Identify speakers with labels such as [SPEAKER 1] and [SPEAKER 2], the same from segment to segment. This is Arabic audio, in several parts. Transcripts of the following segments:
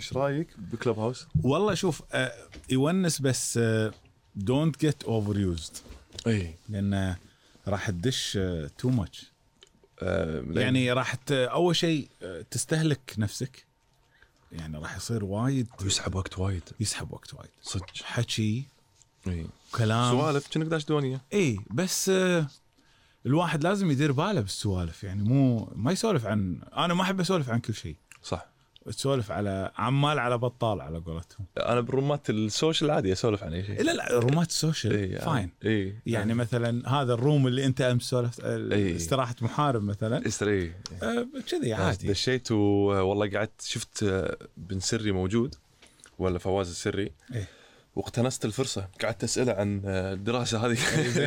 [SPEAKER 1] ايش رايك بكلوب هاوس؟
[SPEAKER 2] والله شوف يونس بس don't get overused
[SPEAKER 1] اي
[SPEAKER 2] لأن راح تدش too much يعني راح أول شيء تستهلك نفسك يعني راح يصير وايد
[SPEAKER 1] ويسحب وقت وايد
[SPEAKER 2] صدق حكي
[SPEAKER 1] اي
[SPEAKER 2] كلام
[SPEAKER 1] سوالف كأنك داش دونية
[SPEAKER 2] اي بس الواحد لازم يدير باله بالسوالف يعني ما يسولف عن انا ما احب اسولف عن كل شيء
[SPEAKER 1] صح
[SPEAKER 2] تسولف على عمال على بطال على قولتهم
[SPEAKER 1] انا برومات السوشيال عادي اسولف عن اي شيء
[SPEAKER 2] لا رومات السوشيال فاين يعني مثلا هذا الروم اللي انت امس سولفت استراحه محارب مثلا كذي عادي
[SPEAKER 1] دشيت والله قعدت شفت بن سري موجود ولا فواز السري واقتنصت الفرصه قعدت اساله عن الدراسه هذه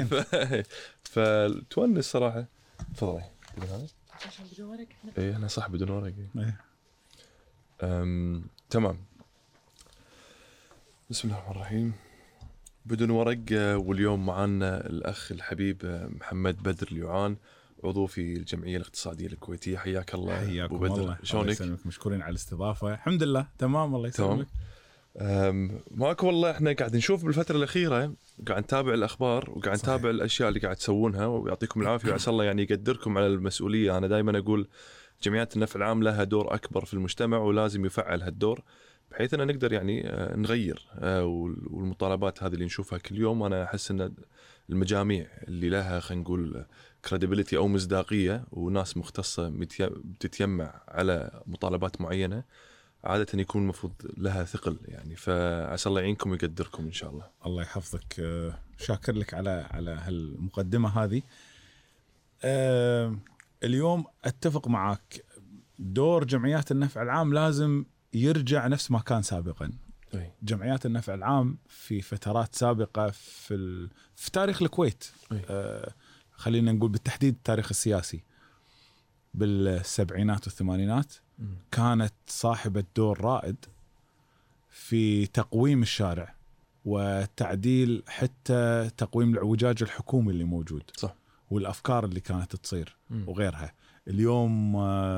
[SPEAKER 1] فتونس صراحه. تفضلي
[SPEAKER 3] عشان بدون ورق
[SPEAKER 1] ايه انا صح بدون ورق تمام. بسم الله الرحمن الرحيم. بدون ورق واليوم معنا الأخ الحبيب محمد بدر اليوعان عضو في الجمعية الاقتصادية الكويتية. حياك الله.
[SPEAKER 2] حياكم الله.
[SPEAKER 1] شلونك؟
[SPEAKER 2] مشكورين على الاستضافة. الحمد لله تمام الله يسلمك.
[SPEAKER 1] معك والله احنا قاعد نشوف بالفترة الأخيرة قاعد نتابع الأخبار وقاعد نتابع الأشياء اللي قاعد تسوونها ويعطيكم العافية وعسى الله يعني يقدركم على المسؤولية. أنا دائما أقول جمعيات النفع العام لها دور أكبر في المجتمع ولازم يفعل هالدور بحيث أن نقدر يعني نغير والمطالبات هذه اللي نشوفها كل يوم. أنا أحس أن المجاميع اللي لها خلينا نقول credibility أو مصداقية وناس مختصة بتتيمع على مطالبات معينة عادة يكون المفروض لها ثقل يعني. فعسى الله يعينكم ويقدركم إن شاء الله.
[SPEAKER 2] الله يحفظك. شاكر لك على هالمقدمة هذه. اليوم أتفق معك دور جمعيات النفع العام لازم يرجع نفس ما كان سابقا. جمعيات النفع العام في فترات سابقة في تاريخ الكويت خلينا نقول بالتحديد التاريخ السياسي بالسبعينات والثمانينات كانت صاحبة دور رائد في تقويم الشارع وتعديل حتى تقويم العوجاج الحكومي اللي موجود
[SPEAKER 1] صح.
[SPEAKER 2] والأفكار اللي كانت تصير وغيرها. اليوم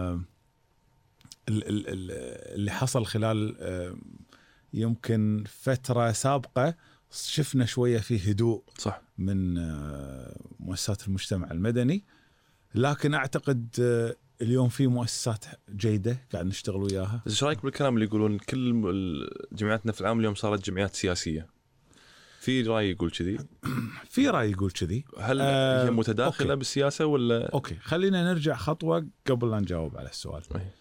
[SPEAKER 2] اللي حصل خلال يمكن فترة سابقة شفنا شوية فيه هدوء
[SPEAKER 1] صح
[SPEAKER 2] من مؤسسات المجتمع المدني لكن أعتقد اليوم في مؤسسات جيدة قاعد نشتغل وياها.
[SPEAKER 1] إيش رأيك بالكلام اللي يقولون كل جمعيات نفع العام اليوم صارت جمعيات سياسية؟ في رأي يقول كذي
[SPEAKER 2] في رأي يقول كذي.
[SPEAKER 1] هل هي متداخلة
[SPEAKER 2] أوكي.
[SPEAKER 1] بالسياسة ولا
[SPEAKER 2] أوكي خلينا نرجع خطوة قبل لا نجاوب على السؤال.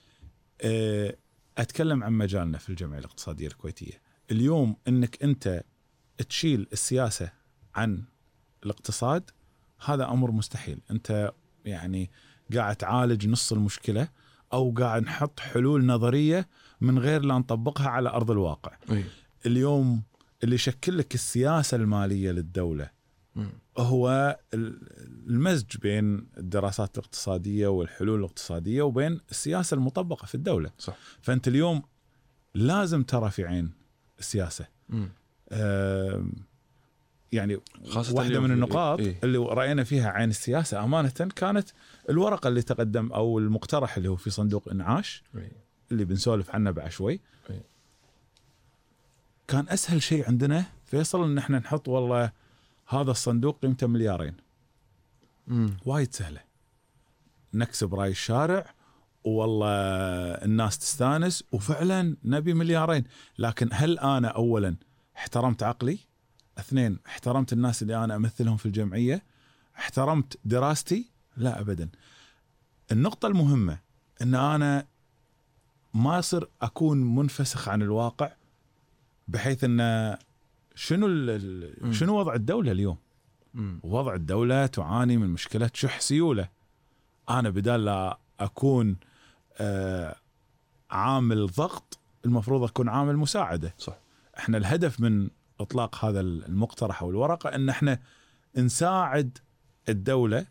[SPEAKER 2] أتكلم عن مجالنا في الجمعية الاقتصادية الكويتية. اليوم إنك أنت تشيل السياسة عن الاقتصاد هذا أمر مستحيل. أنت يعني قاعد تعالج نص المشكلة أو قاعد نحط حلول نظرية من غير لا نطبقها على أرض الواقع. اليوم اللي يشكل لك السياسة المالية للدولة هو المزج بين الدراسات الاقتصادية والحلول الاقتصادية وبين السياسة المطبقة في الدولة.
[SPEAKER 1] صح.
[SPEAKER 2] فأنت اليوم لازم ترى في عين السياسة. يعني واحدة من النقاط اللي رأينا فيها عين السياسة أمانة كانت الورقة اللي تقدم أو المقترح اللي هو في صندوق إنعاش اللي بنسولف عنه بعد شوي. كان أسهل شيء عندنا فيصل إن احنا نحط والله هذا الصندوق قيمته $2 مليار. وايد سهلة نكسب رأي الشارع والله الناس تستانس وفعلا نبي $2 مليار. لكن هل أنا أولا احترمت عقلي؟ 2 احترمت الناس اللي أنا أمثلهم في الجمعية؟ احترمت دراستي؟ لا أبدا. النقطة المهمة إن أنا ما يصير أكون منفسخ عن الواقع بحيث إن شنو وضع الدولة اليوم. وضع الدولة تعاني من مشكلة شح سيولة. أنا بدال لا أكون عامل ضغط المفروض أكون عامل مساعدة.
[SPEAKER 1] صح.
[SPEAKER 2] احنا الهدف من اطلاق هذا المقترح او الورقه ان احنا نساعد الدوله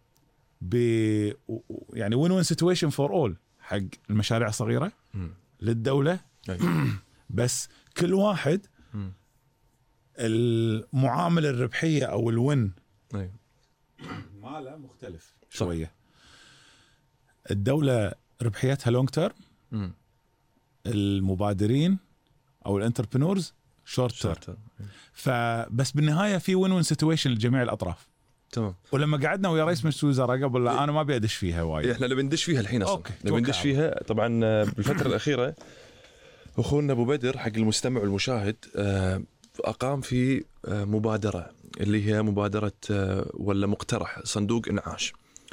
[SPEAKER 2] يعني وين سيتويشن فور اول حق المشاريع الصغيره للدوله. بس كل واحد المعامله الربحيه او الوين ماله مختلف شويه. الدوله ربحيتها لونج تيرم المبادرين او الانتربرنورز شورت تيرم. فبس بالنهايه في وين سيتويشن لجميع الاطراف.
[SPEAKER 1] تمام.
[SPEAKER 2] ولما قعدنا ويا رئيس مجلس الوزراء قبل انا ما ابي ادش فيها وايد.
[SPEAKER 1] احنا اللي بندش فيها الحين اصلا.
[SPEAKER 2] أوكي.
[SPEAKER 1] اللي بندش فيها طبعا بالفتره الاخيره اخونا ابو بدر حق المستمع والمشاهد اقام في مبادره اللي هي مبادره ولا مقترح صندوق انعاش.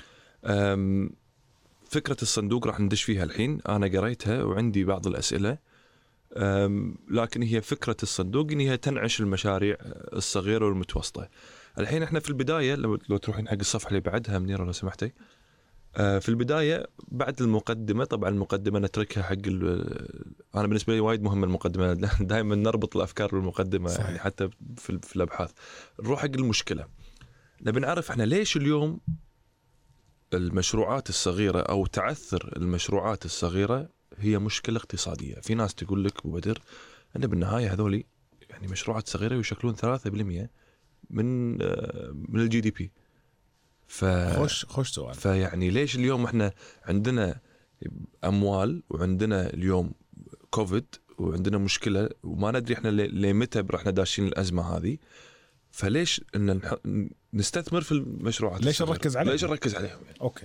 [SPEAKER 1] فكره الصندوق راح ندش فيها الحين. انا قريتها وعندي بعض الاسئله، لكن هي فكره الصندوق ان هي تنعش المشاريع الصغيره والمتوسطه. الحين احنا في البدايه لو تروحين حق الصفحه اللي بعدها منيره لو سمحتي، في البدايه بعد المقدمه، طبعا المقدمه نتركها حق انا بالنسبه لي وايد مهمه المقدمه، دائما نربط الافكار بالمقدمه. صحيح. يعني حتى في الابحاث نروح حق المشكله. نبي نعرف احنا ليش اليوم المشروعات الصغيره او تعثر المشروعات الصغيره هي مشكله اقتصاديه. في ناس تقول لك ابو بدر ان بالنهايه هذولي يعني مشروعات صغيره يشكلون 3% من الجي دي بي.
[SPEAKER 2] خوش سؤال.
[SPEAKER 1] فيعني ليش اليوم احنا عندنا اموال وعندنا اليوم كوفيد وعندنا مشكله وما ندري احنا لمتى راح داشين الازمه هذه؟ فليش ان نستثمر في المشروعات؟
[SPEAKER 2] ليش نركز عليهم؟
[SPEAKER 1] ليش نركز عليهم يعني؟
[SPEAKER 2] اوكي.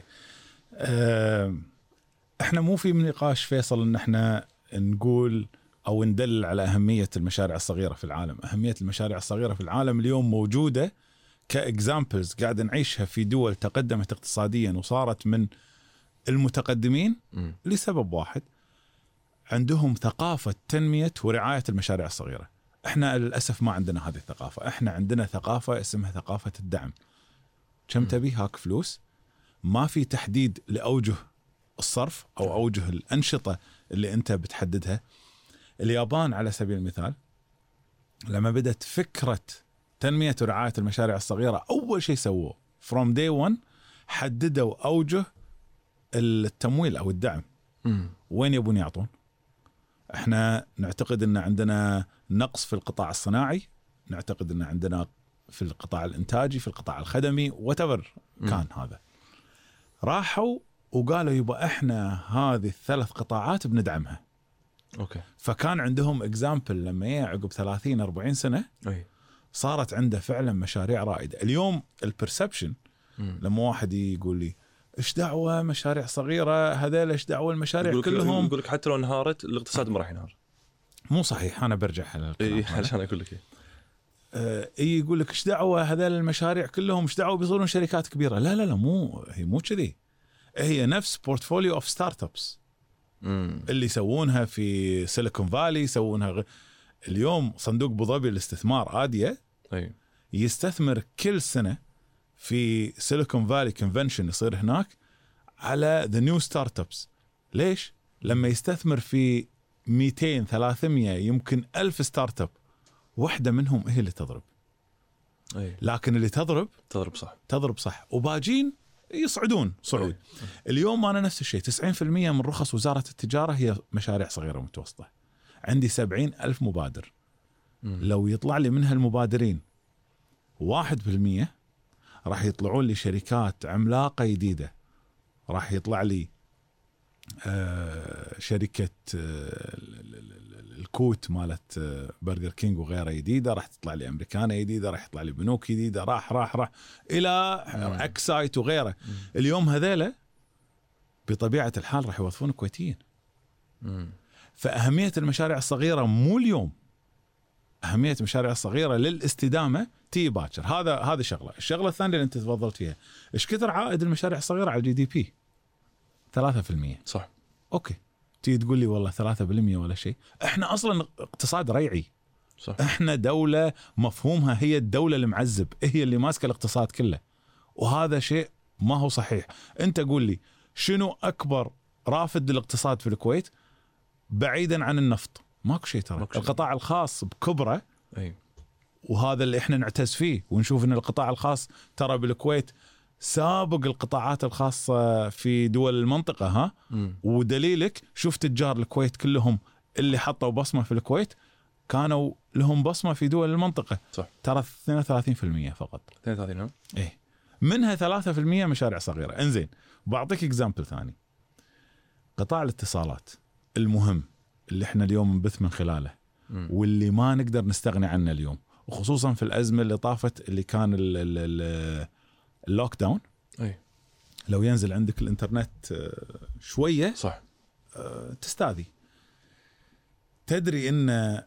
[SPEAKER 2] احنا مو في نقاش فيصل ان احنا نقول او ندلل على اهميه المشاريع الصغيره في العالم. اهميه المشاريع الصغيره في العالم اليوم موجوده كاكزامبلز قاعد نعيشها في دول تقدمت اقتصاديا وصارت من المتقدمين لسبب واحد، عندهم ثقافه تنميه ورعايه المشاريع الصغيره. احنا للاسف ما عندنا هذه الثقافه. احنا عندنا ثقافه اسمها ثقافه الدعم. كم تبي هاك فلوس، ما في تحديد لاوجه الصرف او اوجه الانشطه اللي انت بتحددها. اليابان على سبيل المثال لما بدت فكره تنميه ورعايه المشاريع الصغيره اول شيء سووه from day one حددوا اوجه التمويل او الدعم. وين يبون يعطون؟ احنا نعتقد ان عندنا نقص في القطاع الصناعي، نعتقد ان عندنا في القطاع الانتاجي، في القطاع الخدمي، whatever كان هذا. راحوا وقالوا يبقى احنا هذه الثلاث قطاعات بندعمها.
[SPEAKER 1] اوكي.
[SPEAKER 2] فكان عندهم اكزامبل لما عقب 30-40 سنه صارت عنده فعلا مشاريع رائده. اليوم البرسبشن لما واحد يقول لي ايش دعوه مشاريع صغيره هذول، ايش دعوه المشاريع كلهم،
[SPEAKER 1] يقول لك حتى لو انهارت الاقتصاد ما راح ينهار.
[SPEAKER 2] مو صحيح. انا برجع على الكلام
[SPEAKER 1] عشان اقول لك
[SPEAKER 2] يقول لك ايش دعوه هذول المشاريع كلهم، ايش دعوه بيصيرون شركات كبيره. لا لا لا، هي مو كذي. هي نفس بورتفوليو اوف ستارت ابس اللي يسوونها في سيليكون فالي، يسوونها اليوم صندوق ابو ظبي للاستثمار آدية يستثمر كل سنه في سيليكون فالي كونفنشن يصير هناك على ذا نيو ستارت ابس. ليش؟ لما يستثمر في 200 300 يمكن 1000 ستارت اب، واحده منهم هي اللي تضرب. لكن اللي تضرب صح وباجين يصعدون صعود. اليوم أنا نفس الشيء 90% من رخص وزارة التجارة هي مشاريع صغيرة ومتوسطة. عندي 70,000 مبادر. لو يطلع لي منها المبادرين 1% راح يطلعون لي شركات عملاقة جديدة. راح يطلع لي شركة الكوت مالت برجر كينج وغيرها جديدة، راح تطلع لي أمريكانة جديدة، راح يطلع لي بنوك جديدة، راح إلى أكسايت وغيره. اليوم هذيلا بطبيعة الحال راح يوظفون كويتيين. فأهمية المشاريع الصغيرة مو اليوم، أهمية المشاريع الصغيرة للاستدامة تي باكر. هذا شغلة. الشغلة الثانية اللي أنت تفضلت فيها، إيش كثر عائد المشاريع الصغيرة على الجي دي بي؟ 3%.
[SPEAKER 1] صح.
[SPEAKER 2] أوكي، تيجي تقول لي والله 3% ولا شيء. احنا اصلا اقتصاد ريعي.
[SPEAKER 1] صح.
[SPEAKER 2] احنا دولة مفهومها هي الدولة المعزب، هي اللي ماسكة الاقتصاد كله، وهذا شيء ما هو صحيح. انت قول لي شنو اكبر رافد للاقتصاد في الكويت بعيدا عن النفط؟ ماكو شيء ترى. القطاع الخاص بكبره وهذا اللي احنا نعتز فيه ونشوف ان القطاع الخاص ترى بالكويت سابق القطاعات الخاصة في دول المنطقة. ودليلك شوف تجار الكويت كلهم اللي حطوا بصمة في الكويت كانوا لهم بصمة في دول المنطقة.
[SPEAKER 1] صح.
[SPEAKER 2] ترى 32% فقط.
[SPEAKER 1] 32
[SPEAKER 2] ايه، منها 3% مشاريع صغيرة. انزين، بعطيك اكزامبل ثاني. قطاع الاتصالات المهم اللي احنا اليوم نبث من خلاله واللي ما نقدر نستغني عنه اليوم، وخصوصا في الأزمة اللي طافت اللي كان اللوك داون. لو ينزل عندك الانترنت شوية
[SPEAKER 1] صح
[SPEAKER 2] تستاذي. تدري إن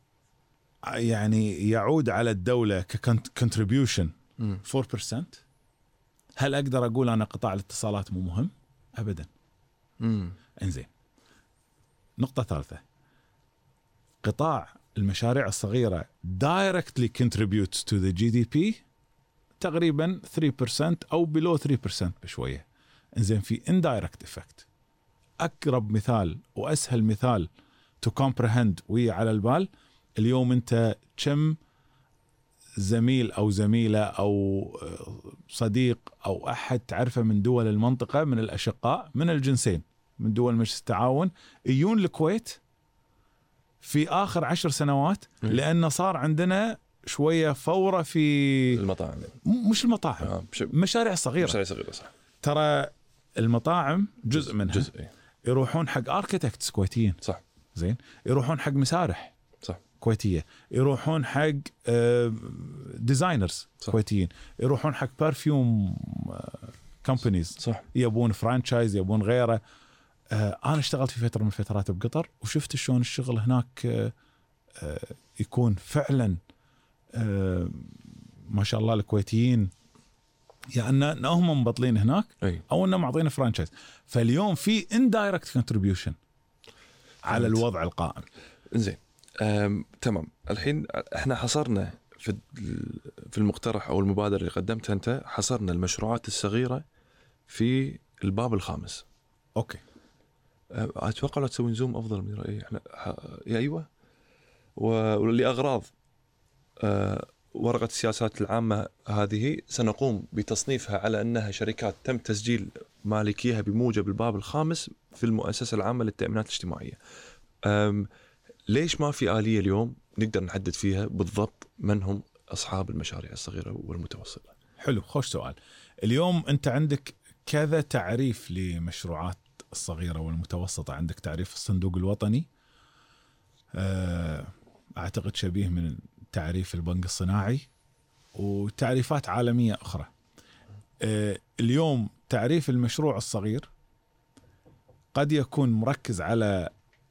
[SPEAKER 2] يعني يعود على الدولة كcontribution 4%. هل أقدر أقول أنا قطاع الاتصالات مو مهم؟ أبدا. إنزين، نقطة ثالثة، قطاع المشاريع الصغيرة directly contributes to the GDP تقريبا 3% أو below 3% بشوية. إنزين، في indirect effect. أقرب مثال وأسهل مثال to comprehend ويا على البال، اليوم أنت كم زميل أو زميلة أو صديق أو أحد تعرفه من دول المنطقة، من الأشقاء من الجنسين، من دول مجلس التعاون، يجون الكويت في آخر 10 سنوات لأنه صار عندنا شوية فورة في
[SPEAKER 1] المطاعم،
[SPEAKER 2] مش المطاعم، مشاريع صغيرة.
[SPEAKER 1] مشاريع صغيرة صح.
[SPEAKER 2] ترى المطاعم جزء منها يروحون حق آركيتكتس كويتيين
[SPEAKER 1] صح،
[SPEAKER 2] زين، يروحون حق مسارح
[SPEAKER 1] صح
[SPEAKER 2] كويتية، يروحون حق ديزاينرز كويتيين، يروحون حق برفيوم كومبانيز
[SPEAKER 1] صح،
[SPEAKER 2] يبون فرانشايز، يبون غيره. أنا اشتغلت في فترة من الفترات بقطر وشفت شلون الشغل هناك يكون فعلا ما شاء الله الكويتيين يا أنهم مبطلين هناك أو أنهم معطينا فرانشايز. فاليوم في indirect contribution على الوضع القائم.
[SPEAKER 1] زين تمام. الحين احنا حصرنا في المقترح أو المبادرة اللي قدمتها أنت، حصرنا المشروعات الصغيرة في الباب الخامس.
[SPEAKER 2] أوكي،
[SPEAKER 1] أتوقع لو تسوين زوم أفضل من رأيي. إحنا أيوة، ولأغراض ورقة السياسات العامة هذه سنقوم بتصنيفها على أنها شركات تم تسجيل مالكيها بموجب الباب الخامس في المؤسسة العامة للتأمينات الاجتماعية. ليش ما في آلية اليوم نقدر نحدد فيها بالضبط من هم أصحاب المشاريع الصغيرة والمتوسطة؟
[SPEAKER 2] حلو، خوش سؤال. اليوم أنت عندك كذا تعريف لمشروعات الصغيرة والمتوسطة. عندك تعريف الصندوق الوطني، أعتقد شبيه من تعريف البنك الصناعي وتعريفات عالمية أخرى. اليوم تعريف المشروع الصغير قد يكون مركز على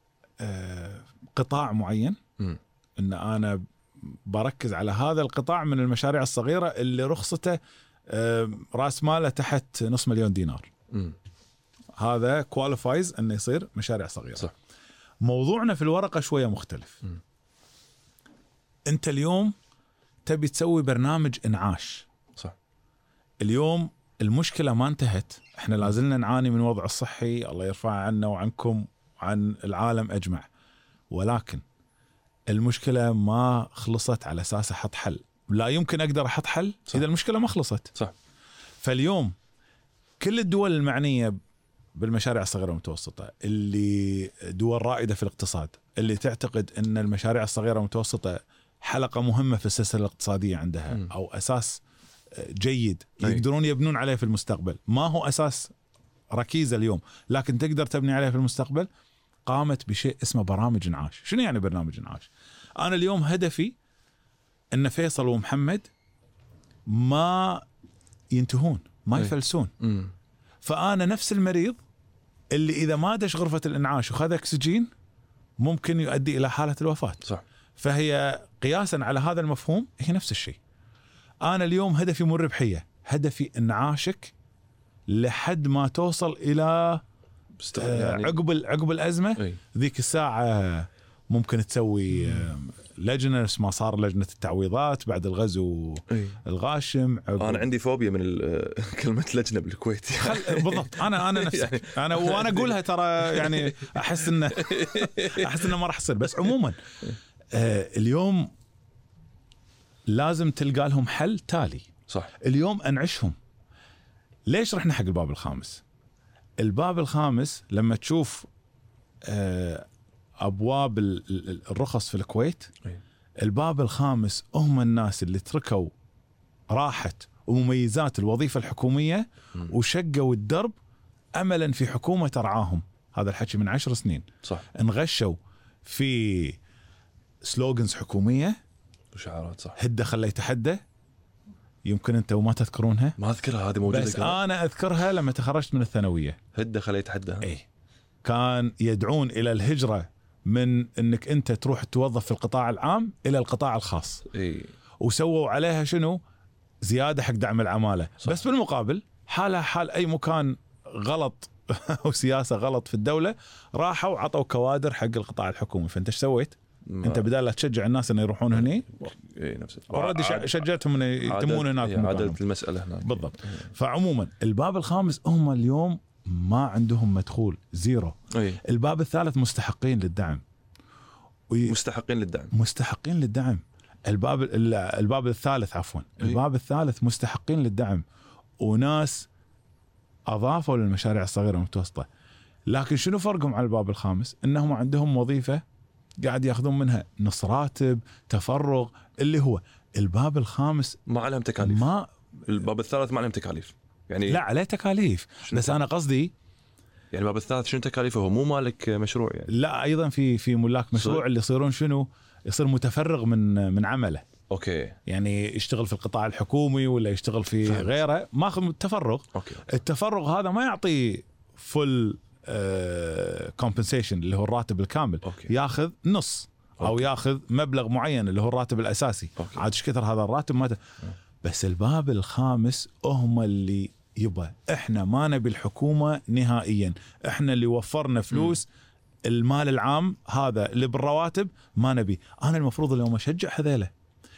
[SPEAKER 2] قطاع معين، إن أنا بركز على هذا القطاع من المشاريع الصغيرة اللي رخصته رأس ماله تحت $500,000 دينار. هذا كواليفايز أنه يصير مشاريع صغيرة.
[SPEAKER 1] صح.
[SPEAKER 2] موضوعنا في الورقة شوية مختلف. أنت اليوم تبي تسوي برنامج إنعاش.
[SPEAKER 1] صح.
[SPEAKER 2] اليوم المشكلة ما انتهت، احنا لازلنا نعاني من وضع الصحي، الله يرفع عنا وعنكم وعن العالم أجمع، ولكن المشكلة ما خلصت على أساس أحط حل. لا يمكن أقدر أحط حل صح. إذا المشكلة ما خلصت.
[SPEAKER 1] صح.
[SPEAKER 2] فاليوم كل الدول المعنية بالمشاريع الصغيرة والمتوسطة، اللي دول رائدة في الاقتصاد، اللي تعتقد أن المشاريع الصغيرة والمتوسطة حلقة مهمة في السلسلة الاقتصادية عندها أو أساس جيد يقدرون يبنون عليه في المستقبل، ما هو أساس ركيزة اليوم لكن تقدر تبني عليه في المستقبل، قامت بشيء اسمه برامج إنعاش. شنو يعني برنامج إنعاش؟ أنا اليوم هدفي أن فيصل ومحمد ما ينتهون، ما يفلسون. فأنا نفس المريض اللي إذا ما دش غرفة الإنعاش وخذ أكسجين ممكن يؤدي إلى حالة الوفاة.
[SPEAKER 1] صح.
[SPEAKER 2] فهي قياسا على هذا المفهوم هي نفس الشيء. أنا اليوم هدفي مو الربحية، هدفي إنعاشك لحد ما توصل إلى يعني عقب الأزمة. ذيك الساعة ممكن تسوي لجنة اسمها صار لجنة التعويضات بعد الغزو الغاشم.
[SPEAKER 1] أنا عندي فوبيا من كلمة لجنة بالكويت.
[SPEAKER 2] بالضبط. أنا نفسك يعني وأنا أقولها ترى يعني أحس إنه ما راح يصير. بس عموما اليوم لازم تلقى لهم حل تالي.
[SPEAKER 1] صح.
[SPEAKER 2] اليوم أنعشهم. ليش رحنا حق الباب الخامس؟ الباب الخامس لما تشوف أبواب الرخص في الكويت، الباب الخامس هم الناس اللي تركوا راحة ومميزات الوظيفة الحكومية وشقوا الدرب أملا في حكومة ترعاهم. هذا الحكي من 10 سنين.
[SPEAKER 1] صح.
[SPEAKER 2] انغشوا في سلوغنز حكوميه،
[SPEAKER 1] وشعارات صح.
[SPEAKER 2] هده خلي يتحدى، يمكن انت وما تذكرونها،
[SPEAKER 1] ما اذكرها هذه موجوده
[SPEAKER 2] بس
[SPEAKER 1] كمان.
[SPEAKER 2] انا اذكرها لما تخرجت من الثانويه.
[SPEAKER 1] هده خلي يتحدى.
[SPEAKER 2] اي كان يدعون الى الهجره من انك انت تروح توظف في القطاع العام الى القطاع الخاص،
[SPEAKER 1] اي
[SPEAKER 2] وسووا عليها شنو؟ زياده حق دعم العماله.
[SPEAKER 1] صح.
[SPEAKER 2] بس بالمقابل حالها حال اي مكان غلط او سياسه غلط في الدوله، راحوا عطوا كوادر حق القطاع الحكومي. فانت ايش سويت؟ انت بدال لا تشجع الناس انه يروحون هني،
[SPEAKER 1] اي نفس
[SPEAKER 2] اوريدي شجعتهم انه يتمون هناك.
[SPEAKER 1] عدلت المساله هناك
[SPEAKER 2] بالضبط. فعموما الباب الخامس هم اليوم ما عندهم مدخول، زيرو.
[SPEAKER 1] اي
[SPEAKER 2] الباب الثالث مستحقين للدعم،
[SPEAKER 1] مستحقين للدعم.
[SPEAKER 2] مستحقين للدعم. الباب الثالث عفوا، الباب الثالث مستحقين للدعم، وناس اضافوا للمشاريع الصغيره والمتوسطه. لكن شنو فرقهم على الباب الخامس؟ انهم عندهم وظيفه قاعد ياخذون منها نص راتب، تفرغ، اللي هو الباب الخامس
[SPEAKER 1] ما عليهم تكاليف.
[SPEAKER 2] ما
[SPEAKER 1] الباب الثالث ما عليهم تكاليف يعني.
[SPEAKER 2] لا عليه تكاليف، بس انا قصدي
[SPEAKER 1] يعني الباب الثالث شنو تكاليفه؟ هو مو مالك مشروع يعني.
[SPEAKER 2] لا ايضا في ملاك مشروع اللي يصيرون شنو، يصير متفرغ من عمله.
[SPEAKER 1] اوكي
[SPEAKER 2] يعني يشتغل في القطاع الحكومي ولا يشتغل في
[SPEAKER 1] فهمت.
[SPEAKER 2] غيره، ماخذ تفرغ.
[SPEAKER 1] اوكي
[SPEAKER 2] التفرغ هذا ما يعطي فل كومبنسيشن اللي هو الراتب الكامل.
[SPEAKER 1] أوكي.
[SPEAKER 2] ياخذ نص او
[SPEAKER 1] أوكي.
[SPEAKER 2] ياخذ مبلغ معين اللي هو الراتب الاساسي.
[SPEAKER 1] أوكي.
[SPEAKER 2] عاد ايش كثر هذا الراتب ما بس الباب الخامس هم اللي يبا احنا ما نبي الحكومه نهائيا، احنا اللي وفرنا فلوس المال العام هذا اللي بالرواتب ما نبي. انا المفروض اليوم اشجع هذيله.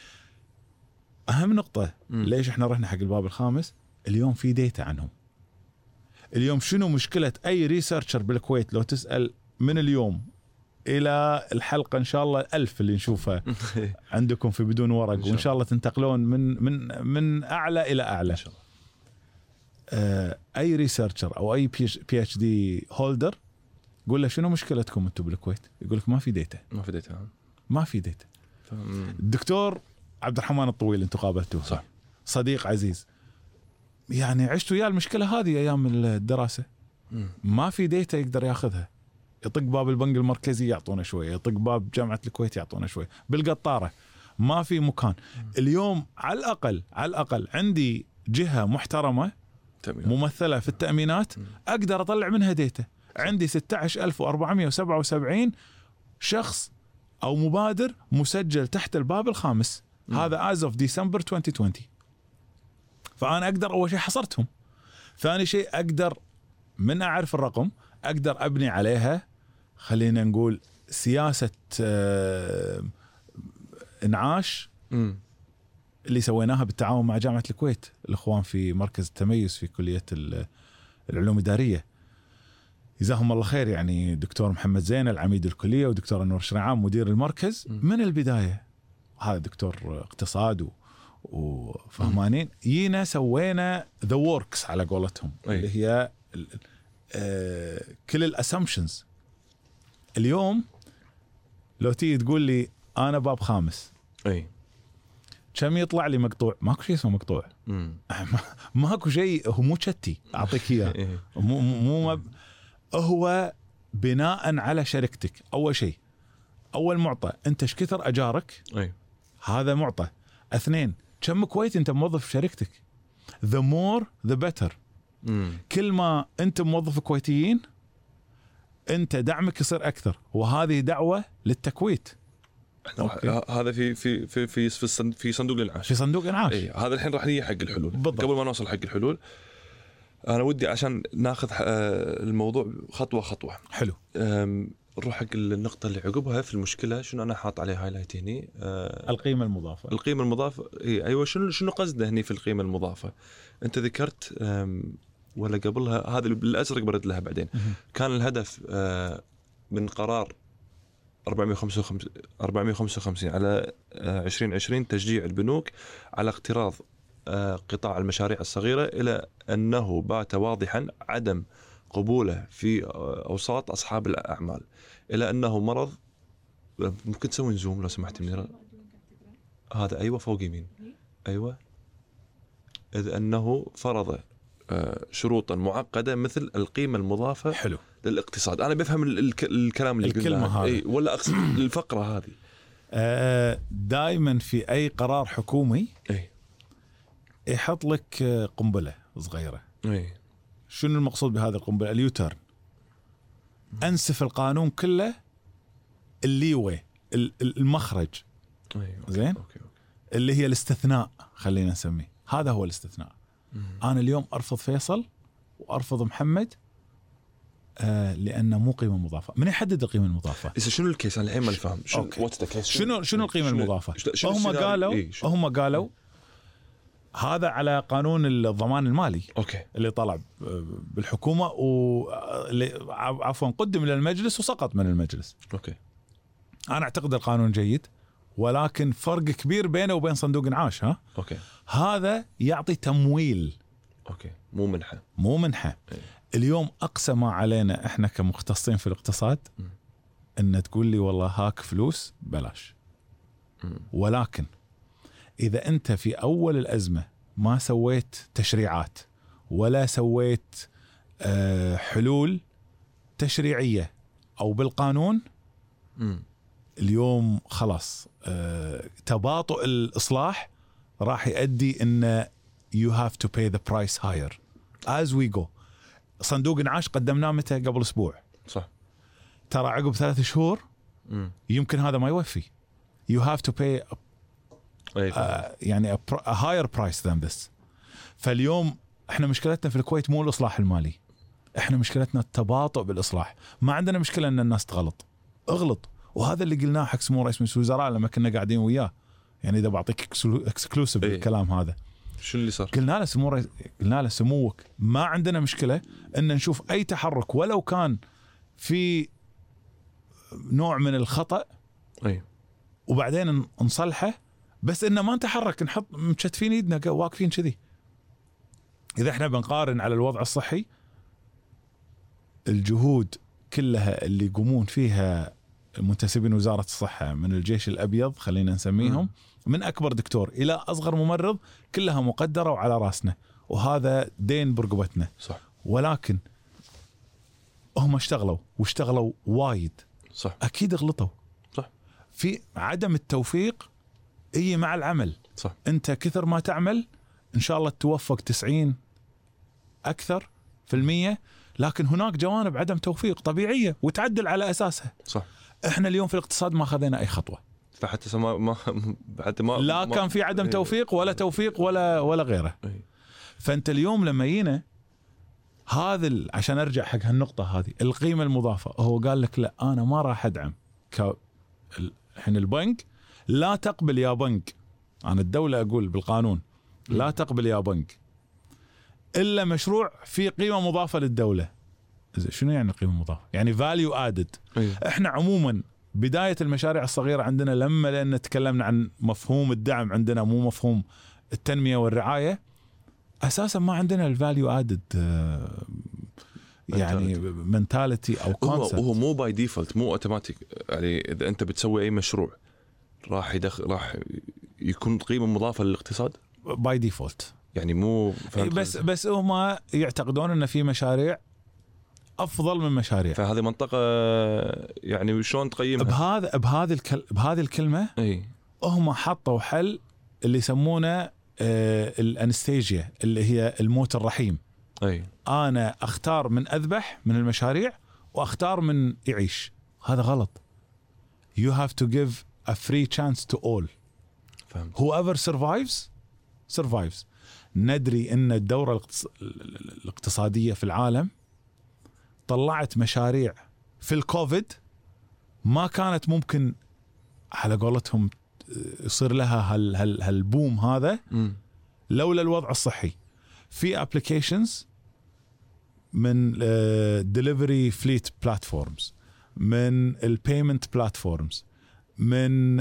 [SPEAKER 2] اهم نقطه ليش احنا رحنا حق الباب الخامس، اليوم في ديتا عنهم. اليوم شنو مشكله اي ريسيرشر بالكويت؟ لو تسال من اليوم الى الحلقه ان شاء الله 1000 اللي نشوفها عندكم في بدون ورق، وان شاء الله تنتقلون من اعلى الى اعلى
[SPEAKER 1] ان شاء الله.
[SPEAKER 2] اي ريسيرشر او اي بي اتش دي هولدر قول له شنو مشكلتكم انتم بالكويت؟ يقول لك ما في ديتا.
[SPEAKER 1] ما في ديتا.
[SPEAKER 2] ما في ديتا. الدكتور عبد الرحمن الطويل انتم قابلتوه،
[SPEAKER 1] صح،
[SPEAKER 2] صديق عزيز، يعني عشت وياه المشكله هذه ايام الدراسه. ما في ديتا يقدر ياخذها. يطق باب البنك المركزي يعطونا شويه، يطق باب جامعه الكويت يعطونا شويه، بالقطاره ما في مكان. اليوم على الاقل عندي جهه محترمه
[SPEAKER 1] تأمينات.
[SPEAKER 2] ممثله في التامينات اقدر اطلع منها ديتا. عندي 16477 شخص او مبادر مسجل تحت الباب الخامس. هذا as of ديسمبر 2020. فانا اقدر اول شيء حصرتهم، ثاني شيء اقدر من اعرف الرقم اقدر ابني عليها خلينا نقول سياسه انعاش اللي سويناها بالتعاون مع جامعه الكويت، الاخوان في مركز التميز في كليه العلوم الاداريه، جزاهم الله خير. يعني دكتور محمد زين العميد الكليه ودكتور انور شريعان مدير المركز من البدايه، هذا دكتور اقتصاد وفهمانين. جينا سوينا ذا ووركس على قولتهم، اللي هي كل الاسامبشنز. اليوم لو تيجي تقول لي انا باب خامس،
[SPEAKER 1] اي
[SPEAKER 2] كم يطلع لي مقطوع؟ ماكو شيء اسمه مقطوع. ماكو شيء، هو مو شتي اعطيك اياه. مو هو بناء على شركتك. اول شيء، اول معطى انت ايش كثر اجارك؟
[SPEAKER 1] اي
[SPEAKER 2] هذا معطى. اثنين، كم كويت انت موظف في شركتك؟ the more the better. كل ما انت موظف كويتيين انت دعمك يصير اكثر، وهذه دعوه للتكويت.
[SPEAKER 1] هذا في صندوق الانعاش.
[SPEAKER 2] في صندوق انعاش.
[SPEAKER 1] اي هذا الحين راح نيجي حق الحلول.
[SPEAKER 2] بالضبط.
[SPEAKER 1] قبل ما نوصل حق الحلول انا ودي عشان ناخذ الموضوع خطوه خطوه.
[SPEAKER 2] حلو.
[SPEAKER 1] نروح حق النقطه اللي عقبها في المشكله. شنو انا حاط عليه هايلايت هني؟
[SPEAKER 2] القيمه المضافه.
[SPEAKER 1] القيمه المضافه. ايوه شنو قصده هني في القيمه المضافه؟ انت ذكرت ولا قبلها هذا بالازرق برد لها بعدين. كان الهدف من قرار 455 على 2020 تشجيع البنوك على اقتراض قطاع المشاريع الصغيرة، إلى أنه بات واضحا عدم قبوله في أوساط أصحاب الأعمال، إلى أنه مرض. ممكن تسوي زوم لو سمحت منيرة؟ هذا أيوة فوق يمين. أيوة. إذ أنه فرض شروطا معقدة مثل القيمة المضافة
[SPEAKER 2] حلو.
[SPEAKER 1] للاقتصاد. أنا بفهم الكلام اللي
[SPEAKER 2] الكلمة
[SPEAKER 1] قلناه
[SPEAKER 2] هذه.
[SPEAKER 1] ولا أقصد الفقرة هذه.
[SPEAKER 2] دائما في أي قرار حكومي يحط لك قنبلة صغيرة. شنو المقصود بهذا القنبلة؟ اليوتيرن. أنسف القانون كله الليوي المخرج. زين. اللي هي الاستثناء، خلينا نسميه هذا هو الاستثناء. أنا اليوم أرفض فيصل وأرفض محمد لأنه مو قيمة مضافة. من يحدد القيمة المضافة؟
[SPEAKER 1] إذا شنو الكيس؟ أنا الحين ما نفهم.
[SPEAKER 2] شنو القيمة المضافة؟ هم قالوا هذا على قانون الضمان المالي. اللي طلع بالحكومة عفوا قدم للمجلس وسقط من المجلس. أنا أعتقد القانون جيد، ولكن فرق كبير بينه وبين صندوق انعاش. هذا يعطي تمويل. مو منحة. اليوم أقصى ما علينا إحنا كمختصين في الاقتصاد إن تقول لي والله هاك فلوس بلاش. ولكن إذا أنت في أول الأزمة ما سويت تشريعات ولا سويت حلول تشريعية أو بالقانون، اليوم خلاص تباطؤ الإصلاح راح يؤدي إن you have to pay the price higher as we go. صندوق انعاش قدمناه متى؟ قبل أسبوع.
[SPEAKER 1] صح.
[SPEAKER 2] ترى عقب 3 شهور يمكن هذا ما يوفي. you have to pay يعني a higher price than this. فاليوم احنا مشكلتنا في الكويت مو الإصلاح المالي، احنا مشكلتنا التباطؤ بالإصلاح. ما عندنا مشكلة ان الناس اغلط، وهذا اللي قلناه حق سمو رئيس مجلس الوزراء لما كنا قاعدين وياه. يعني اذا بعطيك اكسكلوسيف بالكلام هذا،
[SPEAKER 1] شو اللي صار؟
[SPEAKER 2] قلنا له سموك ما عندنا مشكلة ان نشوف اي تحرك ولو كان في نوع من الخطأ وبعدين نصلحه، بس إنه ما نتحرك نحط مشتفين ايدنا واقفين كذي. إذا احنا بنقارن على الوضع الصحي، الجهود كلها اللي يقومون فيها منتسبين وزارة الصحة من الجيش الأبيض خلينا نسميهم، من أكبر دكتور إلى أصغر ممرض، كلها مقدرة وعلى راسنا، وهذا دين برقبتنا.
[SPEAKER 1] صح.
[SPEAKER 2] ولكن هم اشتغلوا وايد.
[SPEAKER 1] صح.
[SPEAKER 2] أكيد غلطوا.
[SPEAKER 1] صح.
[SPEAKER 2] في عدم التوفيق هي مع العمل.
[SPEAKER 1] صح. أنت
[SPEAKER 2] كثر ما تعمل إن شاء الله توفق 90 أكثر في المية، لكن هناك جوانب عدم توفيق طبيعية وتعدل على أساسها.
[SPEAKER 1] صح.
[SPEAKER 2] إحنا اليوم في الاقتصاد ما خذينا أي خطوة،
[SPEAKER 1] فحتى ما
[SPEAKER 2] لا كان في عدم توفيق ولا توفيق ولا غيره. فأنت اليوم لما يينا هذا عشان أرجع حق هالنقطة هذه، القيمة المضافة، هو قال لك لا أنا ما راح أدعم الحين البنك لا تقبل يا بنك، أنا الدولة أقول بالقانون لا تقبل يا بنك إلا مشروع في قيمة مضافة للدولة. شنو يعني قيمة مضافة؟ يعني value added. إحنا عموما بداية المشاريع الصغيرة عندنا لأن تكلمنا عن مفهوم الدعم عندنا مو مفهوم التنمية والرعاية، أساسا ما عندنا الفاليو added يعني mentality أو concept.
[SPEAKER 1] هو مو باي ديفولت، مو اوتوماتيك. يعني إذا أنت بتسوي أي مشروع راح يكون قيمة مضافة للاقتصاد
[SPEAKER 2] باي ديفولت.
[SPEAKER 1] يعني مو
[SPEAKER 2] بس هم يعتقدون ان في مشاريع افضل من مشاريع.
[SPEAKER 1] فهذه منطقة يعني شلون تقيمها؟
[SPEAKER 2] بهذه الكلمة هم حطوا حل اللي يسمونه الانستيجيا، اللي هي الموت الرحيم. انا اختار من اذبح من المشاريع واختار من يعيش. هذا غلط. You have to give a free chance to all.
[SPEAKER 1] فهمت.
[SPEAKER 2] Whoever survives. ندري ان الدورة الاقتصادية في العالم طلعت مشاريع في الكوفيد ما كانت ممكن على قولتهم يصير لها هالبوم هذا لولا الوضع الصحي. في ابليكيشنز من delivery fleet platforms، من البيمنت بلاتفورمز، من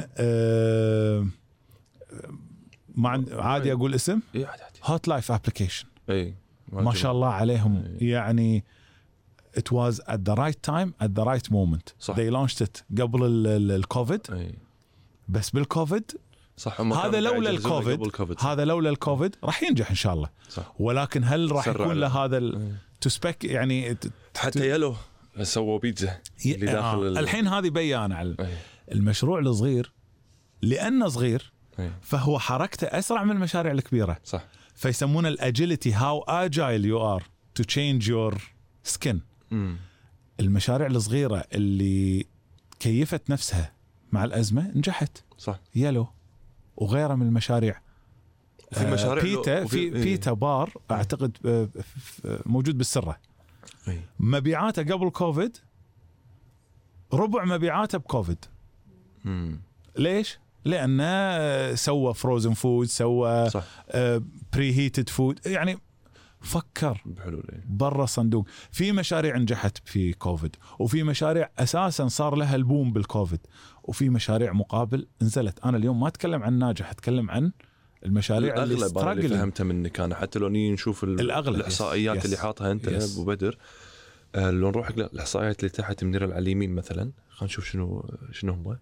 [SPEAKER 2] عادي اقول اسم هوت لايف ابليكيشن. ما شاء الله عليهم. يعني it was at the right time at the right moment.
[SPEAKER 1] صح.
[SPEAKER 2] they launched it قبل الكوفيد. بس بالكوفيد
[SPEAKER 1] صح.
[SPEAKER 2] هذا لولا الكوفيد، هذا لولا الكوفيد راح ينجح ان شاء الله.
[SPEAKER 1] صح.
[SPEAKER 2] ولكن هل راح يكون له هذا تسبك يعني
[SPEAKER 1] حتى يلو سووا بيتزا اللي داخل
[SPEAKER 2] الحين هذه بيانه على المشروع الصغير، لانه صغير فهو حركته اسرع من المشاريع الكبيره.
[SPEAKER 1] صح.
[SPEAKER 2] فيسمونه الاجيلتي، هاو اجايل يو ار تو تشينج يور سكين. المشاريع الصغيره اللي كيفت نفسها مع الازمه نجحت.
[SPEAKER 1] صح.
[SPEAKER 2] يلو وغيره من المشاريع.
[SPEAKER 1] في مشاريع
[SPEAKER 2] بيتا بيتا بار اعتقد موجود بالسره. مبيعاته قبل كوفيد ربع مبيعاته بكوفيد. ليش؟ لانه سوى فروزن فود، سوى بري هيتد فود، يعني فكر برا الصندوق. في مشاريع نجحت في كوفيد، وفي مشاريع اساسا صار لها البوم بالكوفيد، وفي مشاريع مقابل نزلت. انا اليوم ما اتكلم عن ناجح، اتكلم عن المشاريع
[SPEAKER 1] اللي فهمتها منك انا. حتى لو نشوف الاحصائيات اللي حاطها انت ابو بدر، لو نروح الاحصائيات اللي تحت منير على اليمين مثلا، خلينا نشوف شنو هم.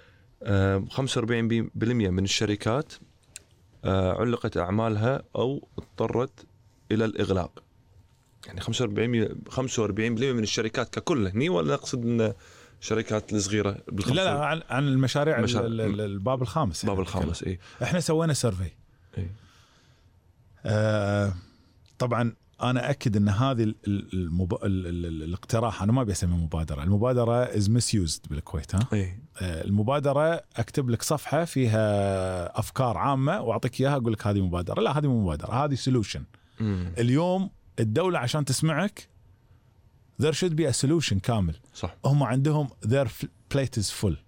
[SPEAKER 1] 45% من الشركات علقت اعمالها او اضطرت الى الاغلاق. يعني 45% من الشركات ككل هني، ولا نقصد ان الشركات الصغيره
[SPEAKER 2] لا عن المشاريع الباب الخامس.
[SPEAKER 1] باب الخامس. اي
[SPEAKER 2] احنا سوينا سيرفي. طبعا انا اكد ان هذه الاقتراح، انا ما بسميه مبادره، المبادره از مسيوزد بالكويت. المبادره اكتب لك صفحه فيها افكار عامه واعطيك اياها اقول لك هذه مبادره. لا، هذه مو مبادره، هذه سولوشن. اليوم الدوله عشان تسمعك there should be a solution كامل.
[SPEAKER 1] صح.
[SPEAKER 2] هم عندهم their plate is full.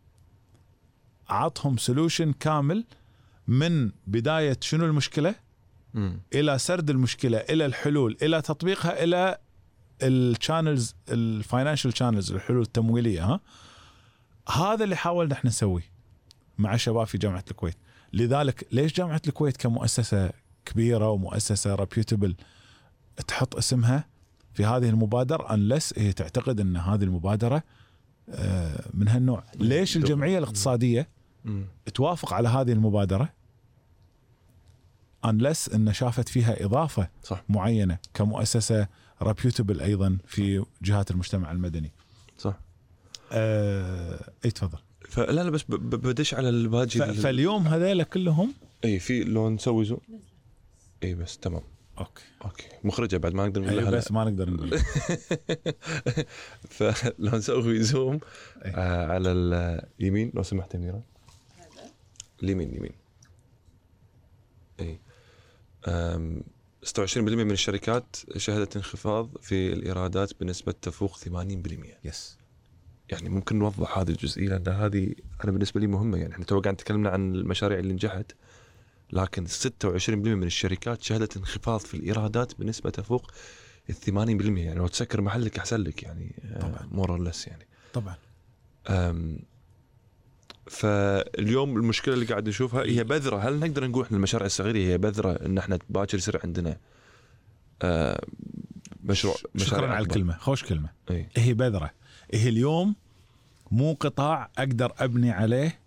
[SPEAKER 2] عطهم solution كامل من بدايه شنو المشكله الى سرد المشكله، الى الحلول، الى تطبيقها، الى الشانلز، الفاينانشال شانلز، الحلول التمويليه. هذا اللي حاولنا احنا نسويه مع شباب في جامعه الكويت. لذلك ليش جامعه الكويت كمؤسسه كبيره ومؤسسه ريبيوتبل تحط اسمها في هذه المبادره unless هي تعتقد ان هذه المبادره من هالنوع؟ ليش الجمعيه الاقتصاديه توافق على هذه المبادره unless ان شافت فيها اضافه معينه كمؤسسه ريبيوتبل ايضا في جهات المجتمع المدني؟
[SPEAKER 1] صح.
[SPEAKER 2] اي تفضل.
[SPEAKER 1] فلا بس بدش على الباجي.
[SPEAKER 2] فاليوم هذول كلهم
[SPEAKER 1] اي في لو نسوي زوم. اي بس تمام. اوكي مخرجه بعد ما نقدر نقول لها.
[SPEAKER 2] بس ما نقدر نقول.
[SPEAKER 1] فلو نسوي زوم على اليمين لو سمحت منيره. اليمين. اي 26% من الشركات شهدت انخفاض في الإيرادات بنسبة تفوق 80%.
[SPEAKER 2] يس.
[SPEAKER 1] يعني ممكن نوضح هذه الجزئية، لأن هذه أنا بالنسبة لي مهمة. يعني احنا تو قاعد نتكلمنا عن المشاريع اللي نجحت، لكن 26% من الشركات شهدت انخفاض في الإيرادات بنسبة تفوق 80%. يعني لو تسكر محلك أحسن لك يعني.
[SPEAKER 2] طبعا.
[SPEAKER 1] مورلس يعني.
[SPEAKER 2] طبعا.
[SPEAKER 1] فاليوم المشكلة اللي قاعد نشوفها هي بذرة. هل نقدر نقول إن المشاريع الصغيرة هي بذرة إن احنا باكر يصير عندنا مشروع؟
[SPEAKER 2] شكرا على الكلمة، خوش كلمة. هي بذرة. هي اليوم مو قطاع أقدر أبني عليه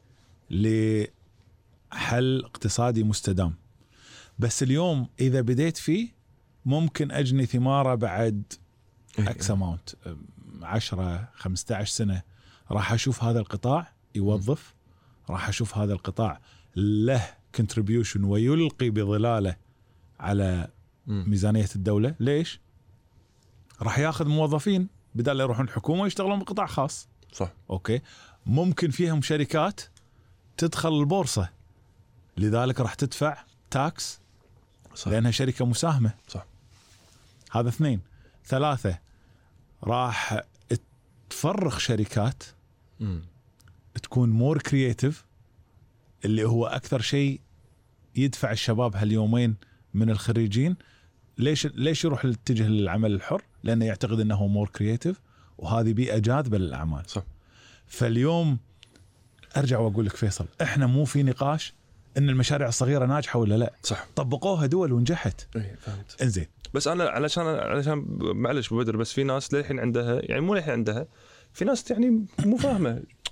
[SPEAKER 2] لحل اقتصادي مستدام، بس اليوم إذا بديت فيه ممكن أجني ثمارة بعد أكس أماونت 10-15 سنة. راح أشوف هذا القطاع يوظف، راح أشوف هذا القطاع له contribution ويلقي بظلاله على ميزانية الدولة. ليش؟ راح ياخذ موظفين بدل لا يروحون الحكومة يشتغلون بقطاع خاص.
[SPEAKER 1] صح.
[SPEAKER 2] أوكي. ممكن فيهم شركات تدخل البورصة، لذلك راح تدفع تاكس. صح. لأنها شركة مساهمة.
[SPEAKER 1] صح.
[SPEAKER 2] هذا 2. 3 راح تفرغ شركات تكون مور كرياتيف، اللي هو أكثر شيء يدفع الشباب هاليومين من الخريجين. ليش يروح يتجه للعمل الحر؟ لأنه يعتقد أنه مور كرياتيف، وهذه بيئة جاذبة للأعمال. صح. فاليوم أرجع وأقول لك فيصل، إحنا مو في نقاش أن المشاريع الصغيرة ناجحة ولا لا.
[SPEAKER 1] صح.
[SPEAKER 2] طبقوها دول ونجحت.
[SPEAKER 1] فهمت.
[SPEAKER 2] انزين.
[SPEAKER 1] بس أنا علشان معلش بدر، بس في ناس للحين عندها، يعني مو للحين عندها، في ناس يعني مو فاهمة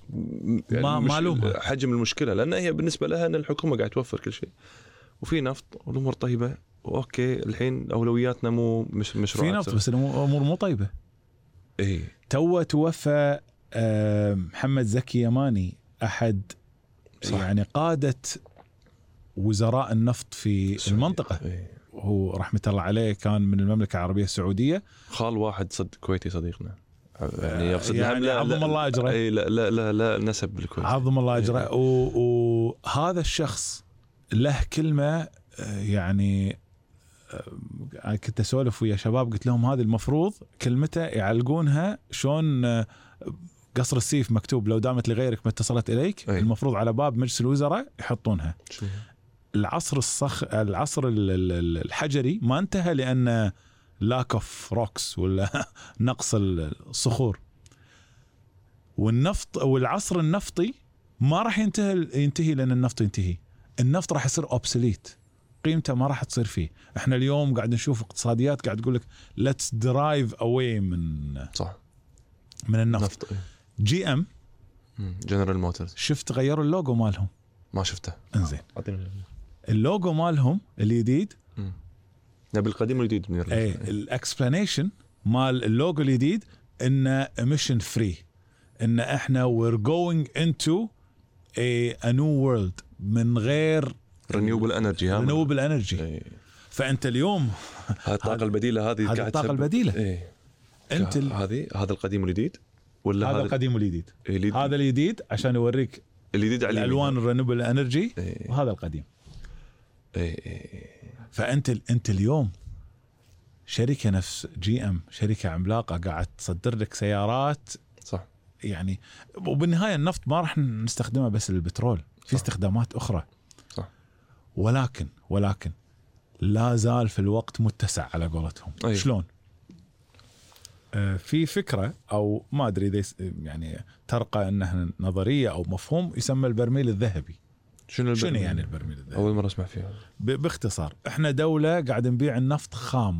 [SPEAKER 2] ما معلومة
[SPEAKER 1] حجم المشكله، لان هي بالنسبه لها ان الحكومه قاعد توفر كل شيء وفي نفط والامور طيبه، واوكي الحين اولوياتنا مش مشروعات
[SPEAKER 2] في نفط بس الامور مو طيبه.
[SPEAKER 1] اي
[SPEAKER 2] توفى محمد زكي يماني احد
[SPEAKER 1] صح.
[SPEAKER 2] يعني قاده وزراء النفط في المنطقه. هو رحمه الله عليه كان من المملكه العربيه السعوديه،
[SPEAKER 1] خال واحد كويتي صديقنا يعني يقصد
[SPEAKER 2] يعني عظم الله اجره.
[SPEAKER 1] اي لا نسب بالكويت،
[SPEAKER 2] عظم الله اجره. وهذا الشخص له كلمه يعني كنت اسولف ويا شباب قلت لهم هذه المفروض كلمته يعلقونها شلون قصر السيف مكتوب لو دامت لغيرك ما اتصلت اليك.
[SPEAKER 1] أي.
[SPEAKER 2] المفروض على باب مجلس الوزراء يحطونها. العصر الحجري ما انتهى لان لاك اوف روكس ولا نقص الصخور، والنفط والعصر النفطي ما راح ينتهي لان النفط ينتهي. النفط راح يصير اوبسوليت، قيمته ما راح تصير فيه. احنا اليوم قاعد نشوف اقتصاديات قاعد تقول لك let's drive away من النفط. جي ام
[SPEAKER 1] جنرال موتورز
[SPEAKER 2] شفت غيروا اللوجو مالهم؟
[SPEAKER 1] ما شفته.
[SPEAKER 2] انزين اللوجو مالهم الجديد
[SPEAKER 1] نبي القديم والجديد من
[SPEAKER 2] الاكسبلانيشن مال اللوجو الجديد انه emission free، ان احنا we're going into a new world من غير
[SPEAKER 1] renewable energy.
[SPEAKER 2] فانت اليوم
[SPEAKER 1] هذه الطاقه البديله هذه
[SPEAKER 2] قاعد الطاقه البديله
[SPEAKER 1] انت هذا القديم والجديد ولا
[SPEAKER 2] هذا القديم والجديد؟
[SPEAKER 1] هذا
[SPEAKER 2] الجديد عشان يوريك
[SPEAKER 1] الجديد على
[SPEAKER 2] الالوان الرينيوبل انرجي، وهذا القديم. فانت اليوم شركه نفس جي ام، شركه عملاقه قاعد تصدر لك سيارات
[SPEAKER 1] صح
[SPEAKER 2] يعني. وبالنهايه النفط ما راح نستخدمه بس للبترول، في استخدامات اخرى
[SPEAKER 1] صح.
[SPEAKER 2] ولكن لا زال في الوقت متسع على قولتهم. شلون؟ في فكره او ما ادري اذا يعني ترقى انها نظريه او مفهوم يسمى البرميل الذهبي. شنو يعني البرميل الذهبي؟
[SPEAKER 1] اول مره اسمع فيها.
[SPEAKER 2] باختصار احنا دوله قاعد نبيع النفط خام.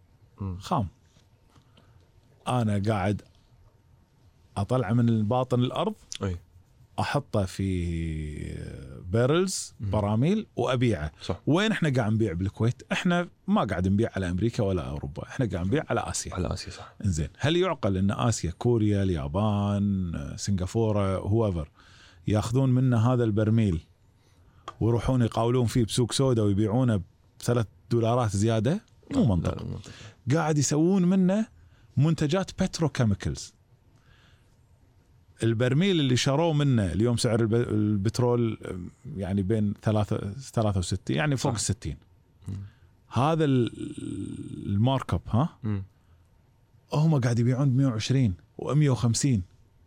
[SPEAKER 2] انا قاعد اطلعه من باطن الارض، احطه في بيرلز براميل وابيعه.
[SPEAKER 1] صح.
[SPEAKER 2] وين احنا قاعد نبيع بالكويت؟ احنا ما قاعد نبيع على امريكا ولا اوروبا، احنا قاعد نبيع على اسيا.
[SPEAKER 1] صح.
[SPEAKER 2] انزين، هل يعقل ان اسيا، كوريا، اليابان، سنغافوره، هوفر ياخذون منا هذا البرميل ويروحون يقاولون فيه بسوق سودا ويبيعونه $3 زياده؟ مو منطق. قاعد يسوون منه منتجات بتروكيميكلز. البرميل اللي شروه منه اليوم سعر البترول يعني بين 63 يعني فوق 60. هذا المارك اب هم قاعد يبيعون ب120 و150.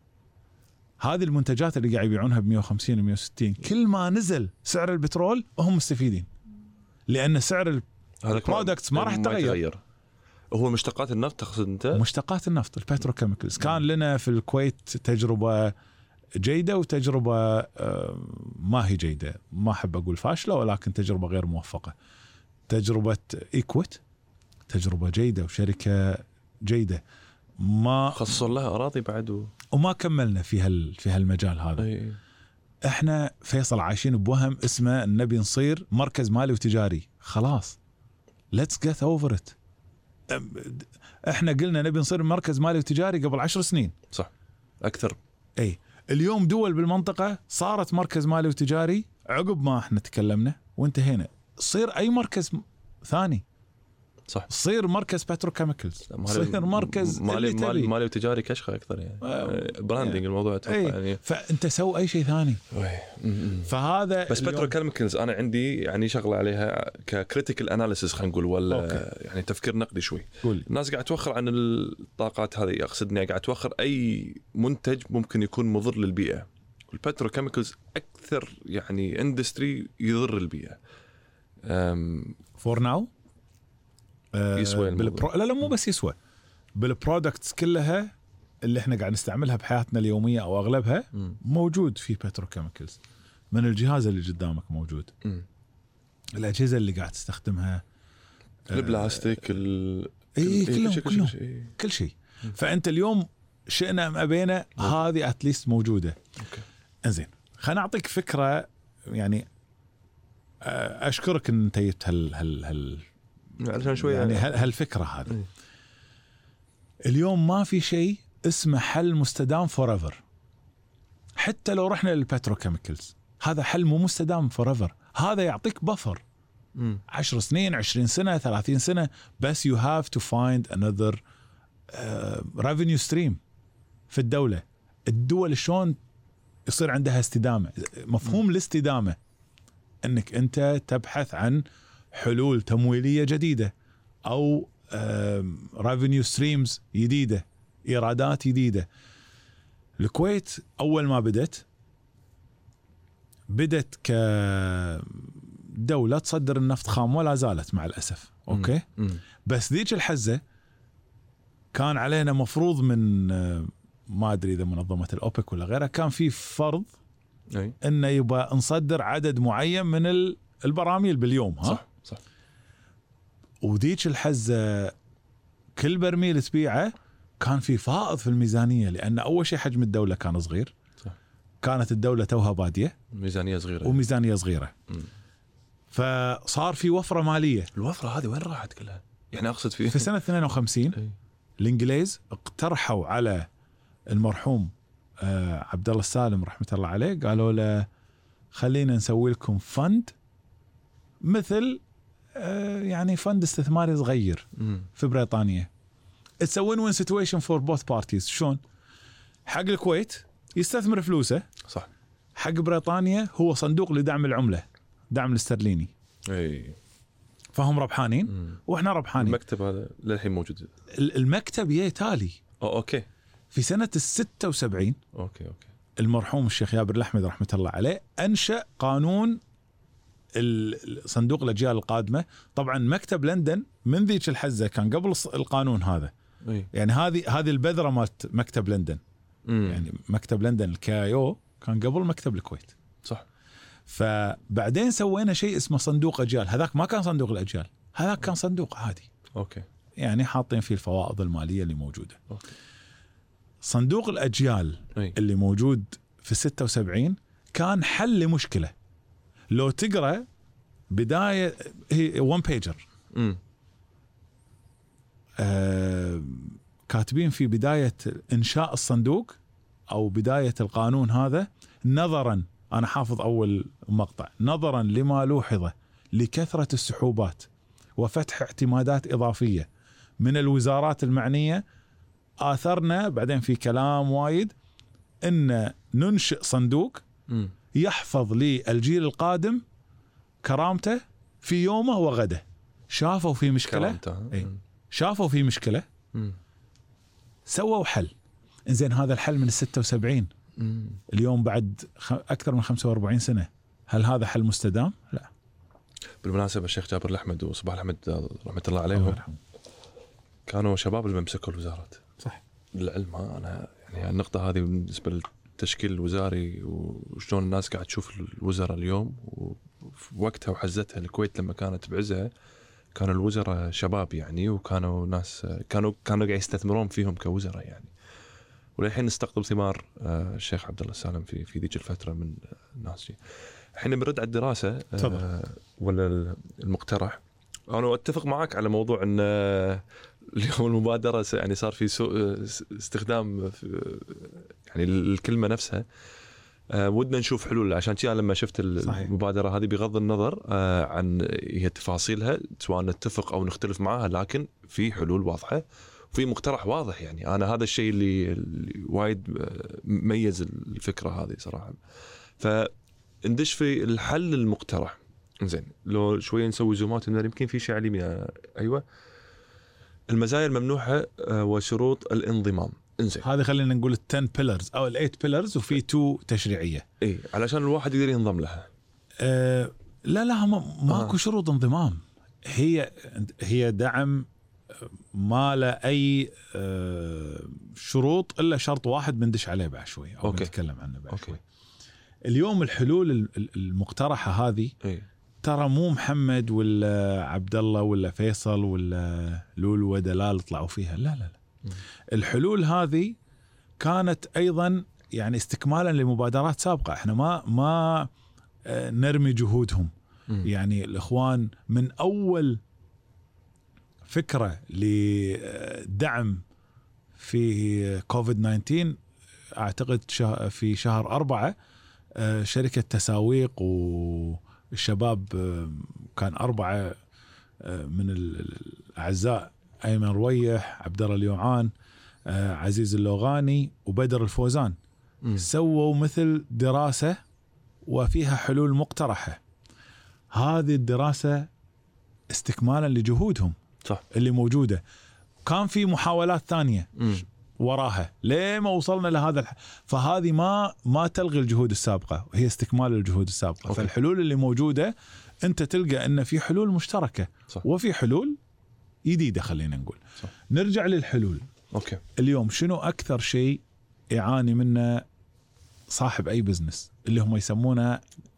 [SPEAKER 2] هذه المنتجات اللي قاعد يبيعونها ب150 و160 كل ما نزل سعر البترول هم مستفيدين، لأن سعر البرودكتس ما راح يتغير.
[SPEAKER 1] هو مشتقات النفط تقصد انت؟
[SPEAKER 2] مشتقات النفط البتروكيميكلز. كان لنا في الكويت تجربة جيدة وتجربة ما هي جيدة، ما أحب أقول فاشلة ولكن تجربة غير موفقة. تجربة إيكويت تجربة جيدة وشركة جيدة، ما
[SPEAKER 1] خصصوا لها أراضي بعد
[SPEAKER 2] وما كملنا في هالمجال هذا. احنا فيصل عايشين بوهم اسمه نبي نصير مركز مالي وتجاري. خلاص let's get over it. احنا قلنا نبي نصير مركز مالي وتجاري قبل 10 سنين،
[SPEAKER 1] صح أكثر.
[SPEAKER 2] اليوم دول بالمنطقة صارت مركز مالي وتجاري عقب ما احنا تكلمنا وانتهينا. صير أي مركز ثاني،
[SPEAKER 1] صح،
[SPEAKER 2] صير مركز بتروكيميكلز، صير مركز
[SPEAKER 1] مالي وتجاري كشخة أكثر يعني براندينج الموضوع يعني.
[SPEAKER 2] فأنت سوي أي شيء ثاني. فهذا
[SPEAKER 1] بس بتروكيميكلز أنا عندي يعني شغلة عليها ككريتيكال أناليسيس خلينا نقول، ولا يعني تفكير نقدي شوي. الناس قاعد توخر عن الطاقات هذه، أقصدني قاعد توخر أي منتج ممكن يكون مضر للبيئة. البتروكيميكلز أكثر يعني اندستري يضر البيئة.
[SPEAKER 2] فور ناو
[SPEAKER 1] يسوى
[SPEAKER 2] لا مو بس يسوى، بالبرودكتس كلها اللي احنا قاعد نستعملها بحياتنا اليومية او اغلبها موجود في بتروكيميكلز. من الجهاز اللي قدامك موجود، الاجهزة اللي قاعد تستخدمها،
[SPEAKER 1] البلاستيك
[SPEAKER 2] كل شيء. فانت اليوم شئنا ام ابينا هذه اتليست موجودة. انزين خلينا نعطيك فكره يعني. اشكرك ان انت جبت
[SPEAKER 1] علشان شويه
[SPEAKER 2] يعني هالفكره هذه. اليوم ما في شيء اسمه حل مستدام فوريفر. حتى لو رحنا للبتروكيميكلز هذا حل مو مستدام فوريفر، هذا يعطيك بفر 10 سنين 20 سنه 30 سنه، بس you have to find another revenue stream في الدوله. الدول شلون يصير عندها استدامه؟ مفهوم الاستدامه انك انت تبحث عن حلول تمويليه جديده او revenue streams جديده، ايرادات جديده. الكويت اول ما بدت كدوله تصدر النفط خام ولا زالت مع الاسف، اوكي. بس ذيك الحزه كان علينا مفروض من ما ادري اذا منظمه الاوبك ولا غيرها، كان في فرض انه يبقى نصدر عدد معين من البراميل باليوم. ها
[SPEAKER 1] صح.
[SPEAKER 2] وذيك الحزه كل برميل تبيعه كان في فائض في الميزانيه، لان اول شيء حجم الدوله كان صغير. صح. كانت الدوله توها باديه،
[SPEAKER 1] ميزانيه صغيره
[SPEAKER 2] وميزانيه صغيره. فصار في وفره ماليه.
[SPEAKER 1] الوفره هذه وين راحت كلها؟ يعني اقصد
[SPEAKER 2] في سنه 52 الانجليز اقترحوا على المرحوم عبد الله السالم رحمه الله عليه، قالوا له خلينا نسوي لكم فند مثل يعني فند استثماري صغير في بريطانيا. It's a win-win situation for both parties. شلون؟ حق الكويت يستثمر فلوسه، صح. حق بريطانيا هو صندوق لدعم العملة، دعم الاسترليني. فهم ربحانين واحنا ربحانين.
[SPEAKER 1] المكتب هذا للحين موجود.
[SPEAKER 2] المكتب يتالي.
[SPEAKER 1] اوكي.
[SPEAKER 2] في سنة 76
[SPEAKER 1] اوكي
[SPEAKER 2] المرحوم الشيخ يابر الأحمد رحمة الله عليه أنشأ قانون صندوق الأجيال القادمة. طبعا مكتب لندن من ذيك الحزة كان قبل القانون هذا. يعني هذه البذرة مالت مكتب لندن. يعني مكتب لندن الكايو كان قبل مكتب الكويت، صح. فبعدين سوينا شيء اسمه صندوق أجيال. هذاك ما كان صندوق الأجيال، هذاك كان صندوق عادي. اوكي. يعني حاطين فيه الفوائض المالية اللي موجودة. اوكي. صندوق الأجيال اللي موجود في 76 كان حل لمشكلة. لو تقرأ بداية هي 1 بيجر، كاتبين في بداية إنشاء الصندوق أو بداية القانون هذا، نظرا أنا حافظ أول مقطع، نظرا لما لوحظ لكثرة السحوبات وفتح اعتمادات إضافية من الوزارات المعنية، آثرنا بعدين في كلام وايد إن ننشئ صندوق يحفظ للجيل القادم كرامته في يومه وغده. شافوا في مشكلة، شافوا في مشكلة، سووا حل. إنزين هذا الحل من 76. اليوم بعد أكثر من 45 سنة، هل هذا حل مستدام؟ لا.
[SPEAKER 1] بالمناسبة الشيخ جابر الأحمد وصباح الأحمد رحمة الله عليهم كانوا شباب اللي مسكوا الوزارات، صح. للعلم أنا يعني النقطة هذه بالنسبة للتشكيل الوزاري وشلون الناس قاعد تشوف الوزراء اليوم، ووقتها وحزتها الكويت لما كانت بعزها كانوا الوزراء شباب يعني، وكانوا ناس كانوا قاعد يستثمرون فيهم كوزراء يعني. وللحين نستقطب ثمار الشيخ عبد الله السالم في ذيك الفترة من الناس دي. الحين بنرد على الدراسة ولا المقترح. أنا أتفق معك على موضوع أن اليوم المبادرة يعني صار في سوء استخدام يعني الكلمة نفسها. ودنا نشوف حلول، عشان كذا لما شفت المبادرة هذه بغض النظر عن هي تفاصيلها سواء نتفق أو نختلف معها، لكن في حلول واضحة وفي مقترح واضح. يعني أنا هذا الشيء اللي وايد ميز الفكرة هذه صراحة. فندش في الحل المقترح. زين لو شوية نسوي زومات يمكن في شيء علمي. أيوة، المزايا الممنوحة وشروط الانضمام. انزين
[SPEAKER 2] هذه خلينا نقول 10 pillars أو 8 pillars وفي 2 تشريعية.
[SPEAKER 1] إيه علشان الواحد يقدر ينضم لها.
[SPEAKER 2] لا ماكو شروط انضمام. هي دعم ما له أي شروط إلا شرط واحد بندش عليه بعد شوي أو نتكلم عنه بعد شوي. اليوم الحلول المقترحة هذه ترى مو محمد ولا عبد الله ولا فيصل ولا لول ودلال طلعوا فيها، لا. الحلول هذه كانت أيضا يعني استكمالا لمبادرات سابقة. احنا ما نرمي جهودهم. يعني الإخوان من أول فكرة لدعم في كوفيد 19 أعتقد في شهر 4 شركة تساويق والشباب كان 4 من الأعزاء، أيمن رويح، عبد الله اليوعان، عزيز اللوغاني وبدر الفوزان، سووا مثل دراسة وفيها حلول مقترحة. هذه الدراسة استكمالا لجهودهم صح اللي موجودة. كان في محاولات ثانية وراها ليه ما وصلنا لهذا فهذه ما تلغي الجهود السابقة، وهي استكمال الجهود السابقة. أوكي. فالحلول اللي موجودة أنت تلقى أن في حلول مشتركة صح. وفي حلول جديدة. خلينا نقول صح. نرجع للحلول. أوكي. اليوم شنو أكثر شيء يعاني منه صاحب أي بزنس؟ اللي هم يسمونه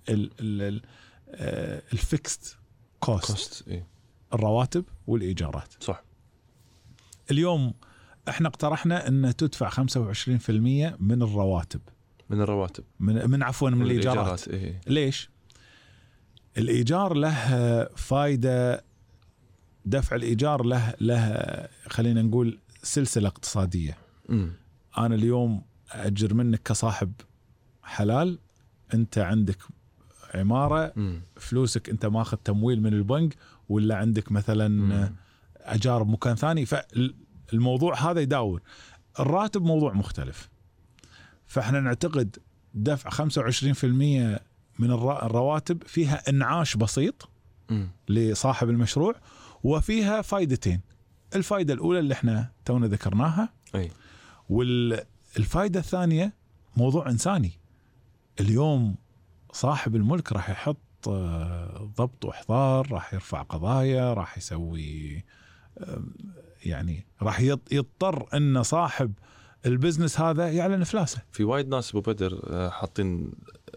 [SPEAKER 2] الفيكست كوست، إيه؟ الرواتب والإيجارات صح. اليوم احنا اقترحنا ان تدفع 25% من الرواتب من عفوا من الإيجارات. إيه؟ ليش؟ الإيجار له فايدة، دفع الإيجار له خلينا نقول سلسلة اقتصادية. أنا اليوم أجر منك كصاحب حلال، أنت عندك عمارة، فلوسك أنت ماخذ تمويل من البنك ولا عندك مثلا أجار مكان ثاني، فالموضوع هذا يداور. الراتب موضوع مختلف، فإحنا نعتقد دفع 25% من الرواتب فيها إنعاش بسيط لصاحب المشروع، وفيها فايدتين. الفايدة الأولى اللي احنا تونا ذكرناها، والفايدة الثانية موضوع إنساني. اليوم صاحب الملك راح يحط ضبط وإحضار، راح يرفع قضايا، راح يسوي يعني راح يضطر أن صاحب البزنس هذا يعلن إفلاسه.
[SPEAKER 1] في وايد ناس أبو بدر حاطين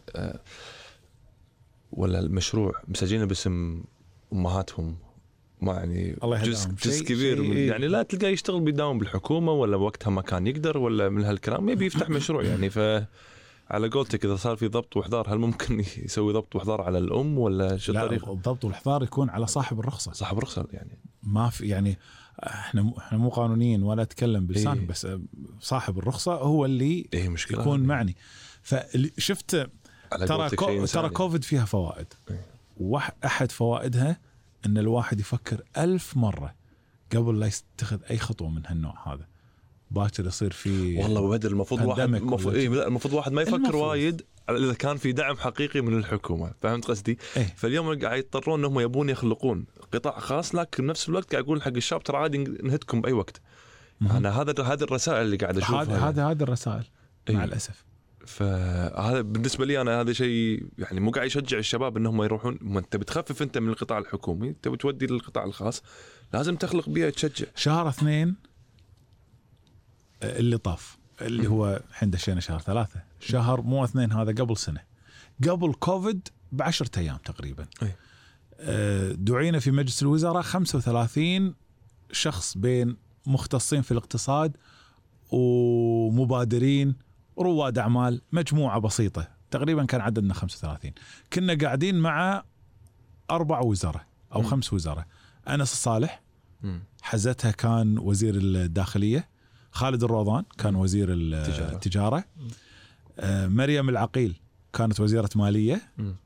[SPEAKER 1] ولا المشروع مسجينه باسم أمهاتهم، ما يعني جزء كبير يعني لا تلقى يشتغل بيداوم بالحكومة ولا وقتها ما كان يقدر ولا من هالكلام يبي يفتح مشروع يعني. فعلى قولتك إذا صار في ضبط وإحضار، هل ممكن يسوي ضبط وإحضار على الأم ولا شو الطريقة؟
[SPEAKER 2] الضبط والإحضار يكون على صاحب الرخصة.
[SPEAKER 1] صاحب الرخصة يعني
[SPEAKER 2] ما في يعني احنا مو قانونيين ولا اتكلم بلسان بس صاحب الرخصة هو اللي يكون معني. فشفت ترى كوفيد فيها فوائد. أحد فوائدها أن الواحد يفكر 1000 مرة قبل لا يتخذ أي خطوة من هالنوع هذا. باكر يصير في
[SPEAKER 1] والله بدل المفروض واحد ما يفكر وايد إذا كان في دعم حقيقي من الحكومة. فهمت قصدي؟ فاليوم قاعد يضطرون أنهم يبون يخلقون قطاع خاص، لكن نفس الوقت قاعد يقول حق الشاب ترى عادي نهدكم بأي وقت. أنا هذا الرسائل اللي قاعد أشوفها،
[SPEAKER 2] هذا الرسائل مع الأسف.
[SPEAKER 1] فهذا بالنسبة لي أنا هذا شيء يعني مو قاعد يشجع الشباب إنهم يروحون. ما أنت بتخفف أنت من القطاع الحكومي، أنت بتودي للقطاع الخاص، لازم تخلق بيئة تشجع.
[SPEAKER 2] شهر 2 اللي طاف اللي هو حين دشينا شهر 3، شهر مو 2 هذا قبل سنة، قبل كوفيد ب10 أيام تقريبا. دعينا في مجلس الوزراء 35 شخص بين مختصين في الاقتصاد ومبادرين رواد أعمال، مجموعة بسيطة تقريبا كان عددنا 35. كنا قاعدين مع 4 وزراء أو 5 وزراء. أنس الصالح حزتها كان وزير الداخلية، خالد الروضان كان وزير التجارة، مريم العقيل كانت وزيرة مالية،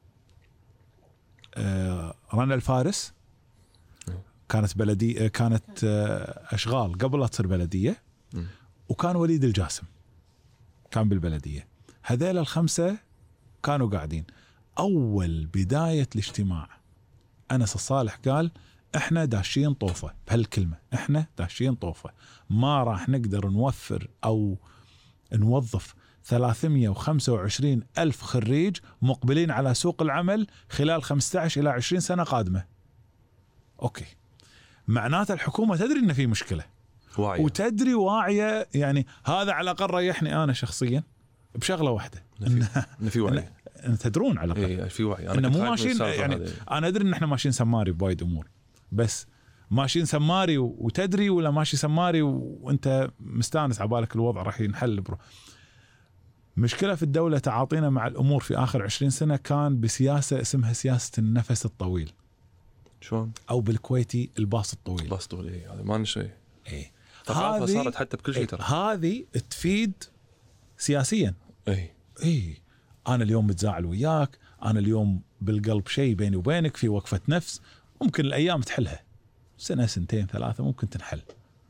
[SPEAKER 2] رنا الفارس كانت بلدية، كانت أشغال قبل لا تصير بلدية، وكان وليد الجاسم كان بالبلدية. هذيل ال5 كانوا قاعدين. أول بداية الاجتماع أنس الصالح قال إحنا داشين طوفة، بهالكلمة إحنا داشين طوفة، ما راح نقدر نوفر أو نوظف 325 ألف خريج مقبلين على سوق العمل خلال 15 إلى 20 سنة قادمة. أوكي، معناته الحكومة تدري إن في مشكلة واعية. وتدري واعية. يعني هذا على الأقل ريحني أنا شخصيا بشغلة واحدة،
[SPEAKER 1] إن في وعي.
[SPEAKER 2] إن تدرون على الأقل
[SPEAKER 1] في وعي.
[SPEAKER 2] أنا مو ماشيين يعني أنا أدري إن إحنا ماشيين سماري بوايد أمور، بس ماشيين سماري وتدري ولا ماشي سماري وأنت مستانس عبالك الوضع راح ينحل مشكلة في الدولة تعاطينا مع الأمور في آخر 20 سنة كان بسياسة اسمها سياسة النفس الطويل،
[SPEAKER 1] شلون؟
[SPEAKER 2] أو بالكويتي الباص الطويل.
[SPEAKER 1] باص طويل، هذا ما شيء.
[SPEAKER 2] إيه.
[SPEAKER 1] ثقافة صارت حتى بكل شيء ترى.
[SPEAKER 2] هذه تفيد سياسيا. إيه أنا اليوم متزاعل وياك، أنا اليوم بالقلب شيء بيني وبينك، في وقفة نفس، ممكن الأيام تحلها، سنة سنتين ثلاثة ممكن تنحل.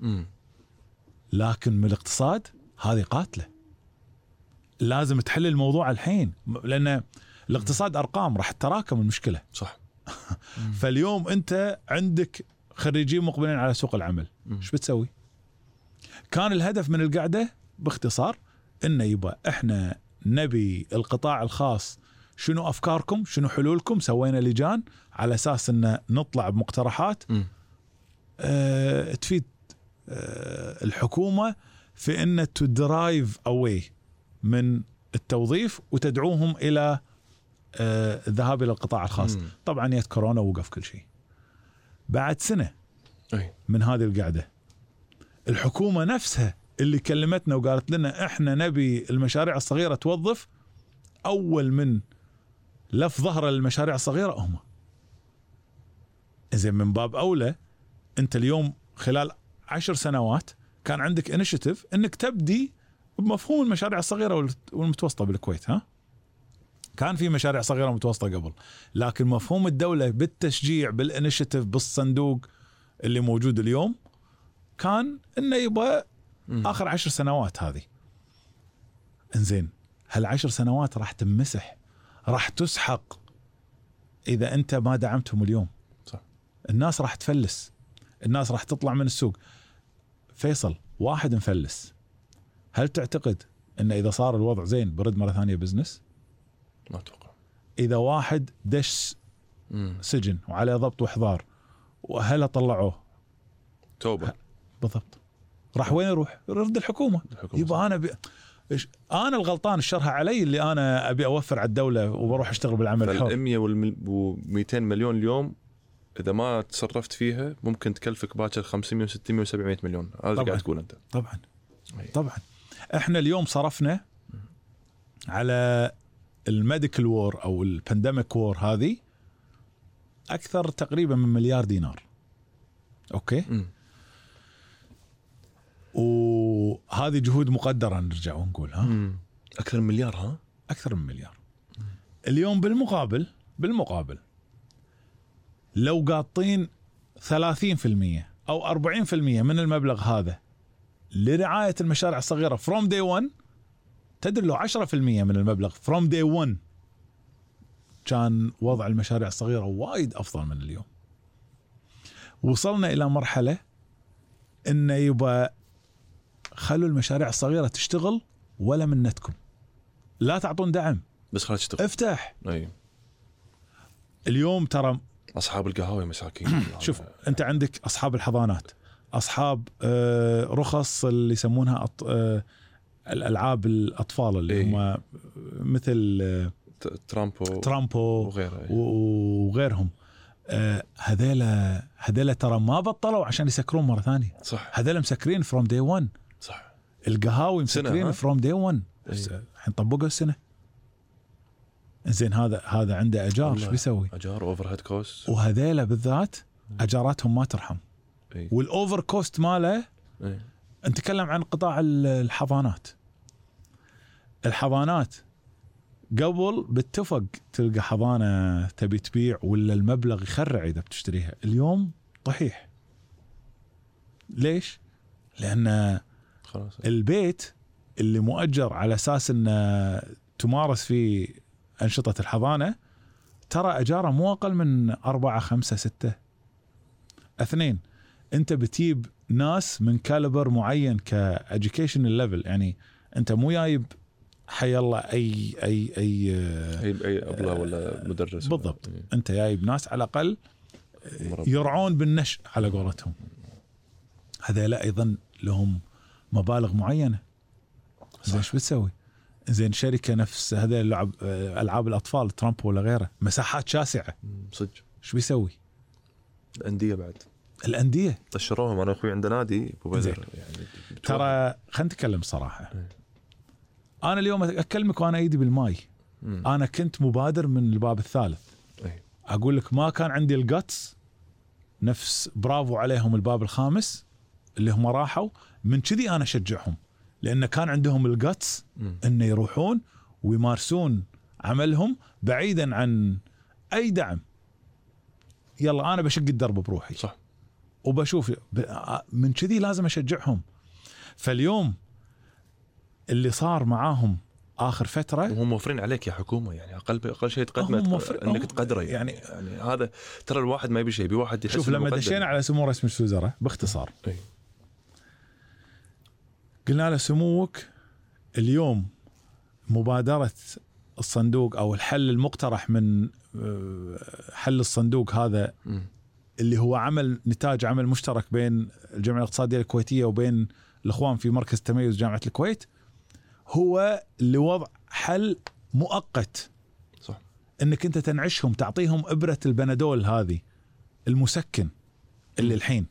[SPEAKER 2] لكن من الاقتصاد هذه قاتلة، لازم تحل الموضوع الحين، لأن الاقتصاد أرقام راح تتراكم المشكلة.
[SPEAKER 1] صح.
[SPEAKER 2] فاليوم أنت عندك خريجين مقبلين على سوق العمل، إيش بتسوي؟ كان الهدف من القعدة باختصار إنه يبقى إحنا نبي القطاع الخاص شنو أفكاركم، شنو حلولكم، سوينا لجان على أساس إن نطلع بمقترحات تفيد الحكومة في إن تدرايف أواي من التوظيف وتدعوهم إلى الذهاب إلى القطاع الخاص. طبعا جت كورونا ووقف كل شيء. بعد سنة من هذه القعدة الحكومة نفسها اللي كلمتنا وقالت لنا إحنا نبي المشاريع الصغيرة توظف، أول من لف ظهر للمشاريع الصغيرة هم. إذا من باب أولى أنت اليوم خلال 10 سنوات كان عندك انيشيتيف إنك تبدي بمفهوم المشاريع الصغيرة والمتوسطة بالكويت. كان في مشاريع صغيرة ومتوسطة قبل، لكن مفهوم الدولة بالتشجيع بالانيشيتيف بالصندوق اللي موجود اليوم كان إنه يبقى آخر 10 سنوات هذه. إنزين هال10 سنوات راح تمسح، راح تسحق إذا أنت ما دعمتهم اليوم.
[SPEAKER 1] صح.
[SPEAKER 2] الناس راح تفلس، الناس راح تطلع من السوق. فيصل واحد مفلس، هل تعتقد إن إذا صار الوضع زين برد مرة ثانية بزنس؟
[SPEAKER 1] ما أتوقع.
[SPEAKER 2] إذا واحد دش سجن وعليه ضبط وإحضار وأهله طلعوه
[SPEAKER 1] توبة،
[SPEAKER 2] بالضبط، راح وين يروح؟ يرد الحكومة. يبقى أنا أنا الغلطان، الشرها علي اللي أنا أبي أوفر على الدولة وبروح أشتغل بالعمل الحر.
[SPEAKER 1] 100 و200 مليون اليوم إذا ما تصرفت فيها ممكن تكلفك باكر 500 و600 و700 مليون. هذا قاعد تقول أنت.
[SPEAKER 2] طبعا احنا اليوم صرفنا على الميديكال وور أو البانديميك وور هذه أكثر تقريبا من مليار دينار. أوكي. وهذه جهود مقدرة نرجع ونقول
[SPEAKER 1] أكثر من مليار.
[SPEAKER 2] أكثر من مليار. اليوم بالمقابل لو قاطين 30% أو 40% من المبلغ هذا لرعاية المشاريع الصغيرة from day one، تدري لو 10% من المبلغ from day one كان وضع المشاريع الصغيرة وايد أفضل من اليوم. وصلنا إلى مرحلة إنه يبقى خلوا المشاريع الصغيرة تشتغل ولا منتكم، لا تعطون دعم،
[SPEAKER 1] بس خلها تشتغل،
[SPEAKER 2] افتح.
[SPEAKER 1] أي.
[SPEAKER 2] اليوم ترى
[SPEAKER 1] أصحاب القهاوي مساكين.
[SPEAKER 2] شوف أنت عندك أصحاب الحضانات، أصحاب رخص اللي يسمونها الألعاب الأطفال اللي هم مثل ترامبو وغيرهم. هذيلا ترى ما بطلوا عشان يسكرون مرة ثانية.
[SPEAKER 1] صح.
[SPEAKER 2] هذيلا مسكرين from day one.
[SPEAKER 1] صح.
[SPEAKER 2] القهاوي مسكرين from day one. الحين طبقوا السنة. زين هذا عنده أجار، شو بيسوي؟
[SPEAKER 1] أجار أوفر هيد كوست.
[SPEAKER 2] وهذيلا بالذات أجاراتهم ما ترحم. والأوفر كوست ماله. نتكلم عن قطاع الحضانات قبل باتفق تلقى حضانة تبي تبيع ولا المبلغ يخرع إذا بتشتريها. اليوم طحيح. ليش؟ لأن
[SPEAKER 1] خلاص
[SPEAKER 2] البيت اللي مؤجر على أساس أن تمارس فيه أنشطة الحضانة ترى أجاره مو أقل من 4 5 6. 2 أنت بتجيب ناس من كاليبر معين كإديوكيشنال ليفل، يعني أنت مو جايب حي الله أي
[SPEAKER 1] أبلة ولا مدرس
[SPEAKER 2] بالضبط. أنت جايب ناس على الأقل يرعون بالنشء على قولتهم. هذا لا أيضا لهم مبالغ معينة. زين ايش بتسوي؟ زين شركة نفس هذا ألعاب الأطفال ترامبو ولا غيره، مساحات شاسعة
[SPEAKER 1] صدق،
[SPEAKER 2] ايش بيسوي؟
[SPEAKER 1] الأندية بعد
[SPEAKER 2] الأندية
[SPEAKER 1] طشروهم. أنا أخوي عنده نادي أبو بدر يعني
[SPEAKER 2] ترى خلينا نتكلم صراحة. انا اليوم اكلمك وانا ايدي بالماي. انا كنت مبادر من الباب الثالث. اقول لك ما كان عندي الجاتس نفس برافو عليهم الباب الخامس اللي هم راحوا من كذي. انا اشجعهم لان كان عندهم الجاتس انه يروحون ويمارسون عملهم بعيدا عن اي دعم. يلا انا بشق الدرب بروحي
[SPEAKER 1] صح،
[SPEAKER 2] وبشوف من كذي لازم اشجعهم. فاليوم اللي صار معاهم اخر فتره
[SPEAKER 1] وهم موفرين عليك يا حكومه، يعني اقل شيء تقدمه انك تقدره يعني هذا ترى الواحد ما يبي شيء، يبي واحد يحس.
[SPEAKER 2] شوف لما دشينا على سمو رئيس الوزراء باختصار قلنا له سموك اليوم مبادره الصندوق او الحل المقترح من حل الصندوق هذا اللي هو عمل نتاج عمل مشترك بين الجمعيه الاقتصاديه الكويتيه وبين الاخوان في مركز تميز جامعه الكويت، هو لوضع حل مؤقت.
[SPEAKER 1] صح.
[SPEAKER 2] انك انت تنعشهم، تعطيهم ابره البنادول هذه المسكن اللي الحين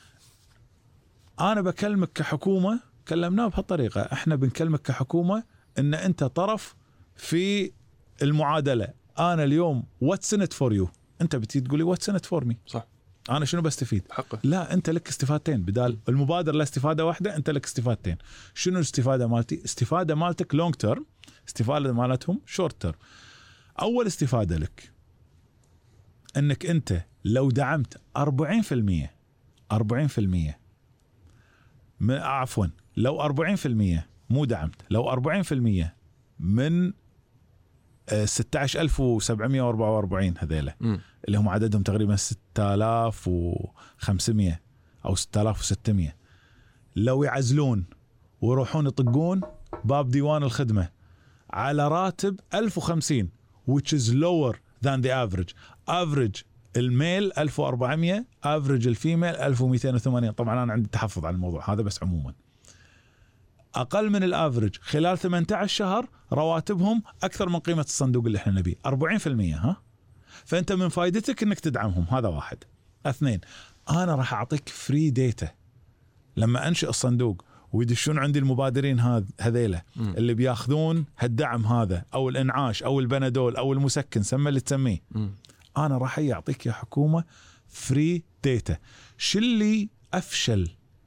[SPEAKER 2] انا بكلمك كحكومه. كلمناه بهالطريقه، احنا بنكلمك كحكومه ان انت طرف في المعادله. انا اليوم واتس ان ات فور يو، انت بتيجي تقولي واتس ان ات فور مي.
[SPEAKER 1] صح.
[SPEAKER 2] انا شنو بستفيد؟
[SPEAKER 1] حقه.
[SPEAKER 2] لا انت لك استفادتين، بدال المبادر له استفاده واحده انت لك استفادتين. شنو الاستفاده مالتي؟ استفاده مالتك لونج تيرم، استفاده مالتهم شورت تيرم. اول استفاده لك انك انت لو دعمت 40% عفوا لو 40% مو دعمت، لو 40% من 16744 هذيله اللي هم عددهم تقريبا 6500 أو 6600، لو يعزلون ويروحون يطقون باب ديوان الخدمة على راتب 1050 which is lower than the average الميل 1400، average الفيميل 1280. طبعا أنا عندي تحفظ على الموضوع هذا بس عموما أقل من الافرج خلال 18 شهر رواتبهم أكثر من قيمة الصندوق اللي احنا نبيه 40%. ها، فأنت من فائدتك أنك تدعمهم. هذا واحد. اثنين، أنا راح أعطيك فري ديتا لما أنشئ الصندوق ويدشون عندي المبادرين هذيله اللي بياخذون هالدعم هذا أو الإنعاش أو البنادول أو المسكن، سمى اللي تسميه. أنا راح أعطيك يا حكومة فري ديتا. شو اللي أفشل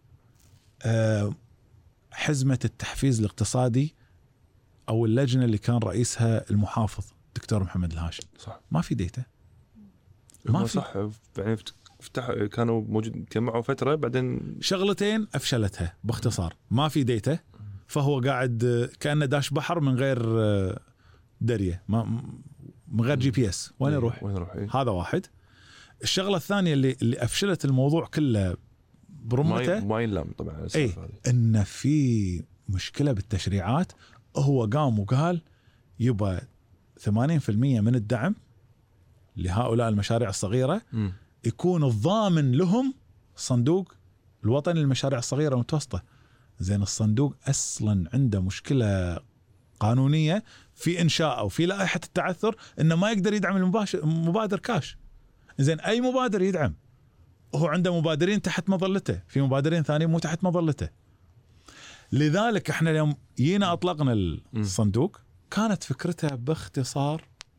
[SPEAKER 2] حزمة التحفيز الاقتصادي أو اللجنة اللي كان رئيسها المحافظ دكتور محمد الهاشم؟
[SPEAKER 1] صح.
[SPEAKER 2] ما في ديتا،
[SPEAKER 1] ما في. صح، يعني كانوا موجود جمعوا فترة بعدين
[SPEAKER 2] شغلتين أفشلتها باختصار. ما في ديتا، فهو قاعد كأنه داش بحر من غير درية، من غير جي بي اس وين يروح. هذا واحد. الشغلة الثانية اللي أفشلت الموضوع كله برمته
[SPEAKER 1] ما ينلام طبعا
[SPEAKER 2] إن في مشكلة بالتشريعات. هو قام وقال يبقى 80% من الدعم لهؤلاء المشاريع الصغيرة يكون الضامن لهم صندوق الوطني للمشاريع الصغيرة والمتوسطة. زين الصندوق أصلا عنده مشكلة قانونية في إنشاء أو في لائحة التعثر إنه ما يقدر يدعم المبادر كاش. زين أي مبادر يدعم، هو عنده مبادرين تحت مظلته، في مبادرين ثانيين مو تحت مظلته. لذلك احنا اليوم جينا أطلقنا الصندوق كانت فكرتها باختصار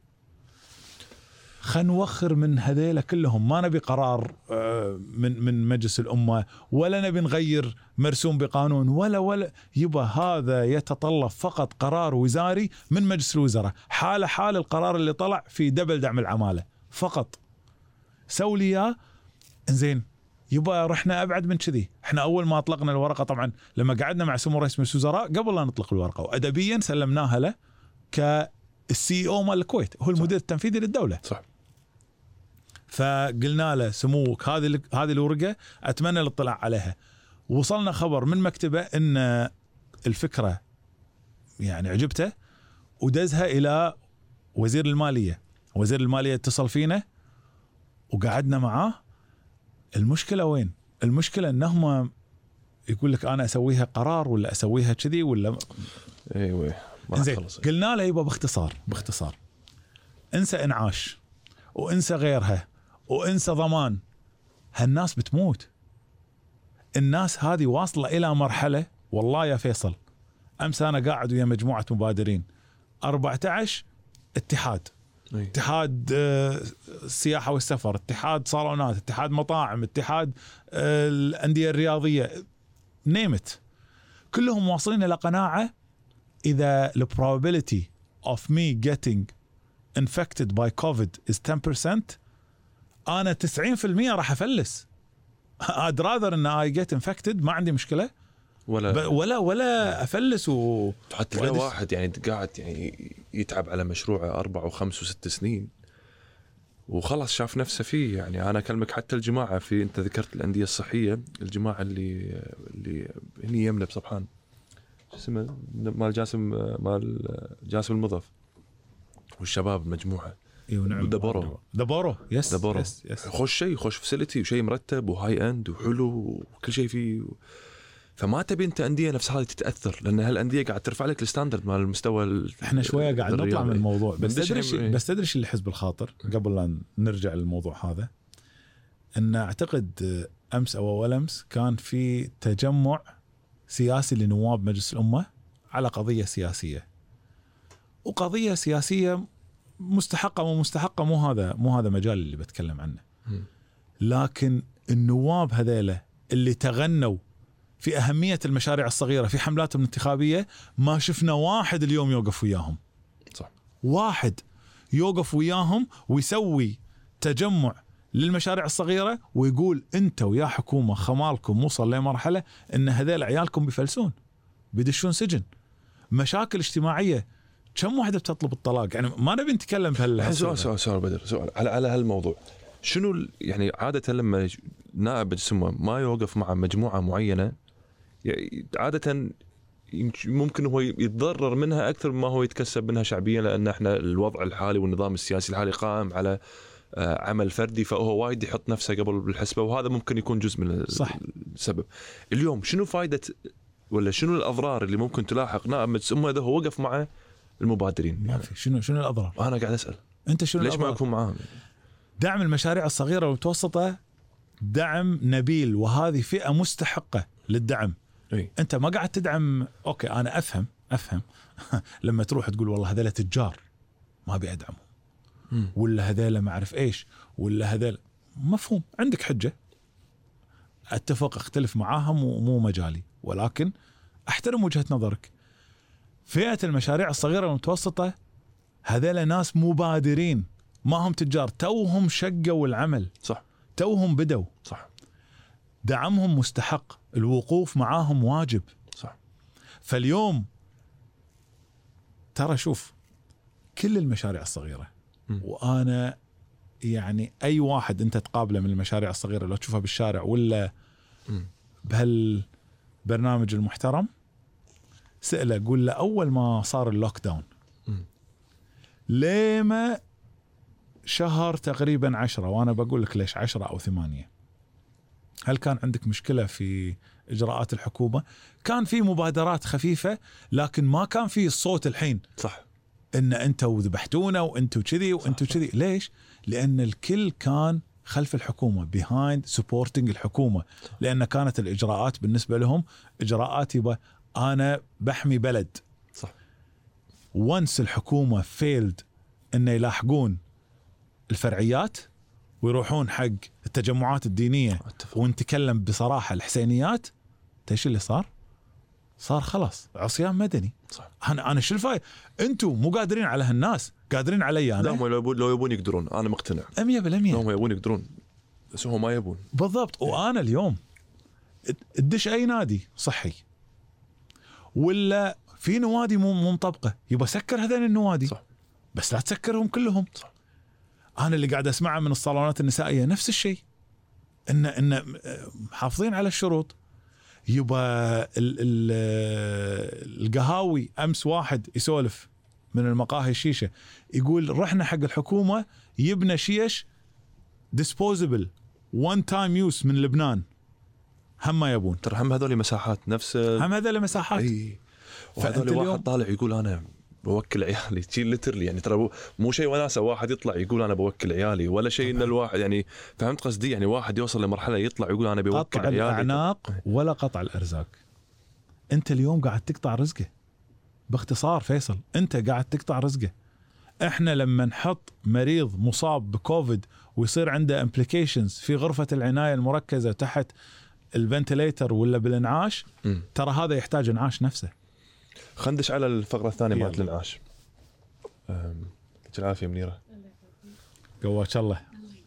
[SPEAKER 2] خلينا نوخر من هذيلا كلهم. ما نبي قرار من مجلس الأمة ولا نبي نغير مرسوم بقانون ولا يبقى هذا يتطلب فقط قرار وزاري من مجلس الوزراء حال القرار اللي طلع في دبل دعم العمالة فقط. سوليا انزين يبقى رحنا أبعد من كذي. احنا أول ما أطلقنا الورقة طبعا لما قعدنا مع سمو رئيس مجلس الوزراء قبل لا نطلق الورقة وأدبيا سلمناها له كالسي او مال الكويت، هو المدير التنفيذي للدولة.
[SPEAKER 1] صح.
[SPEAKER 2] فقلنا له سموك هذه الورقة أتمنى الاطلاع عليها. وصلنا خبر من مكتبه إن الفكرة يعني عجبته ودزها إلى وزير المالية. وزير المالية اتصل فينا وقعدنا معاه. المشكلة وين؟ المشكلة إنهم يقول لك أنا أسويها قرار ولا أسويها كذي ولا
[SPEAKER 1] أيوة.
[SPEAKER 2] قلنا له يبقى باختصار انسى إنعاش وانسى غيرها وانسى ضمان. هالناس بتموت. الناس هذه واصلة إلى مرحلة والله يا فيصل امس انا قاعد ويا مجموعه مبادرين 14 اتحاد، اتحاد السياحه والسفر، اتحاد صالونات، اتحاد مطاعم، اتحاد الانديه الرياضيه، نيمت، كلهم واصلين الى قناعه اذا the probability of me getting infected by COVID is 10%، انا 90% راح افلس. I'd rather ان I get infected، ما عندي مشكله، ولا افلس
[SPEAKER 1] حتى لو واحد يعني قاعد يعني يتعب على مشروعه 4 و5 و6 سنين وخلاص شاف نفسه فيه. يعني انا اكلمك حتى الجماعه في، انت ذكرت الانديه الصحيه، الجماعه اللي هني يمنا بصبحان اسمه مال جاسم المضف والشباب المجموعه دبورو يس يخش فاسيلتي وشيء مرتب وهاي اند وحلو وكل شيء فيه. فما تبي انت انديه نفس هذه تتاثر، لان هالانديه قاعد ترفع لك الستاندرد مال المستوى.
[SPEAKER 2] احنا شويه قاعد نطلع من الموضوع، بس تدري اللي حزب الخاطر قبل لا نرجع للموضوع هذا، ان اعتقد امس او اول امس كان في تجمع سياسي لنواب مجلس الامه على قضيه سياسيه، وقضيه سياسيه مستحقه ومستحقه، مو هذا مجال اللي بتكلم عنه. لكن النواب هذيله اللي تغنوا في أهمية المشاريع الصغيرة في حملاتهم الانتخابية، ما شفنا واحد اليوم يوقف وياهم.
[SPEAKER 1] صح.
[SPEAKER 2] واحد يوقف وياهم ويسوي تجمع للمشاريع الصغيرة ويقول انتوا يا حكومة خمالكم وصل لمرحلة ان هذيل عيالكم بيفلسون، بيدشون سجن، مشاكل اجتماعية. كم واحدة بتطلب الطلاق؟ يعني ما نبي نتكلم
[SPEAKER 1] سؤال بدر، سؤال على هالموضوع. شنو يعني عادة لما نائب اسمه ما يوقف مع مجموعة معينة، يعني عادة ممكن هو يتضرر منها أكثر مما هو يتكسب منها شعبيا، لأن احنا الوضع الحالي والنظام السياسي الحالي قائم على عمل فردي، فهو وايد يحط نفسه قبل بالحسبة، وهذا ممكن يكون جزء من السبب. اليوم شنو فائدة ولا شنو الأضرار اللي ممكن تلاحق نائب مجلس الأمة إذا هو وقف مع المبادرين؟
[SPEAKER 2] ما في. شنو الأضرار؟
[SPEAKER 1] أنا قاعد أسأل
[SPEAKER 2] أنت شنو
[SPEAKER 1] ليش ما يكون معاهم؟
[SPEAKER 2] دعم المشاريع الصغيرة والمتوسطة دعم نبيل، وهذه فئة مستحقة للدعم. أنت ما قاعد تدعم. أوكي أنا أفهم لما تروح تقول والله هذول تجار ما بيدعموا، ولا هذول ما أعرف إيش، ولا هذول، مفهوم، عندك حجة، أتفق أختلف معاهم ومو مجالي، ولكن أحترم وجهة نظرك. فئة المشاريع الصغيرة والمتوسطة هذول ناس مبادرين، ما هم تجار، توهم شقوا العمل،
[SPEAKER 1] صح،
[SPEAKER 2] توهم بدوا،
[SPEAKER 1] صح،
[SPEAKER 2] دعمهم مستحق، الوقوف معاهم واجب،
[SPEAKER 1] صح.
[SPEAKER 2] فاليوم ترى شوف كل المشاريع الصغيرة، وأنا يعني أي واحد أنت تقابله من المشاريع الصغيرة لو تشوفها بالشارع ولا بهالبرنامج المحترم، سأله قول له أول ما صار اللوك داون لما شهر تقريبا 10، وأنا بقول لك ليش 10 أو 8، هل كان عندك مشكلة في إجراءات الحكومة؟ كان في مبادرات خفيفة، لكن ما كان في الصوت الحين،
[SPEAKER 1] صح،
[SPEAKER 2] إن أنتوا ذبحتونا وأنتوا كذي وأنتوا كذي. ليش؟ لأن الكل كان خلف الحكومة، behind supporting الحكومة، لأن كانت الإجراءات بالنسبة لهم إجراءات يبقى أنا بحمي بلد.
[SPEAKER 1] صح.
[SPEAKER 2] once الحكومة failed إنه يلاحقون الفرعيات ويروحون حق التجمعات الدينية ونتكلم بصراحة الحسينيات، تيش اللي صار خلاص عصيان مدني.
[SPEAKER 1] صح.
[SPEAKER 2] أنا شو الفايدة؟ أنتوا مو قادرين على هالناس، قادرين علي أنا.
[SPEAKER 1] لا، لو يبون يقدرون، أنا مقتنع
[SPEAKER 2] 100%.
[SPEAKER 1] هم يبون يقدرون، بس هم ما يبون.
[SPEAKER 2] بالضبط. وأنا اليوم ادش أي نادي صحي ولا في نوادي مو مطبقة، يبقى سكر هذين النوادي.
[SPEAKER 1] صح.
[SPEAKER 2] بس لا تسكرهم كلهم.
[SPEAKER 1] صح.
[SPEAKER 2] أنا اللي قاعد أسمعه من الصالونات النسائية نفس الشيء، إن محافظين على الشروط. يبقى القهاوي، أمس واحد يسولف من المقاهي الشيشة يقول رحنا حق الحكومة يبنى شيش disposable one time use من لبنان، هم ما يبون.
[SPEAKER 1] ترى هم هذول مساحات نفس
[SPEAKER 2] هم هذول مساحات.
[SPEAKER 1] وهذول واحد طالع يقول أنا بوكل عيالي، تشيل لترلي، يعني ترى مو شيء وناسة واحد يطلع يقول أنا بوكل عيالي، ولا شيء إن الواحد يعني فهمت قصدي، يعني واحد يوصل لمرحلة يطلع يقول أنا بوكل عيالي.
[SPEAKER 2] قطع الأعناق ولا قطع الأرزاق. أنت اليوم قاعد تقطع رزقه، باختصار فيصل انت قاعد تقطع رزقه. احنا لما نحط مريض مصاب بكوفيد ويصير عنده امبليكيشنز في غرفة العناية المركزة تحت الفنتليتر ولا بالانعاش، ترى هذا يحتاج انعاش نفسه.
[SPEAKER 1] خندش على الفقرة الثانية مالت الانعاش. العافية منيرة.
[SPEAKER 2] قواك الله.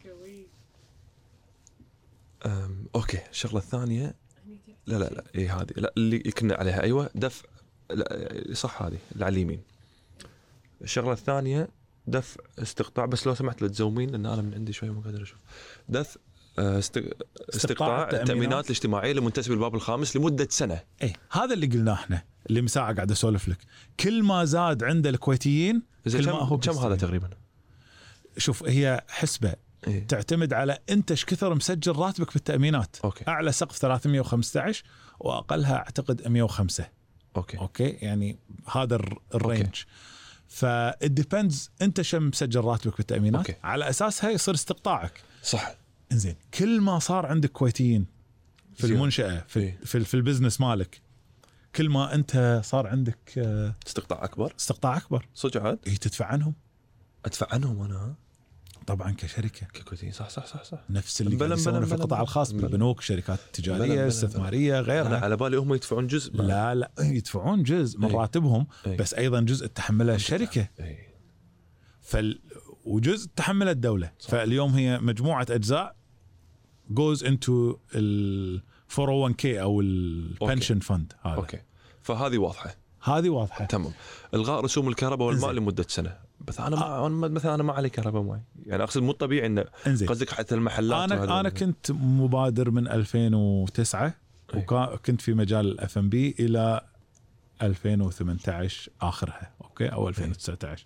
[SPEAKER 1] اوكي الشغلة الثانية لا ايه هذه لا اللي كنا عليها ايوه دفع لا صح هذه اللي على اليمين. الشغلة الثانية دفع استقطاع، بس لو سمحت لا تزومين لان انا من عندي شوية مو قادر اشوف. دفع استقطاع التأمينات الاجتماعية لمنتسب الباب الخامس لمدة سنة.
[SPEAKER 2] ايه هذا اللي قلناه احنا اللي مساعة قاعد اسولف لك. كل ما زاد عند الكويتيين كل ما هو
[SPEAKER 1] كم هذا تقريبا؟
[SPEAKER 2] شوف هي حسبة
[SPEAKER 1] إيه؟
[SPEAKER 2] تعتمد على انت ايش كثر مسجل راتبك بالتأمينات.
[SPEAKER 1] أوكي.
[SPEAKER 2] اعلى سقف 315 واقلها اعتقد 105. اوكي يعني هذا الرينج. فالديبندز انت شم مسجل راتبك بالتأمينات. أوكي. على اساسها يصير استقطاعك.
[SPEAKER 1] صح.
[SPEAKER 2] انزين كل ما صار عندك كويتيين في المنشأة في البزنس مالك، كل ما انت صار عندك
[SPEAKER 1] استقطاع اكبر صدق عاد
[SPEAKER 2] تدفع عنهم.
[SPEAKER 1] ادفع عنهم انا
[SPEAKER 2] طبعا كشركه
[SPEAKER 1] ككويتي. صح
[SPEAKER 2] نفس اللي قاعد يسوونه في القطاع الخاص بالبنوك، شركات تجاريه استثماريه غيرها.
[SPEAKER 1] أنا على بالي هم يدفعون جزء.
[SPEAKER 2] لا يدفعون جزء من راتبهم، بس ايضا جزء تحمله الشركه وجزء تحمله الدوله. فاليوم هي مجموعه اجزاء goes into ال 401k او البنشن فند هذا.
[SPEAKER 1] اوكي فهذه واضحه
[SPEAKER 2] تمام.
[SPEAKER 1] الغاء رسوم الكهرباء والماء لمده سنه. بس انا مثلا انا ما علي كهرباء وماء، يعني اقصد مو طبيعي انه قصدك حتى المحلات.
[SPEAKER 2] انا كنت مبادر من 2009 وكنت في مجال الاف ام بي الى 2018 اخرها اوكي او 2019.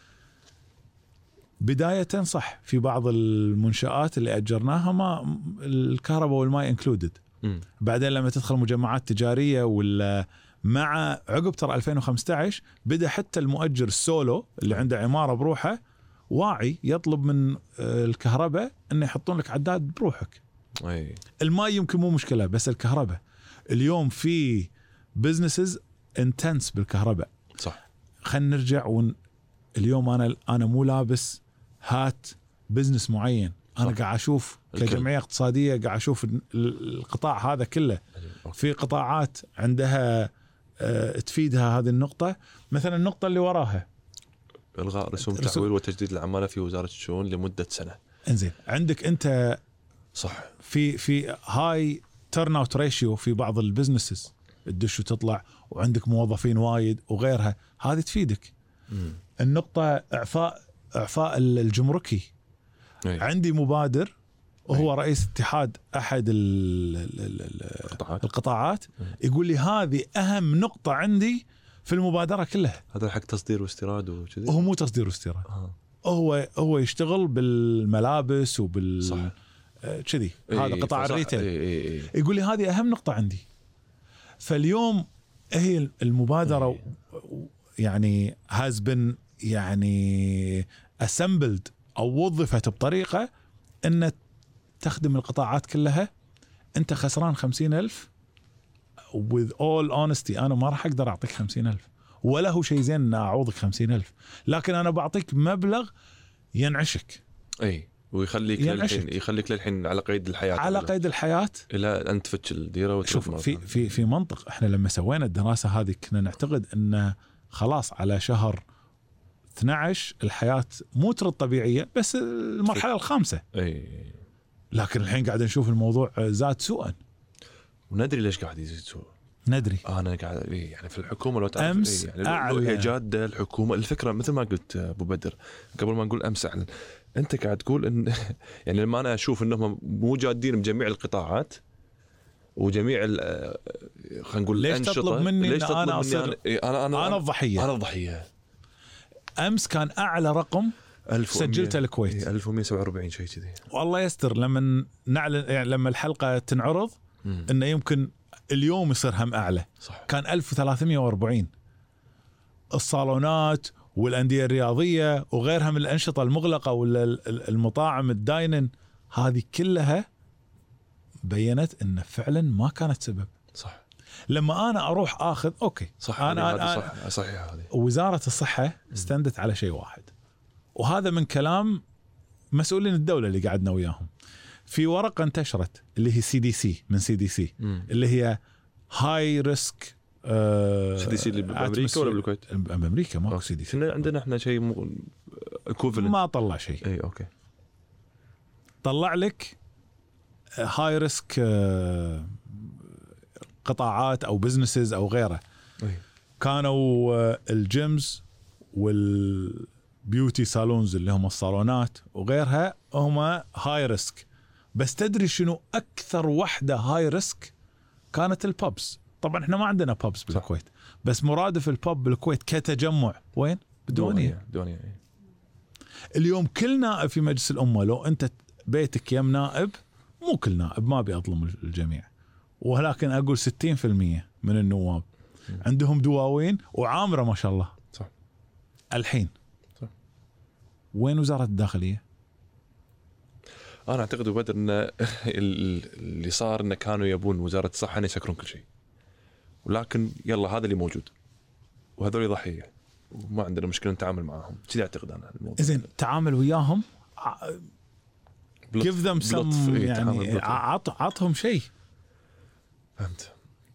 [SPEAKER 2] بدايه صح في بعض المنشآت اللي اجرناها ما الكهرباء والماء انكلودد. بعدين لما تدخل مجمعات تجاريه ولا مع عقب ترى 2015 بدأ حتى المؤجر السولو اللي عنده عمارة بروحه واعي يطلب من الكهرباء انه يحطون لك عداد بروحك. الماء يمكن مو مشكلة، بس الكهرباء اليوم في بزنسز انتنس بالكهرباء.
[SPEAKER 1] صح.
[SPEAKER 2] خلينا نرجع اليوم انا مو لابس هات بزنس معين، انا قاعد اشوف كجمعية اقتصادية قاعد اشوف القطاع هذا كله. في قطاعات عندها تفيدها هذه النقطة، مثلا النقطة اللي وراها
[SPEAKER 1] إلغاء رسوم تحويل وتجديد العمالة في وزارة الشؤون لمدة سنة.
[SPEAKER 2] انزين عندك انت
[SPEAKER 1] صح
[SPEAKER 2] في هاي تيرن اوت ريشيو في بعض البزنسز تدش وتطلع وعندك موظفين وايد وغيرها، هذه تفيدك. النقطة اعفاء الجمركي. عندي مبادر وهو رئيس اتحاد أحد القطاعات يقول لي هذه أهم نقطة عندي في المبادرة كلها.
[SPEAKER 1] هذا حق تصدير واستيراد وكذي.
[SPEAKER 2] هو مو تصدير واستيراد. هو يشتغل بالملابس وبال كذي. هذا قطاع الريتيل. يقول لي هذه أهم نقطة عندي. فاليوم هي المبادرة يعني has been يعني assembled أو وظفت بطريقة أن تخدم القطاعات كلها. أنت خسران 50,000 with all honesty أنا ما راح أقدر أعطيك 50,000 ولا هو شيء زين أن أعوضك 50,000، لكن أنا بعطيك مبلغ ينعشك.
[SPEAKER 1] ويخليك للحين على قيد الحياة.
[SPEAKER 2] على قيد الحياة
[SPEAKER 1] إلى أن تفتش الديرة.
[SPEAKER 2] شوف في منطق إحنا لما سوينا الدراسة هذه كنا نعتقد أن خلاص على شهر 12 الحياة مو ترد طبيعية، بس المرحلة الخامسة. لكن الحين قاعد نشوف الموضوع زاد سوءا.
[SPEAKER 1] وندري ليش قاعد يزيد سوء.
[SPEAKER 2] ندري
[SPEAKER 1] أنا قاعد يعني في الحكومة لو تعرف
[SPEAKER 2] أمس
[SPEAKER 1] يعني هي جادة الحكومة. الفكرة مثل ما قلت أبو بدر قبل ما نقول أمس أعلن، أنت قاعد تقول إن يعني لما أنا أشوف إنهم مو جادين بجميع القطاعات وجميع خلينا نقول
[SPEAKER 2] ليش تطلب مني ليش تطلب أنا أصير أنا
[SPEAKER 1] الضحية.
[SPEAKER 2] أمس كان أعلى رقم سجلته الكويت
[SPEAKER 1] 1147 شيء كذي.
[SPEAKER 2] والله يستر لما نعلن يعني لما الحلقة تنعرض إنه يمكن اليوم يصير هم أعلى.
[SPEAKER 1] صح.
[SPEAKER 2] كان 1340. الصالونات والأندية الرياضية وغيرها من الأنشطة المغلقة ولا المطاعم الداينن هذه كلها بيّنت إن فعلا ما كانت سبب.
[SPEAKER 1] صح.
[SPEAKER 2] لما انا اروح اخذ اوكي
[SPEAKER 1] صح.
[SPEAKER 2] انا
[SPEAKER 1] صح صحيح. هذه
[SPEAKER 2] وزاره الصحه استندت على شيء واحد، وهذا من كلام مسؤولين الدوله اللي قعدنا وياهم. في ورقه انتشرت اللي هي CDC من CDC اللي هي هاي ريسك.
[SPEAKER 1] CDC اللي بامريكا ولا بالكويت؟
[SPEAKER 2] بامريكا ماكو CDC.
[SPEAKER 1] عندنا احنا شيء ايكوفلنت.
[SPEAKER 2] ما طلع شيء.
[SPEAKER 1] اي اوكي.
[SPEAKER 2] طلع لك هاي ريسك قطاعات او بزنسز او غيره. كانوا الجيمز والبيوتي سالونز اللي هم الصالونات وغيرها هم هاي ريسك. بس تدري شنو اكثر وحده هاي ريسك؟ كانت البابس. طبعا احنا ما عندنا بابس بالكويت، بس مرادف الباب بالكويت كتجمع وين؟ بدونية. اليوم كل نائب في مجلس الأمة، لو أنت بيتك يم نائب، مو كل نائب، ما بيظلم الجميع، ولكن أقول 60% من النواب عندهم دواوين وعامرة ما شاء الله.
[SPEAKER 1] صح.
[SPEAKER 2] الحين
[SPEAKER 1] صح.
[SPEAKER 2] وين وزارة الداخلية؟
[SPEAKER 1] أنا أعتقد بدر أن اللي صار أن كانوا يبون وزارة الصحة أن يسكرون كل شيء، ولكن يلا هذا اللي موجود وهذول ضحية وما عندنا مشكلة نتعامل معهم. كذا أعتقد أنا الموضوع.
[SPEAKER 2] إذن تعامل وياهم، give them some يعني عطهم شيء.
[SPEAKER 1] فهمت.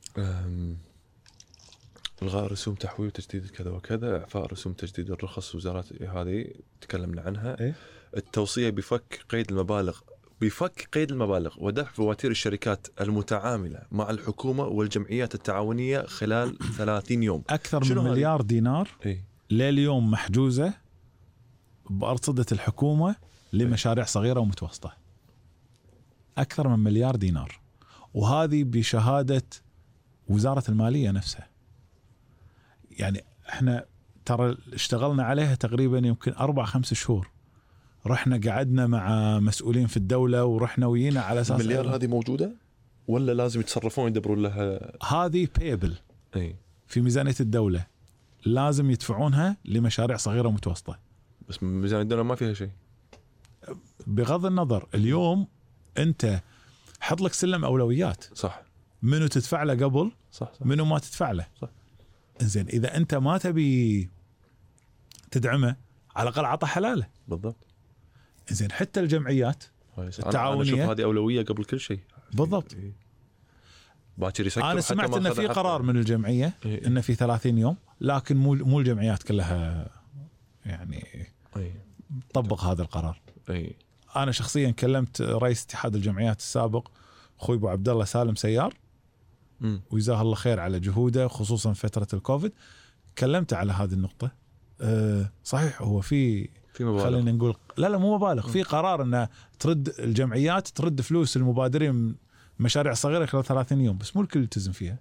[SPEAKER 1] إلغاء رسوم تحويل وتجديد كذا وكذا، إعفاء رسوم تجديد الرخص، وزارات هذه تكلمنا عنها.
[SPEAKER 2] إيه؟
[SPEAKER 1] التوصية بفك قيد المبالغ ودفع فواتير الشركات المتعاملة مع الحكومة والجمعيات التعاونية خلال 30 يوم.
[SPEAKER 2] أكثر من مليار دينار لليوم محجوزة بأرصدة الحكومة لمشاريع صغيرة ومتوسطة. أكثر من مليار دينار، وهذه بشهادة وزارة المالية نفسها. يعني احنا ترى اشتغلنا عليها تقريبا يمكن 4-5 شهور. رحنا قعدنا مع مسؤولين في الدولة ورحنا وينا على أساس
[SPEAKER 1] المليار هذه موجودة ولا لازم يتصرفون يدبرون لها؟
[SPEAKER 2] هذه payable في ميزانية الدولة، لازم يدفعونها لمشاريع صغيرة ومتوسطة.
[SPEAKER 1] بس ميزانية الدولة ما فيها شيء.
[SPEAKER 2] بغض النظر اليوم أنت حط لك سلم أولويات.
[SPEAKER 1] صح.
[SPEAKER 2] منو تدفع له قبل؟
[SPEAKER 1] صح.
[SPEAKER 2] منو ما تدفع له؟
[SPEAKER 1] صح.
[SPEAKER 2] إنزين إذا أنت ما تبي تدعمه على الأقل عطى حلاله.
[SPEAKER 1] بالضبط.
[SPEAKER 2] إنزين حتى الجمعيات التعاونية،
[SPEAKER 1] أنا أشوف هذه أولوية قبل كل شيء.
[SPEAKER 2] بالضبط.
[SPEAKER 1] باكر يسكر.
[SPEAKER 2] أنا سمعت إن في قرار من الجمعية إن في 30 يوم، لكن مو الجمعيات كلها يعني طبق هذا القرار. أنا شخصيا كلمت رئيس اتحاد الجمعيات السابق أخوي أبو عبد الله سالم سيار، وجزاه الله خير على جهوده خصوصا فترة الكوفيد. كلمته على هذه النقطة. صحيح هو في خلينا نقول لا مو مبالغ، في قرار أن ترد الجمعيات ترد فلوس المبادرين مشاريع صغيرة خلال 30 يوم، بس مو الكل يلتزم فيها.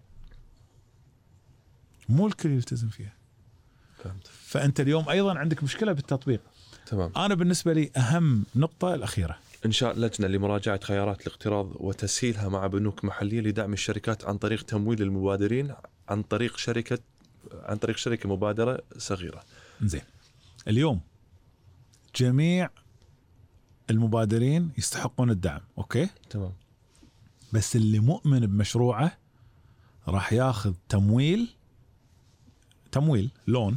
[SPEAKER 1] فهمت.
[SPEAKER 2] فأنت اليوم أيضا عندك مشكلة بالتطبيق.
[SPEAKER 1] تمام.
[SPEAKER 2] أنا بالنسبة لي أهم نقطة الأخيرة
[SPEAKER 1] إنشاء لجنة لمراجعة خيارات الاقتراض وتسهيلها مع بنوك محلية لدعم الشركات عن طريق تمويل المبادرين عن طريق شركة مبادرة صغيرة.
[SPEAKER 2] زين. اليوم جميع المبادرين يستحقون الدعم، أوكي؟
[SPEAKER 1] تمام.
[SPEAKER 2] بس اللي مؤمن بمشروعه راح ياخذ تمويل لون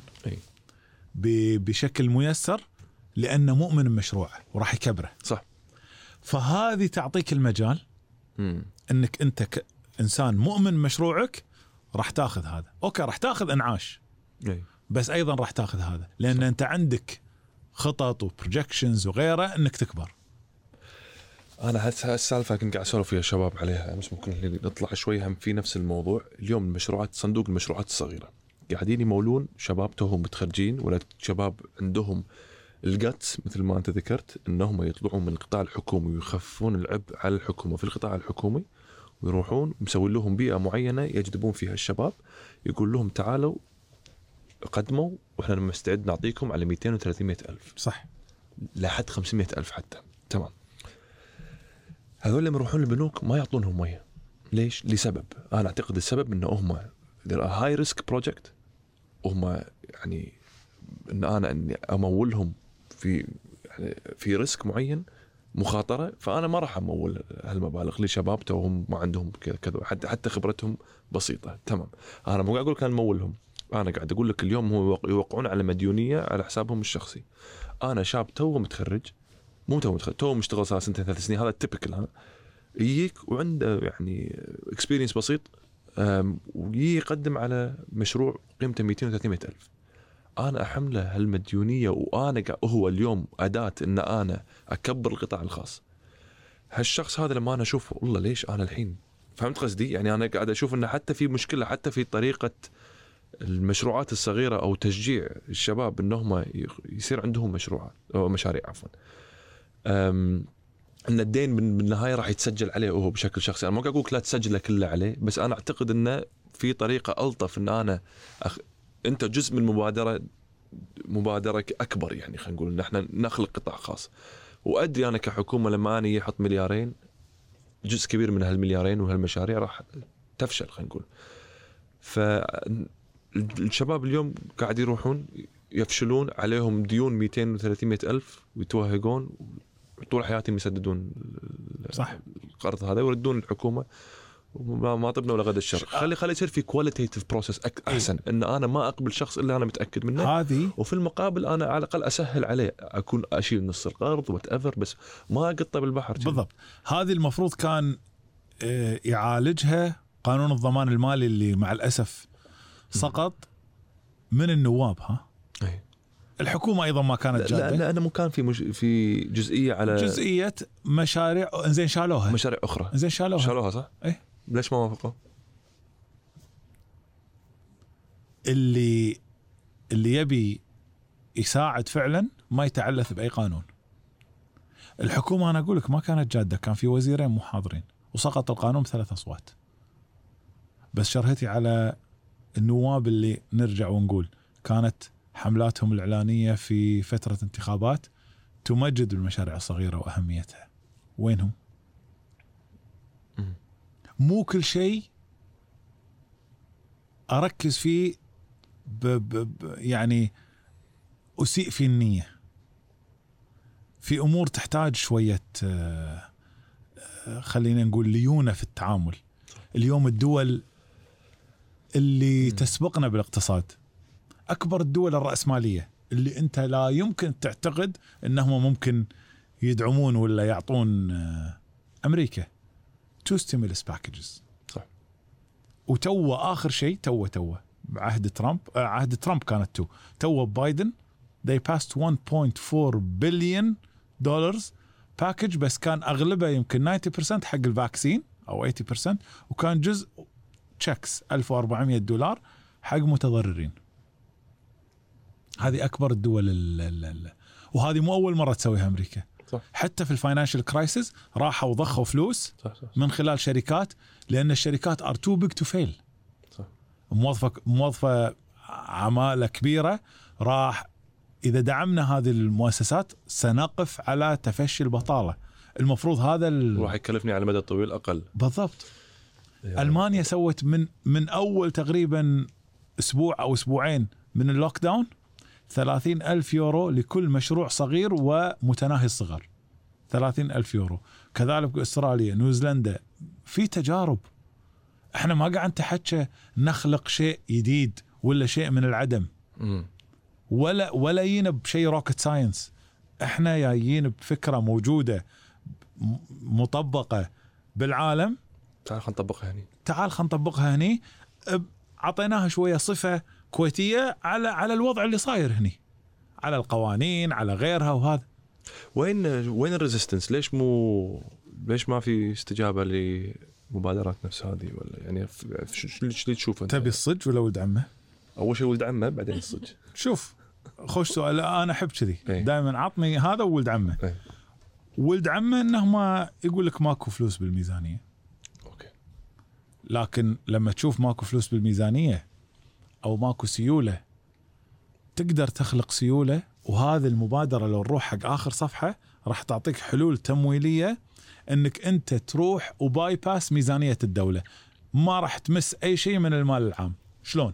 [SPEAKER 2] بشكل ميسر لأنه مؤمن بمشروعه وراح يكبره.
[SPEAKER 1] صح.
[SPEAKER 2] فهذه تعطيك المجال أنك أنت كإنسان مؤمن بمشروعك راح تاخذ هذا. أوكي راح تاخذ إنعاش، بس أيضا راح تاخذ هذا لأن أنت عندك خطط وبروجكشنز وغيره أنك تكبر.
[SPEAKER 1] أنا هالسالفة كنت قاعد أسولف فيها الشباب عليها، بس ممكن نطلع شوي هم في نفس الموضوع. اليوم المشروعات، صندوق المشروعات الصغيرة قاعدين يمولون شباب توهم متخرجين ولا شباب عندهم الجاتس مثل ما أنت ذكرت أنهم يطلعون من القطاع الحكومي ويخففون العبء على الحكومة في القطاع الحكومي، ويروحون مسوي لهم بيئة معينة يجذبون فيها الشباب، يقول لهم تعالوا قدموا وإحنا مستعد نعطيكم على 200 و300 ألف.
[SPEAKER 2] صح.
[SPEAKER 1] لحد 500 ألف حتى. تمام. هذول لما يروحون البنوك ما يعطونهم مية. ليش؟ لسبب. أنا أعتقد السبب إنه هم high risk project، وهم يعني إن أنا إني أمولهم في ريسك معين مخاطره، فانا ما راح امول هالمبالغ لشباب توهم ما عندهم كذا حتى خبرتهم بسيطه. تمام، انا مو قاعد اقول كان مولهم، انا قاعد اقول لك اليوم هو يوقعون على مديونيه على حسابهم الشخصي. انا شاب تو متخرج، مو تو متخرج، تو مشتغل صار 2-3 سنين، هذا التيبكال. ها يجيك وعنده يعني اكسبيرينس بسيط، ويجي يقدم على مشروع قيمته 200-300 ألف. أنا أحمله هالمديونية، وأنا هو اليوم أداة إن أنا أكبر القطاع الخاص. هالشخص هذا لما أنا أشوفه والله ليش أنا الحين، فهمت قصدي؟ يعني أنا قاعد أشوف إنه حتى في مشكلة حتى في طريقة المشروعات الصغيرة أو تشجيع الشباب إنهم يصير عندهم مشروعات أو مشاريع عفوا. ان الدين بالنهايه راح يتسجل عليه وهو بشكل شخصي. انا ما اقول لا تسجله كله عليه، بس انا اعتقد انه في طريقه الطف ان انا انت جزء من مبادره اكبر، يعني خلينا نقول ان احنا نخلق قطاع خاص. وادري انا كحكومه لما انا احط مليارين، جزء كبير من هالمليارين وهالمشاريع راح تفشل خلينا نقول. فالشباب اليوم قاعد يروحون يفشلون، عليهم ديون 200-300 ألف ويتوهقون طول حياتهم يسددون
[SPEAKER 2] صح
[SPEAKER 1] القرض هذا ويردون الحكومه، وما طبنا ولا غدا الشر. خلي يصير في كواليتيف بروسس احسن، ان انا ما اقبل شخص الا انا متاكد منه
[SPEAKER 2] هذه،
[SPEAKER 1] وفي المقابل انا على الاقل اسهل عليه، اكون اشيل نص القرض وات ايفر، بس ما اقطه بالبحر.
[SPEAKER 2] بالضبط. هذه المفروض كان يعالجها قانون الضمان المالي اللي مع الاسف سقط من النواب. ها
[SPEAKER 1] أي.
[SPEAKER 2] الحكومه ايضا ما كانت جاده.
[SPEAKER 1] لا انا مو كان في جزئيه على
[SPEAKER 2] جزئيه مشاريع، انزين شالوها،
[SPEAKER 1] مشاريع اخرى
[SPEAKER 2] انزين شالوها
[SPEAKER 1] صح.
[SPEAKER 2] ايه
[SPEAKER 1] ليش ما وافقوا؟
[SPEAKER 2] اللي يبي يساعد فعلا ما يتعلث باي قانون. الحكومه انا اقول لك ما كانت جاده، كان في وزيرين مو حاضرين وسقط القانون ب3 أصوات. بس شرهتي على النواب اللي نرجع ونقول كانت حملاتهم الإعلانية في فترة انتخابات تمجد المشاريع الصغيرة وأهميتها. وينهم؟ مو كل شيء أركز فيه يعني أسيء في النية. في أمور تحتاج شوية خلينا نقول ليونة في التعامل. اليوم الدول اللي تسبقنا بالاقتصاد، أكبر الدول الرأسمالية اللي أنت لا يمكن تعتقد أنهم ممكن يدعمون ولا يعطون أمريكا 2 stimulus packages.
[SPEAKER 1] صح.
[SPEAKER 2] وتو آخر شيء تو عهد ترامب كانت تو بايدن they passed $1.4 billion باكج، بس كان أغلبها يمكن 90% حق الفاكسين أو 80%، وكان جزء تشيكس $1,400 حق متضررين. هذه أكبر الدول وهذه مو أول مرة تسويها أمريكا.
[SPEAKER 1] صح.
[SPEAKER 2] حتى في الفاينانشال كرايسيس راحوا وضخوا فلوس
[SPEAKER 1] صح.
[SPEAKER 2] من خلال شركات، لأن الشركات are too big to fail.
[SPEAKER 1] صح.
[SPEAKER 2] موظفة عمالة كبيرة، راح إذا دعمنا هذه المؤسسات سنقف على تفشي البطالة. المفروض هذا
[SPEAKER 1] راح يكلفني على المدى الطويل أقل.
[SPEAKER 2] بالضبط. ألمانيا سوت من أول تقريبا أسبوع أو أسبوعين من اللوك داون 30,000 يورو لكل مشروع صغير ومتناهي الصغر. 30,000 يورو. كذلك أستراليا، نيوزيلندا، في تجارب. احنا ما قاعد نتحكى نخلق شيء جديد ولا شيء من العدم، ولا جينا بشيء روكت ساينس. احنا جايين بفكرة موجودة مطبقة بالعالم.
[SPEAKER 1] تعال خلينا
[SPEAKER 2] نطبقها هني. عطيناها شوية صفة كويتية على الوضع اللي صاير هني، على القوانين، على غيرها. وهذا
[SPEAKER 1] وين الريزيستنس؟ ليش ما في استجابة لمبادرات نفس هذه؟ ولا يعني شو تشوف انت؟
[SPEAKER 2] تبي الصج ولا ولد عمه؟
[SPEAKER 1] اول شيء ولد عمه بعدين الصج.
[SPEAKER 2] شوف، خوش سؤال. انا احب كذي دائما، عطني هذا وولد عمه. ولد عمه انه ما يقول لك ماكو فلوس بالميزانية.
[SPEAKER 1] اوكي.
[SPEAKER 2] لكن لما تشوف ماكو فلوس بالميزانية او ماكو سيولة، تقدر تخلق سيولة. وهذه المبادرة لو نروح حق آخر صفحة راح تعطيك حلول تمويلية انك انت تروح وباي باس ميزانية الدولة، ما راح تمس اي شيء من المال العام. شلون؟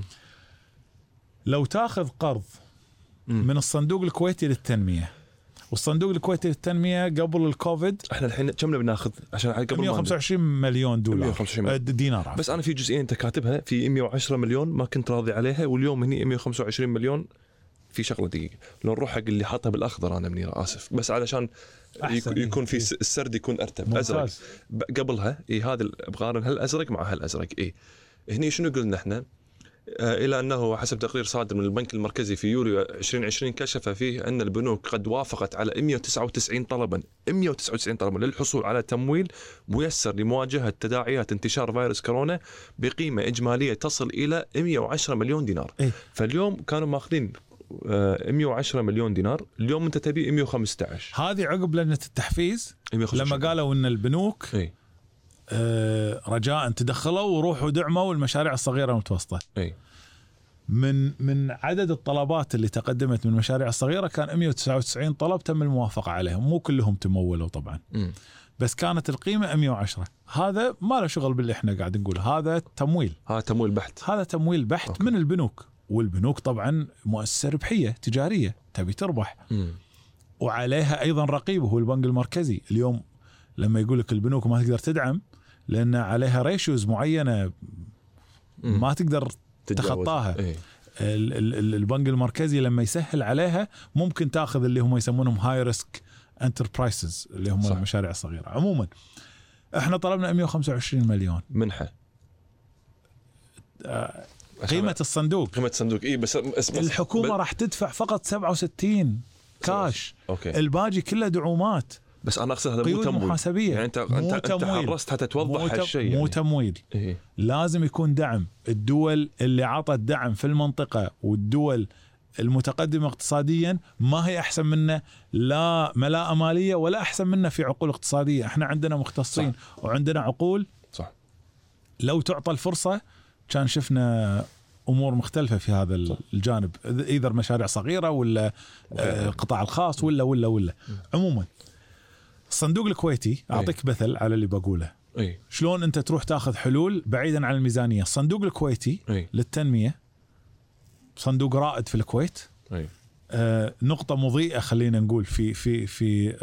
[SPEAKER 2] لو تاخذ قرض من الصندوق الكويتي للتنمية والصندوق الكويتي للتنميه قبل الكوفيد
[SPEAKER 1] احنا الحين كم بناخذ عشان قبل
[SPEAKER 2] 125 مليون دولار
[SPEAKER 1] 125
[SPEAKER 2] دينار عفوا.
[SPEAKER 1] بس انا في جزئين انت كاتبها في 110 مليون ما كنت راضي عليها، واليوم هني 125 مليون. في شغله دقيقه لو نروح حق اللي حاطها بالاخضر انا منيره اسف، بس علشان يكون في السرد يكون ارتب. ازرق قبلها هذا بقارن هالازرق مع هالازرق. هني شنو قلنا احنا؟ الى انه حسب تقرير صادر من البنك المركزي في يوليو 2020 كشف فيه ان البنوك قد وافقت على 199 طلبا للحصول على تمويل ميسر لمواجهه تداعيات انتشار فيروس كورونا بقيمه اجماليه تصل الى 110 مليون دينار. فاليوم كانوا ماخذين 110 مليون دينار، اليوم انت تبي 115.
[SPEAKER 2] هذه عقب لجنه التحفيز لما قالوا ان البنوك رجاء تدخلوا وروحوا دعموا المشاريع الصغيره والمتوسطه. من عدد الطلبات اللي تقدمت من المشاريع الصغيره كان 199 طلب تم الموافقه عليهم، مو كلهم تمولوا طبعا. بس كانت القيمه 110. هذا ما له شغل باللي احنا قاعد نقول، هذا تمويل،
[SPEAKER 1] هذا تمويل بحت،
[SPEAKER 2] هذا تمويل بحت. أوكي. من البنوك، والبنوك طبعا مؤسسه ربحيه تجاريه تبي تربح. وعليها ايضا رقيب هو البنك المركزي. اليوم لما يقول لك البنوك ما تقدر تدعم لان عليها ريشيوز معينه ما تقدر تخطاها. البنك المركزي لما يسهل عليها ممكن تاخذ اللي هم يسمونهم هاي ريسك انتربرايزز اللي هم صح. المشاريع الصغيره. عموما احنا طلبنا 125 مليون
[SPEAKER 1] منحه.
[SPEAKER 2] قيمه الصندوق
[SPEAKER 1] بس
[SPEAKER 2] الحكومه راح تدفع فقط 67 كاش.
[SPEAKER 1] أوكي.
[SPEAKER 2] الباقي كله دعومات.
[SPEAKER 1] بس انا اقصد هذا مو تمويل
[SPEAKER 2] محاسبيه،
[SPEAKER 1] يعني انت حرصت حتى توضح هالشيء يعني.
[SPEAKER 2] مو تمويل. لازم يكون دعم. الدول اللي عطت دعم في المنطقه والدول المتقدمه اقتصاديا ما هي احسن منا لا ملاءه ماليه ولا احسن منا في عقول اقتصاديه. احنا عندنا مختصين صح. وعندنا عقول صح. لو تعطى الفرصه كان شفنا امور مختلفه في هذا صح. الجانب، اذا مشاريع صغيره ولا القطاع الخاص ولا عموما. الصندوق الكويتي اعطيك مثل على اللي بقوله. شلون انت تروح تاخذ حلول بعيدا عن الميزانيه. الصندوق الكويتي للتنميه صندوق رائد في الكويت. نقطه مضيئه خلينا نقول في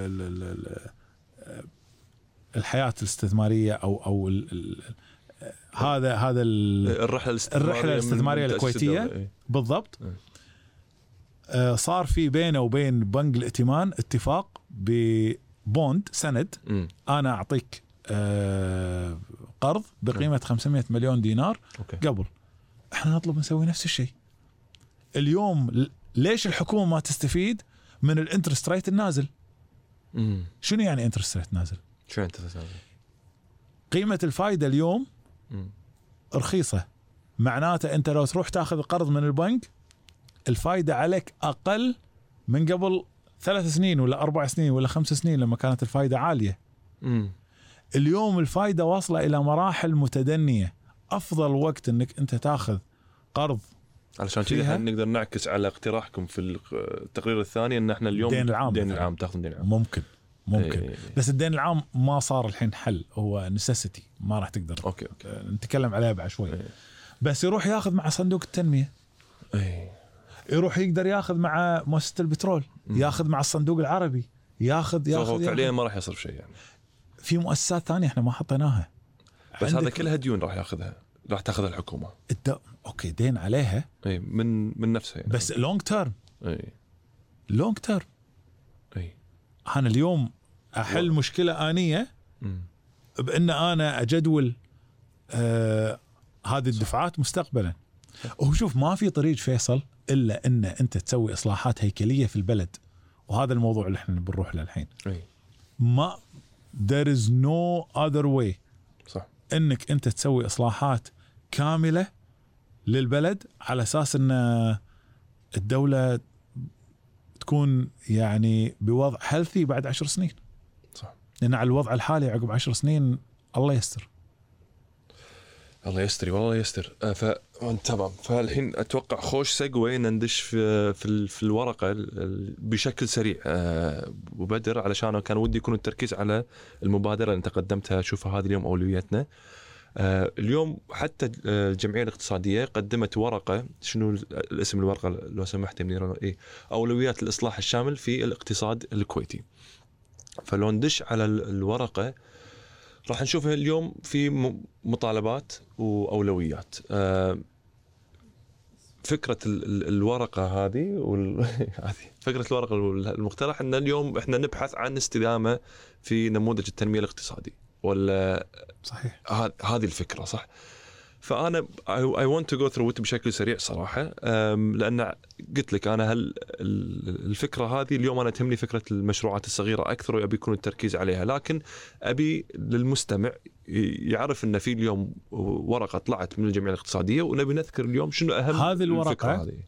[SPEAKER 2] الحياه الاستثماريه او هذا الرحله الاستثماريه الكويتيه بالضبط. صار في بينه وبين بنك الائتمان اتفاق ببوند سند. انا اعطيك قرض بقيمه 500 مليون دينار. قبل احنا نطلب نسوي نفس الشيء اليوم. ليش الحكومه ما تستفيد من الانترست ريت النازل؟ شنو يعني انترست ريت نازل؟
[SPEAKER 1] شو انترست نازل؟
[SPEAKER 2] قيمه الفائده اليوم رخيصه، معناته انت لو تروح تاخذ قرض من البنك الفائده عليك اقل من قبل 3 سنين ولا 4 سنين ولا 5 سنين لما كانت الفائده عاليه. اليوم الفائده واصله الى مراحل متدنيه. افضل وقت انك انت تاخذ قرض.
[SPEAKER 1] علشان كذا نقدر نعكس على اقتراحكم في التقرير الثاني ان احنا اليوم دين العام تاخذ دين العام.
[SPEAKER 2] ممكن بس الدين العام ما صار الحين حل، هو نسيسيتي ما راح تقدر.
[SPEAKER 1] اوكي
[SPEAKER 2] نتكلم عليها بعد شوي. بس يروح ياخذ مع صندوق التنميه. يروح يقدر ياخذ مع مؤسسه البترول. ياخذ مع الصندوق العربي. ياخذ
[SPEAKER 1] فعليا ما راح يصرف شيء يعني.
[SPEAKER 2] في مؤسسات ثانيه احنا ما حطيناها
[SPEAKER 1] بس هذا كلها ديون راح ياخذها، راح تاخذها الحكومه.
[SPEAKER 2] اوكي دين عليها
[SPEAKER 1] من نفسها يعني.
[SPEAKER 2] بس لونج تيرم. انا اليوم احل مشكله انيه بان انا اجدول هذه الدفعات مستقبلا. وشوف ما في طريق فيصل الا ان انت تسوي اصلاحات هيكليه في البلد، وهذا الموضوع اللي احنا بنروح له الحين. ما there is no other way
[SPEAKER 1] صح
[SPEAKER 2] انك انت تسوي اصلاحات كامله للبلد على اساس ان الدوله تكون يعني بوضع هيلثي بعد 10 سنين.
[SPEAKER 1] صح.
[SPEAKER 2] لان على الوضع الحالي عقب 10 سنين الله يستر.
[SPEAKER 1] الله يستر والله يستر. تمام. فالحين اتوقع خوش سجوي ندش في الورقه بشكل سريع. وبدر علشان كان ودي يكون التركيز على المبادره اللي تقدمتها. شوفها هذه اليوم اولويتنا. اليوم حتى الجمعية الاقتصادية قدمت ورقة، شنو الاسم الورقة لو سمحت منير؟ إيه، أولويات الإصلاح الشامل في الاقتصاد الكويتي. فلو ندش على الورقة راح نشوفها اليوم في مطالبات وأولويات. فكرة الورقة هذه فكرة الورقة المقترح أن اليوم إحنا نبحث عن استدامة في نموذج التنمية الاقتصادي، ولا
[SPEAKER 2] صحيح
[SPEAKER 1] هذه الفكرة صح؟ فأنا I want to go through it بشكل سريع صراحة، لأن قلت لك أنا الفكرة هذه اليوم أنا تهمني فكرة المشروعات الصغيرة أكثر، وأبي يكون التركيز عليها، لكن أبي للمستمع يعرف أن في اليوم ورقة طلعت من الجمعية الاقتصادية، ونبي نذكر اليوم شنو أهم
[SPEAKER 2] هذه الورقة
[SPEAKER 1] هذه.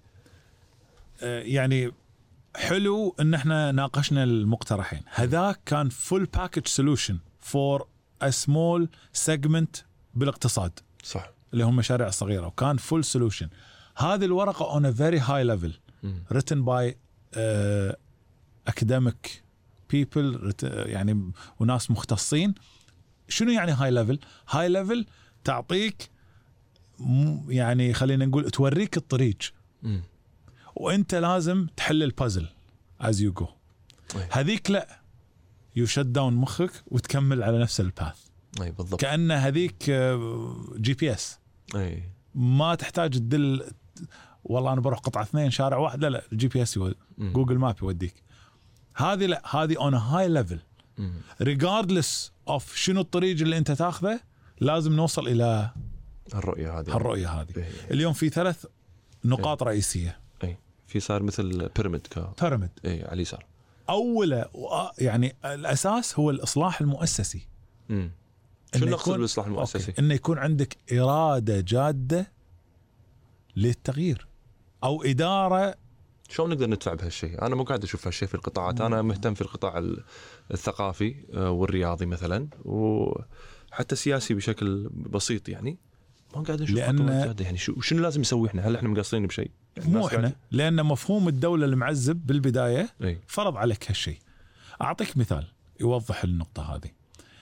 [SPEAKER 2] يعني حلو ان احنا ناقشنا المقترحين. هذاك كان full package solution for a small segment بالاقتصاد،
[SPEAKER 1] صح،
[SPEAKER 2] اللي هم مشاريع الصغيرة، وكان full solution. هذه الورقة on a very high level written by academic people يعني وناس مختصين. شنو يعني high level؟ high level تعطيك يعني خلينا نقول توريك الطريق، وانت لازم تحل البازل as you go. هذيك لا، you shut down مخك وتكمل على نفس الباث.
[SPEAKER 1] اي بالضبط،
[SPEAKER 2] كأن هذيك جي بي اس،
[SPEAKER 1] اي
[SPEAKER 2] ما تحتاج تدل والله انا بروح قطعة 2 شارع واحد، لا جي بي اس جوجل ماب يوديك. هذه لا، هذه on a high level regardless of شنو الطريق اللي انت تاخذه، لازم نوصل الى الرؤية هذه. اليوم في 3 نقاط رئيسية.
[SPEAKER 1] في صار مثل بيراميد اي على اليسار.
[SPEAKER 2] أولا يعني الأساس هو الإصلاح المؤسسي.
[SPEAKER 1] شو نقصد بالإصلاح المؤسسي؟
[SPEAKER 2] إنه يكون عندك إرادة جادة للتغيير، أو إدارة.
[SPEAKER 1] شو نقدر ندفع بهالشيء؟ أنا مو قاعد أشوف هالشيء في القطاعات. أنا مهتم في القطاع الثقافي والرياضي مثلا، وحتى سياسي بشكل بسيط. يعني ما قاعد نشوف خطوات جادة. يعني شنو لازم نسوي إحنا؟ هل إحنا مقصرين بشيء؟
[SPEAKER 2] مو إحنا، لأن مفهوم الدولة المعزب بالبداية
[SPEAKER 1] أي.
[SPEAKER 2] فرض عليك هالشيء. أعطيك مثال يوضح النقطة هذه.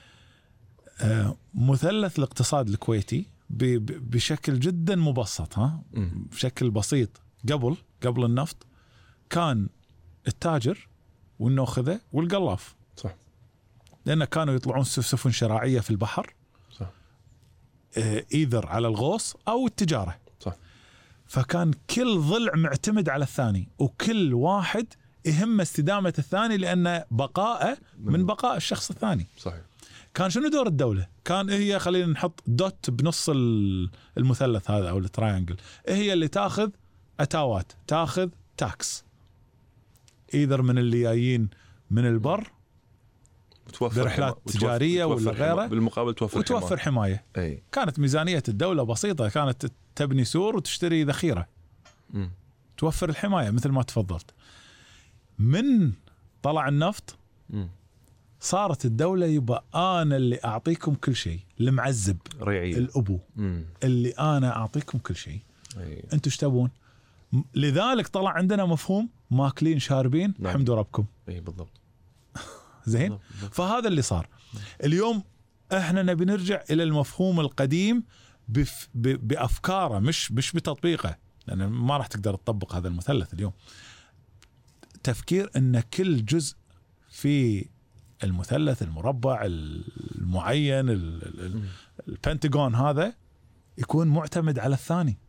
[SPEAKER 2] مثلث الاقتصاد الكويتي بشكل جدا مبسط، بشكل بسيط. قبل النفط كان التاجر والناخذه والقلاف،
[SPEAKER 1] صح،
[SPEAKER 2] لأن كانوا يطلعون سفن شراعية في البحر،
[SPEAKER 1] صح،
[SPEAKER 2] إيذر على الغوص أو التجارة،
[SPEAKER 1] صح.
[SPEAKER 2] فكان كل ضلع معتمد على الثاني، وكل واحد يهم استدامة الثاني، لأن بقاءه من بقاء الشخص الثاني.
[SPEAKER 1] صحيح.
[SPEAKER 2] كان شنو دور الدولة؟ كان هي خلينا نحط دوت بنص المثلث هذا أو التراينجل، هي اللي تاخذ أتاوات، تاخذ تاكس إيذر من اللي جايين من البر برحلات تجارية ولا غيره،
[SPEAKER 1] بالمقابل
[SPEAKER 2] توفر حماية.
[SPEAKER 1] أي.
[SPEAKER 2] كانت ميزانية الدولة بسيطة، كانت تبني سور وتشتري ذخيرة، توفر الحماية مثل ما تفضلت. من طلع النفط صارت الدولة يبقى أنا اللي أعطيكم كل شيء، المعزب
[SPEAKER 1] ريعية.
[SPEAKER 2] الأبو اللي أنا أعطيكم كل شيء. أنتوا ايش تبون؟ لذلك طلع عندنا مفهوم ماكلين شاربين حمدوا ربكم.
[SPEAKER 1] اي بالضبط.
[SPEAKER 2] زين
[SPEAKER 1] بالضبط.
[SPEAKER 2] فهذا اللي صار. اليوم احنا نبي نرجع الى المفهوم القديم بافكاره، مش بتطبيقه، لان ما راح تقدر تطبق هذا المثلث اليوم. تفكير ان كل جزء في المثلث المربع المعين البنتاغون هذا يكون معتمد على الثاني.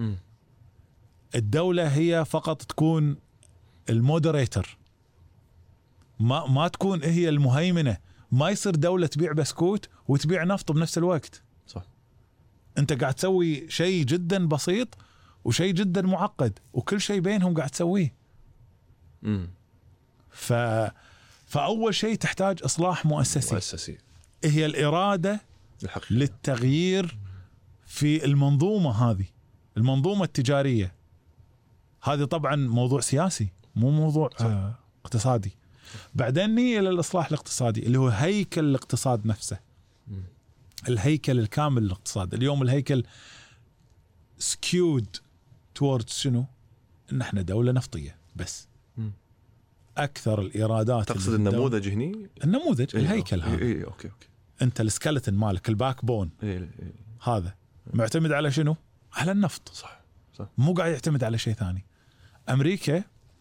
[SPEAKER 2] الدولة هي فقط تكون المودريتر، ما تكون هي المهيمنة. ما يصير دولة تبيع بسكوت وتبيع نفط بنفس الوقت.
[SPEAKER 1] صح.
[SPEAKER 2] انت قاعد تسوي شيء جدا بسيط وشيء جدا معقد، وكل شيء بينهم قاعد تسويه. فأول شيء تحتاج إصلاح مؤسسي. هي الإرادة
[SPEAKER 1] الحقيقة
[SPEAKER 2] للتغيير في المنظومة هذه، المنظومة التجارية هذه. طبعا موضوع سياسي مو موضوع اقتصادي. بعدين نيجي إلى الإصلاح الاقتصادي اللي هو هيكل الاقتصاد نفسه. الهيكل الكامل للاقتصاد. اليوم الهيكل skewed towards شنو؟ إن احنا دولة نفطية بس. أكثر الإيرادات.
[SPEAKER 1] تقصد النموذج هني؟
[SPEAKER 2] النموذج الهيكل هذا.
[SPEAKER 1] أوكي.
[SPEAKER 2] انت السكeleton مالك الباك بون هذا معتمد على شنو؟ على النفط.
[SPEAKER 1] صح.
[SPEAKER 2] مو قاعد يعتمد على شيء ثاني. امريكا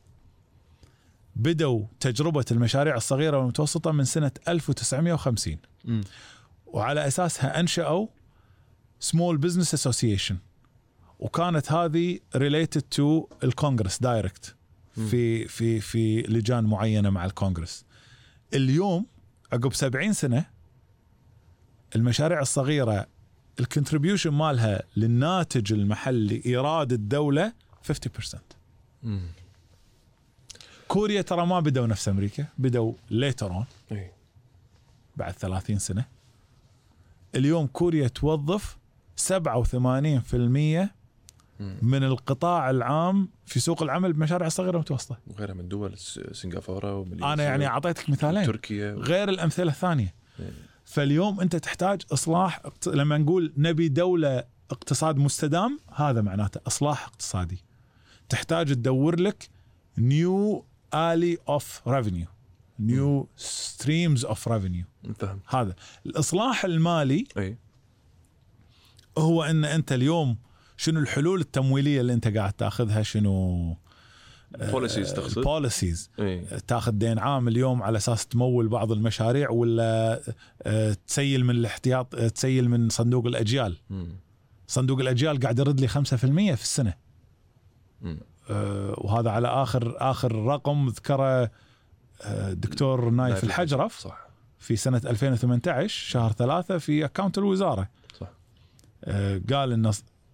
[SPEAKER 2] بدوا تجربة المشاريع الصغيرة والمتوسطة من سنة 1950 وعلى أساسها أنشأوا Small Business Association وكانت هذه related to الكونغرس دايركت في لجان معينة مع الكونغرس. اليوم عقب 70 سنة المشاريع الصغيرة الكونتريبيوشن مالها للناتج المحلي إيراد الدولة 50%. كوريا ترى ما بدوا نفس أمريكا، بدوا ليترون بعد 30 سنة. اليوم كوريا توظف 87% من القطاع العام في سوق العمل بمشاريع صغيرة ومتوسطة
[SPEAKER 1] وغيرها من دول سنغافورة
[SPEAKER 2] أنا يعني أعطيتك مثالين
[SPEAKER 1] تركيا
[SPEAKER 2] غير الأمثلة الثانية. فاليوم أنت تحتاج إصلاح لما نقول نبي دولة اقتصاد مستدام هذا معناته إصلاح اقتصادي. تحتاج تدور لك new alley of revenue new streams of revenue.
[SPEAKER 1] فهم.
[SPEAKER 2] هذا الإصلاح المالي هو أن أنت اليوم شنو الحلول التمويلية اللي أنت قاعد تأخذها شنو
[SPEAKER 1] policies تقصد
[SPEAKER 2] policies تأخذ دين عام اليوم على أساس تمول بعض المشاريع ولا تسيل من الاحتياط تسيل من صندوق الأجيال. صندوق الأجيال قاعد يرد لي 5% في السنة وهذا على آخر رقم ذكره دكتور نايف الحجرف
[SPEAKER 1] صح.
[SPEAKER 2] في سنة 2018 شهر 3 في أكاونت الوزارة
[SPEAKER 1] صح.
[SPEAKER 2] قال إن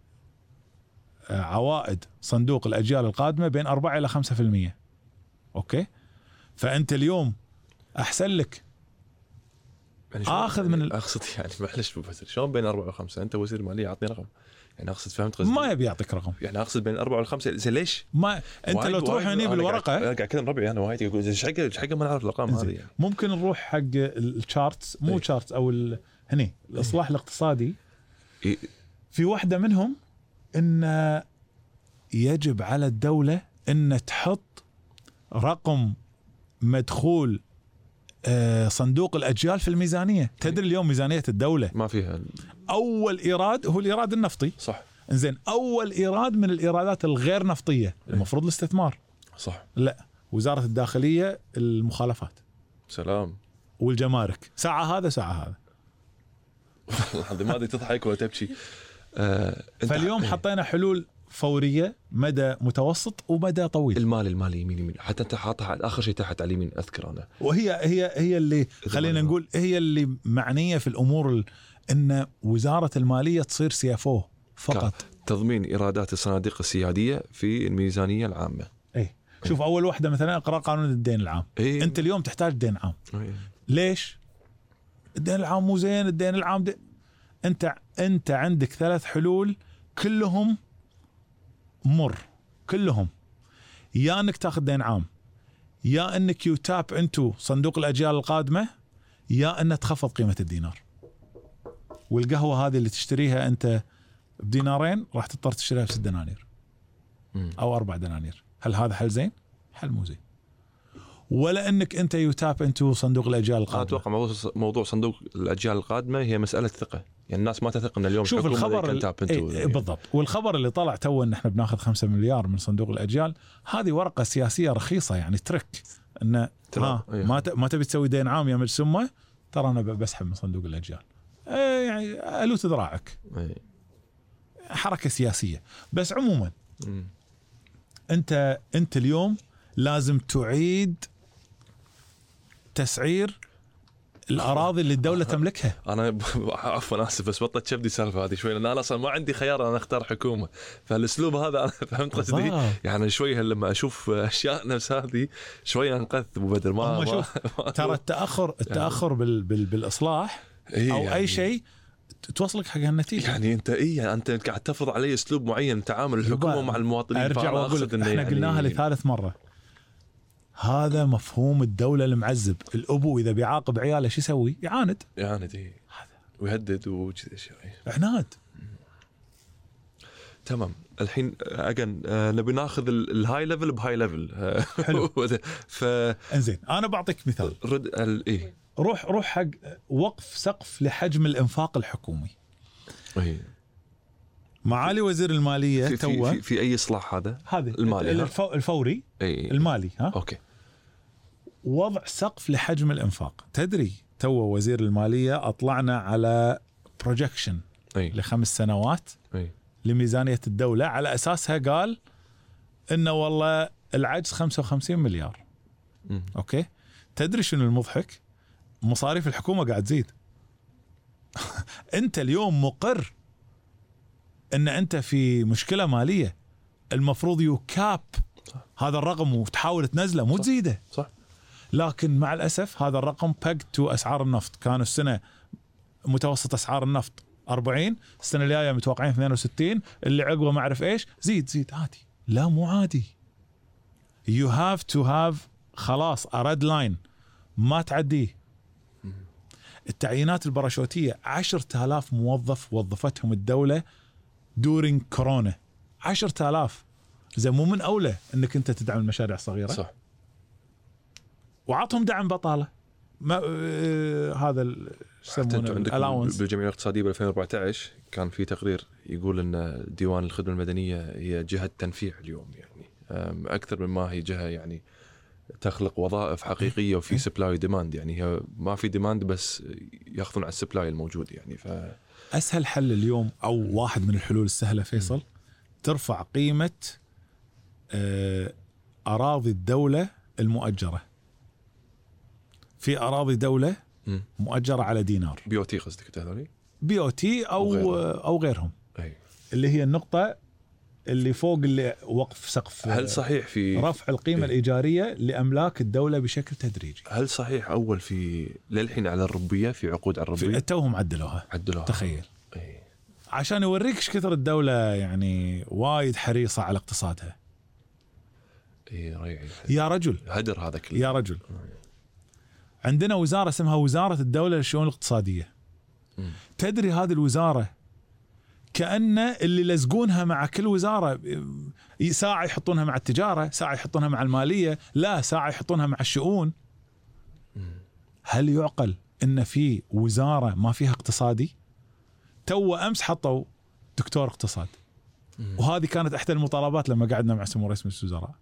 [SPEAKER 2] عوائد صندوق الأجيال القادمة بين 4 إلى 5%. أوكي فأنت اليوم أحسن لك
[SPEAKER 1] يعني
[SPEAKER 2] آخذ من
[SPEAKER 1] أقصد يعني معلش بفسر شلون بين 4 و5 أنت وزير مالية أعطني رقم يعني أقصد فهمت قصدي
[SPEAKER 2] ما يبي يعطيك رقم
[SPEAKER 1] يعني أقصد بين 4 و5 زين ليش
[SPEAKER 2] ما أنت لو تروح هني بالورقة
[SPEAKER 1] قاعد أكلم ربعي أنا وايد يقول إيش حقه ما نعرف الأرقام هذه يعني.
[SPEAKER 2] ممكن نروح حق الشارتس مو شارتس أو هني الإصلاح الاقتصادي في واحدة منهم إن يجب على الدولة إن تحط رقم مدخول صندوق الأجيال في الميزانية. تدري اليوم ميزانية الدولة
[SPEAKER 1] ما فيها
[SPEAKER 2] أول إيراد هو الإيراد النفطي
[SPEAKER 1] صح.
[SPEAKER 2] إنزين أول إيراد من الإيرادات الغير نفطية المفروض الاستثمار
[SPEAKER 1] صح.
[SPEAKER 2] لا وزارة الداخلية المخالفات
[SPEAKER 1] سلام
[SPEAKER 2] والجمارك ساعة هذا ساعة هذا
[SPEAKER 1] هذه ما أدري تضحك ولا تبكي.
[SPEAKER 2] فاليوم حطينا حلول فورية مدى متوسط ومدى طويل.
[SPEAKER 1] المالي يمين حتى انت حاطها اخر شيء تحت على اليمين اذكر انا
[SPEAKER 2] وهي اللي خلينا نقول هي اللي معنية في الامور ان وزارة المالية تصير CFO فقط
[SPEAKER 1] تضمين ايرادات الصناديق السيادية في الميزانية العامة.
[SPEAKER 2] شوف اول واحدة مثلا اقرأ قانون الدين العام. انت اليوم تحتاج دين عام. ليش الدين العام مو زين؟ الدين العام انت عندك 3 حلول كلهم مر كلهم. يا انك تاخذ دين عام يا انك يتاب انتو صندوق الاجيال القادمه يا ان تخفض قيمه الدينار. والقهوه هذه اللي تشتريها انت بدينارين راح تضطر تشتريها ب6 دنانير او 4 دنانير. هل هذا حل زين؟ حل مو زين. ولا انك انت يتاب انتو صندوق الاجيال القادمه.
[SPEAKER 1] اتوقع موضوع صندوق الاجيال القادمه هي مساله ثقه يعني الناس ما تثق ان اليوم
[SPEAKER 2] شوف الخبر بالضبط. والخبر اللي طلع تو ان احنا بناخذ 5 مليار من صندوق الاجيال هذه ورقه سياسيه رخيصه يعني ترك ان ما تبي تسوي دين عام يا مجلس امه ترى انا بسحب من صندوق الاجيال يعني الوت ذراعك حركه سياسيه. بس عموما انت اليوم لازم تعيد تسعير الأراضي اللي الدولة تملكها.
[SPEAKER 1] أنا عفوا آسف بس بطلت شبدي سالفة هذه شوي لأن أنا أصلا ما عندي خيار أنا أختار حكومة. فالأسلوب هذا أنا فهمت قصدي يعني شوي لما أشوف أشياء نفس هذه شوي أنقذ بدل ما
[SPEAKER 2] شوف ترى التأخر بالإصلاح أو يعني أي شيء توصلك حق النتيجة.
[SPEAKER 1] يعني أنت يعني أنت قاعد تفرض علي أسلوب معين تعامل الحكومة مع المواطنين.
[SPEAKER 2] أرجع وأقول إحنا يعني قلناها لثالث مرة هذا مفهوم الدولة المعذب. الأبو إذا بيعاقب عياله شو يسوي؟ يعاند
[SPEAKER 1] ويهدد وكذا شيء
[SPEAKER 2] عناد.
[SPEAKER 1] تمام. الحين نبي ناخذ الهاي ليفل بهاي ليفل.
[SPEAKER 2] حلو. انزين انا بعطيك مثال. روح حق وقف سقف لحجم الانفاق الحكومي.
[SPEAKER 1] أي.
[SPEAKER 2] معالي وزير الماليه
[SPEAKER 1] في اي اصلاح هذا المالي
[SPEAKER 2] الفوري
[SPEAKER 1] أي.
[SPEAKER 2] المالي
[SPEAKER 1] اوكي
[SPEAKER 2] وضع سقف لحجم الانفاق. تدري تو وزير الماليه اطلعنا على بروجكشن ل5 سنوات لميزانيه الدوله، على اساسها قال انه والله العجز 55 مليار. اوكي، تدري شنو المضحك؟ مصاريف الحكومه قاعد تزيد. انت اليوم مقر ان انت في مشكله ماليه، المفروض يكاب هذا الرقم وتحاول تنزله مو تزيده.
[SPEAKER 1] صح.
[SPEAKER 2] لكن مع الاسف هذا الرقم تو اسعار النفط. كانوا السنه متوسط اسعار النفط 40، السنه الجايه متوقعين 62، اللي عقبه ما اعرف ايش، زيد عادي. لا مو عادي. you have to have خلاص a red line ما تعديه. التعيينات الباراشوتيه 10,000 موظف وظفتهم الدوله during كورونا. 10,000. زي مو من اولى انك انت تدعم المشاريع الصغيره؟
[SPEAKER 1] صح.
[SPEAKER 2] وعطهم دعم بطاله. ما هذا يسمونه الالاونس.
[SPEAKER 1] بالجمعيه الاقتصاديه ب 2014 كان في تقرير يقول ان ديوان الخدمه المدنيه هي جهه تنفيع اليوم، يعني اكثر مما هي جهه يعني تخلق وظائف حقيقيه وفي سبلاي وديماند. يعني هي ما في ديماند بس ياخذون على السبلاي الموجود. يعني
[SPEAKER 2] اسهل حل اليوم او واحد من الحلول السهله فيصل، ترفع قيمه اراضي الدوله المؤجره. في اراضي دوله مؤجره على دينار.
[SPEAKER 1] BOT قصدك هذول؟
[SPEAKER 2] BOT او غيرهم.
[SPEAKER 1] أي.
[SPEAKER 2] اللي هي النقطه اللي فوق اللي وقف سقف.
[SPEAKER 1] هل صحيح في
[SPEAKER 2] رفع القيمه الإيجارية لأملاك الدولة بشكل تدريجي؟
[SPEAKER 1] هل صحيح أول في للحين على الربية، في عقود على الربية
[SPEAKER 2] توهم عدلوها. تخيل.
[SPEAKER 1] أي. عشان
[SPEAKER 2] يوريك ايش كثر الدولة يعني وايد حريصة على اقتصادها. يا رجل
[SPEAKER 1] هدر هذا كله.
[SPEAKER 2] يا رجل عندنا وزارة اسمها وزارة الدولة للشؤون الاقتصادية. تدري هذه الوزارة كأن اللي لزقونها مع كل وزارة، ساعة يحطونها مع التجارة، ساعة يحطونها مع المالية، لا ساعة يحطونها مع الشؤون. هل يعقل ان في وزارة ما فيها اقتصادي؟ تو امس حطوا دكتور اقتصاد، وهذه كانت احدى المطالبات لما قعدنا مع سمو رئيس مجلس الوزراء.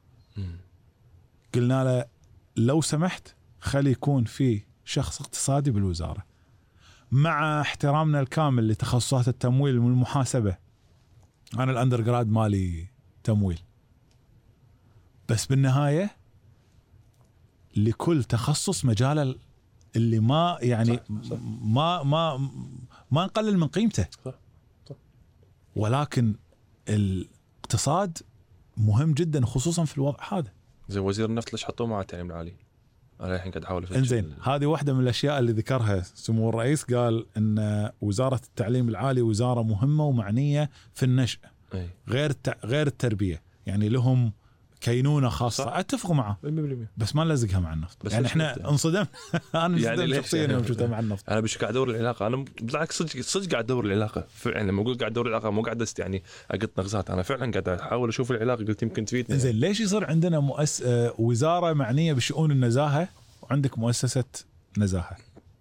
[SPEAKER 2] قلنا له لو سمحت خلي يكون في شخص اقتصادي بالوزارة، مع احترامنا الكامل لتخصصات التمويل والمحاسبة. أنا الأندرجراد مالي تمويل، بس بالنهاية لكل تخصص مجال اللي ما يعني صح. ما نقلل من قيمته. صح. ولكن الاقتصاد مهم جدا خصوصا في الوضع هذا.
[SPEAKER 1] زي وزير النفط ليش حطوه مع التعليم العالي؟ أنا الحين قاعد أحاول أفهم.
[SPEAKER 2] إنزين، هذه واحدة من الأشياء اللي ذكرها سمو الرئيس، قال إن وزارة التعليم العالي وزارة مهمة ومعنية في النشء. غير التربية، يعني لهم كينونة خاصة. صح. أتفق معه 100%، بس ما نلزقها مع النفط. يعني إحنا انصدم. أنا انصدم شخصيا يوم شفتها مع النفط.
[SPEAKER 1] أنا مش قاعد أدور العلاقة، أنا بالعكس صدق قاعد أدور العلاقة فعلا. لما أقول قاعد أدور العلاقة مو قاعد يعني أقط نغزات، أنا فعلا قاعد أحاول أشوف العلاقة. قلت يمكن تفيدنا.
[SPEAKER 2] زين، ليش يصير عندنا وزارة معنية بشؤون النزاهة وعندك مؤسسة نزاهة؟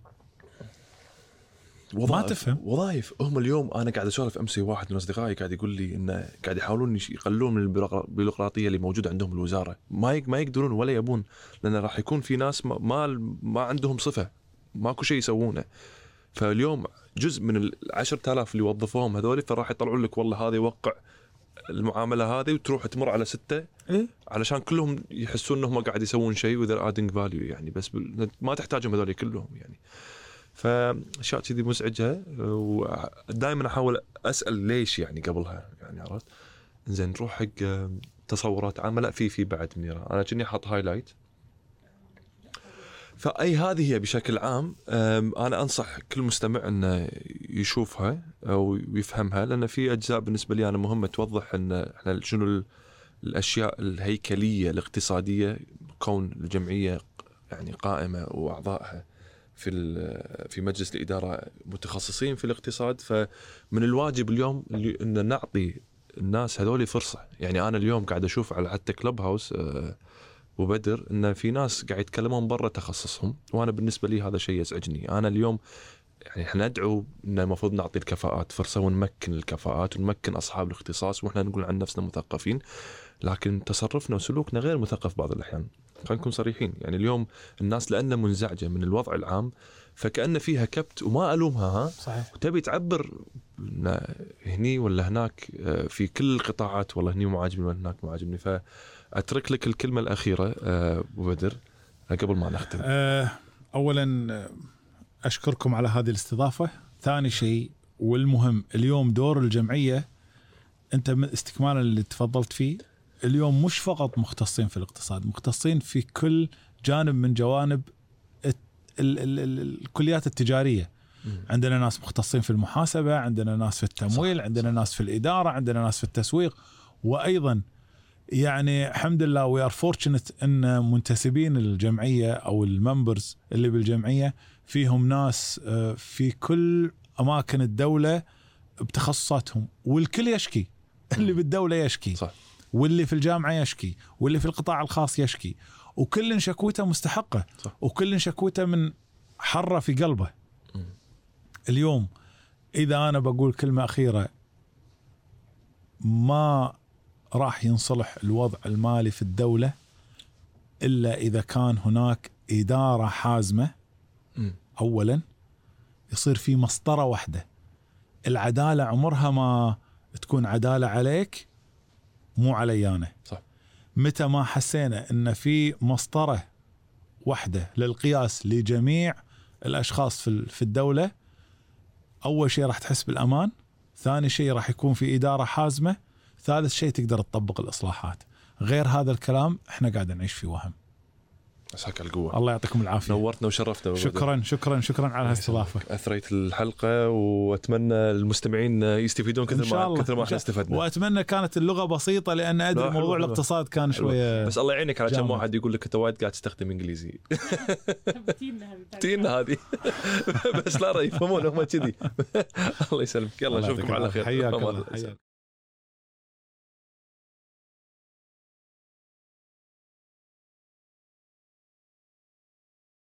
[SPEAKER 2] ما تفهم.
[SPEAKER 1] وظائف هم اليوم. أنا قاعد أسولف أمس واحد من أصدقائي قاعد يقول لي إنه قاعد يحاولون يقللون من البيروقراطية اللي موجودة عندهم الوزارة. ما يقدرون ولا يبون، لأن راح يكون في ناس ما عندهم صفة، ماكو شيء يسوونه. فاليوم جزء من 10,000 اللي وظفوهم هذول، فراح يطلعون لك والله هذا يوقع المعاملة هذه وتروح تمر على 6 علشان كلهم يحسون إنهم قاعد يسوون شيء وذا adding value يعني. بس ما تحتاجهم هذول كلهم يعني. فأشياء كذي مزعجة، ودائما أحاول أسأل ليش يعني قبلها يعني. عرفت؟ زين، نروح حق تصورات عامة. لا في بعد منيرة، أنا كني حاط هايلايت. فأي هذه هي بشكل عام. أنا أنصح كل مستمع أنه يشوفها أو يفهمها، لأن في أجزاء بالنسبة لي أنا مهمة توضح أن إحنا شنو الأشياء الهيكلية الاقتصادية كون الجمعية يعني قائمة وأعضائها في مجلس الإدارة متخصصين في الاقتصاد. فمن الواجب اليوم أن نعطي الناس هذول فرصة. يعني أنا اليوم قاعد أشوف على حتى كلب هاوس وبدر ان في ناس قاعد يتكلمون برا تخصصهم، وانا بالنسبه لي هذا شيء يزعجني. انا اليوم يعني احنا ندعو ان المفروض نعطي الكفاءات فرصه ونمكن الكفاءات ونمكن اصحاب الاختصاص، واحنا نقول عن نفسنا مثقفين، لكن تصرفنا وسلوكنا غير مثقف بعض الاحيان. خلينا نكون صريحين، يعني اليوم الناس لأنها منزعجه من الوضع العام فكأن فيها كبت، وما الومها ها
[SPEAKER 2] صحيح.
[SPEAKER 1] وتبي تعبر هني ولا هناك في كل القطاعات، والله هني مو عاجبني ولا هناك مو عاجبني. فأترك لك الكلمة الأخيرة أبو بدر قبل ما نختم.
[SPEAKER 2] أولا أشكركم على هذه الاستضافة. ثاني شيء والمهم، اليوم دور الجمعية أنت استكمالا اللي تفضلت فيه، اليوم مش فقط مختصين في الاقتصاد، مختصين في كل جانب من جوانب الكليات التجارية. عندنا ناس مختصين في المحاسبة، عندنا ناس في التمويل، صح. عندنا ناس في الإدارة، عندنا ناس في التسويق. وأيضا يعني الحمد لله we are fortunate أن منتسبين الجمعية أو الممبرز اللي بالجمعية فيهم ناس في كل أماكن الدولة بتخصصاتهم، والكل يشكي. اللي بالدولة يشكي، صح. واللي في الجامعة يشكي، واللي في القطاع الخاص يشكي، وكل شكوته مستحقة، صح. وكل شكوته من حرة في قلبه. اليوم إذا أنا بقول كلمة أخيرة، ما راح ينصلح الوضع المالي في الدولة إلا إذا كان هناك إدارة حازمة. أولا يصير في مسطرة واحدة. العدالة عمرها ما تكون عدالة عليك مو علي أنا، صح. متى ما حسينا إن في مسطرة واحدة للقياس لجميع الأشخاص في الدولة، أول شيء راح تحس بالأمان، ثاني شيء راح يكون في إدارة حازمة، ثالث شيء تقدر تطبق الإصلاحات. غير هذا الكلام إحنا قاعد نعيش في وهم.
[SPEAKER 1] مساك القوة.
[SPEAKER 2] الله يعطيكم العافية.
[SPEAKER 1] نورتنا وشرفتنا.
[SPEAKER 2] شكرا على هالاستضافة.
[SPEAKER 1] أثريت الحلقة، وأتمنى المستمعين يستفيدون كثر ما احنا استفدنا.
[SPEAKER 2] وأتمنى كانت اللغة بسيطة، لأن أدري موضوع الاقتصاد كان شوية،
[SPEAKER 1] بس الله يعينك على كم واحد يقول لك أنت وايد قاعد تستخدم إنجليزي. تينا هذه بس لا يفهمون هم كذي. الله يسلمك. يلا نشوفكم على خير.
[SPEAKER 2] حياك الله.